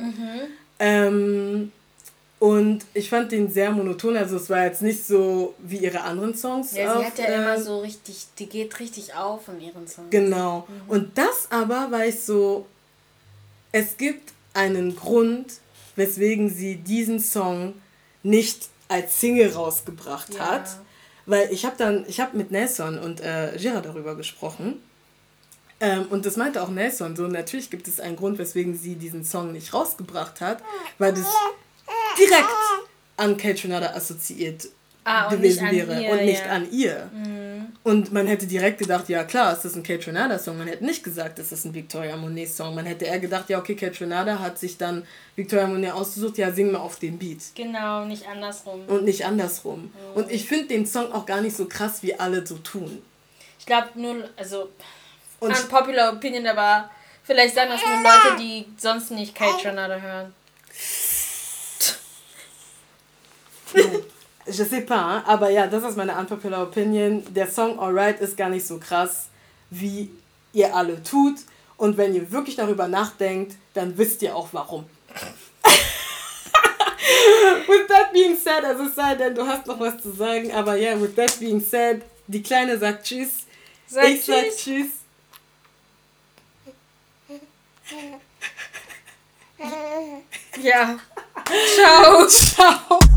Und ich fand den sehr monoton, also es war jetzt nicht so wie ihre anderen Songs. Ja, sie hat ja immer so richtig, die geht richtig auf in ihren Songs. Genau. Und das aber war ich so, es gibt einen Grund, weswegen sie diesen Song nicht als Single rausgebracht hat. Weil ich habe mit Nelson und Gira darüber gesprochen. Und das meinte auch Nelson so, natürlich gibt es einen Grund, weswegen sie diesen Song nicht rausgebracht hat, weil das direkt an Kate Renata assoziiert gewesen wäre und nicht an ihr. Und man hätte direkt gedacht, ja klar, ist das ein Kate Renata Song. Man hätte nicht gesagt, das ist ein Victoria Monet Song. Man hätte eher gedacht, ja okay, Kate Renata hat sich dann Victoria Monet ausgesucht, ja sing mal auf den Beat. Genau, nicht andersrum. Und nicht andersrum. Und ich finde den Song auch gar nicht so krass, wie alle so tun. Ich glaube nur, also unpopular Opinion, aber vielleicht sagen das nur Leute, die sonst nicht Kate Renata hören. Je sais pas, aber ja, das ist meine unpopular Opinion. Der Song Alright ist gar nicht so krass, wie ihr alle tut. Und wenn ihr wirklich darüber nachdenkt, dann wisst ihr auch warum. With that being said, also es sei denn, du hast noch was zu sagen, aber ja, with that being said, die Kleine sagt Tschüss. Sag Tschüss. Ja. Ciao. Ciao.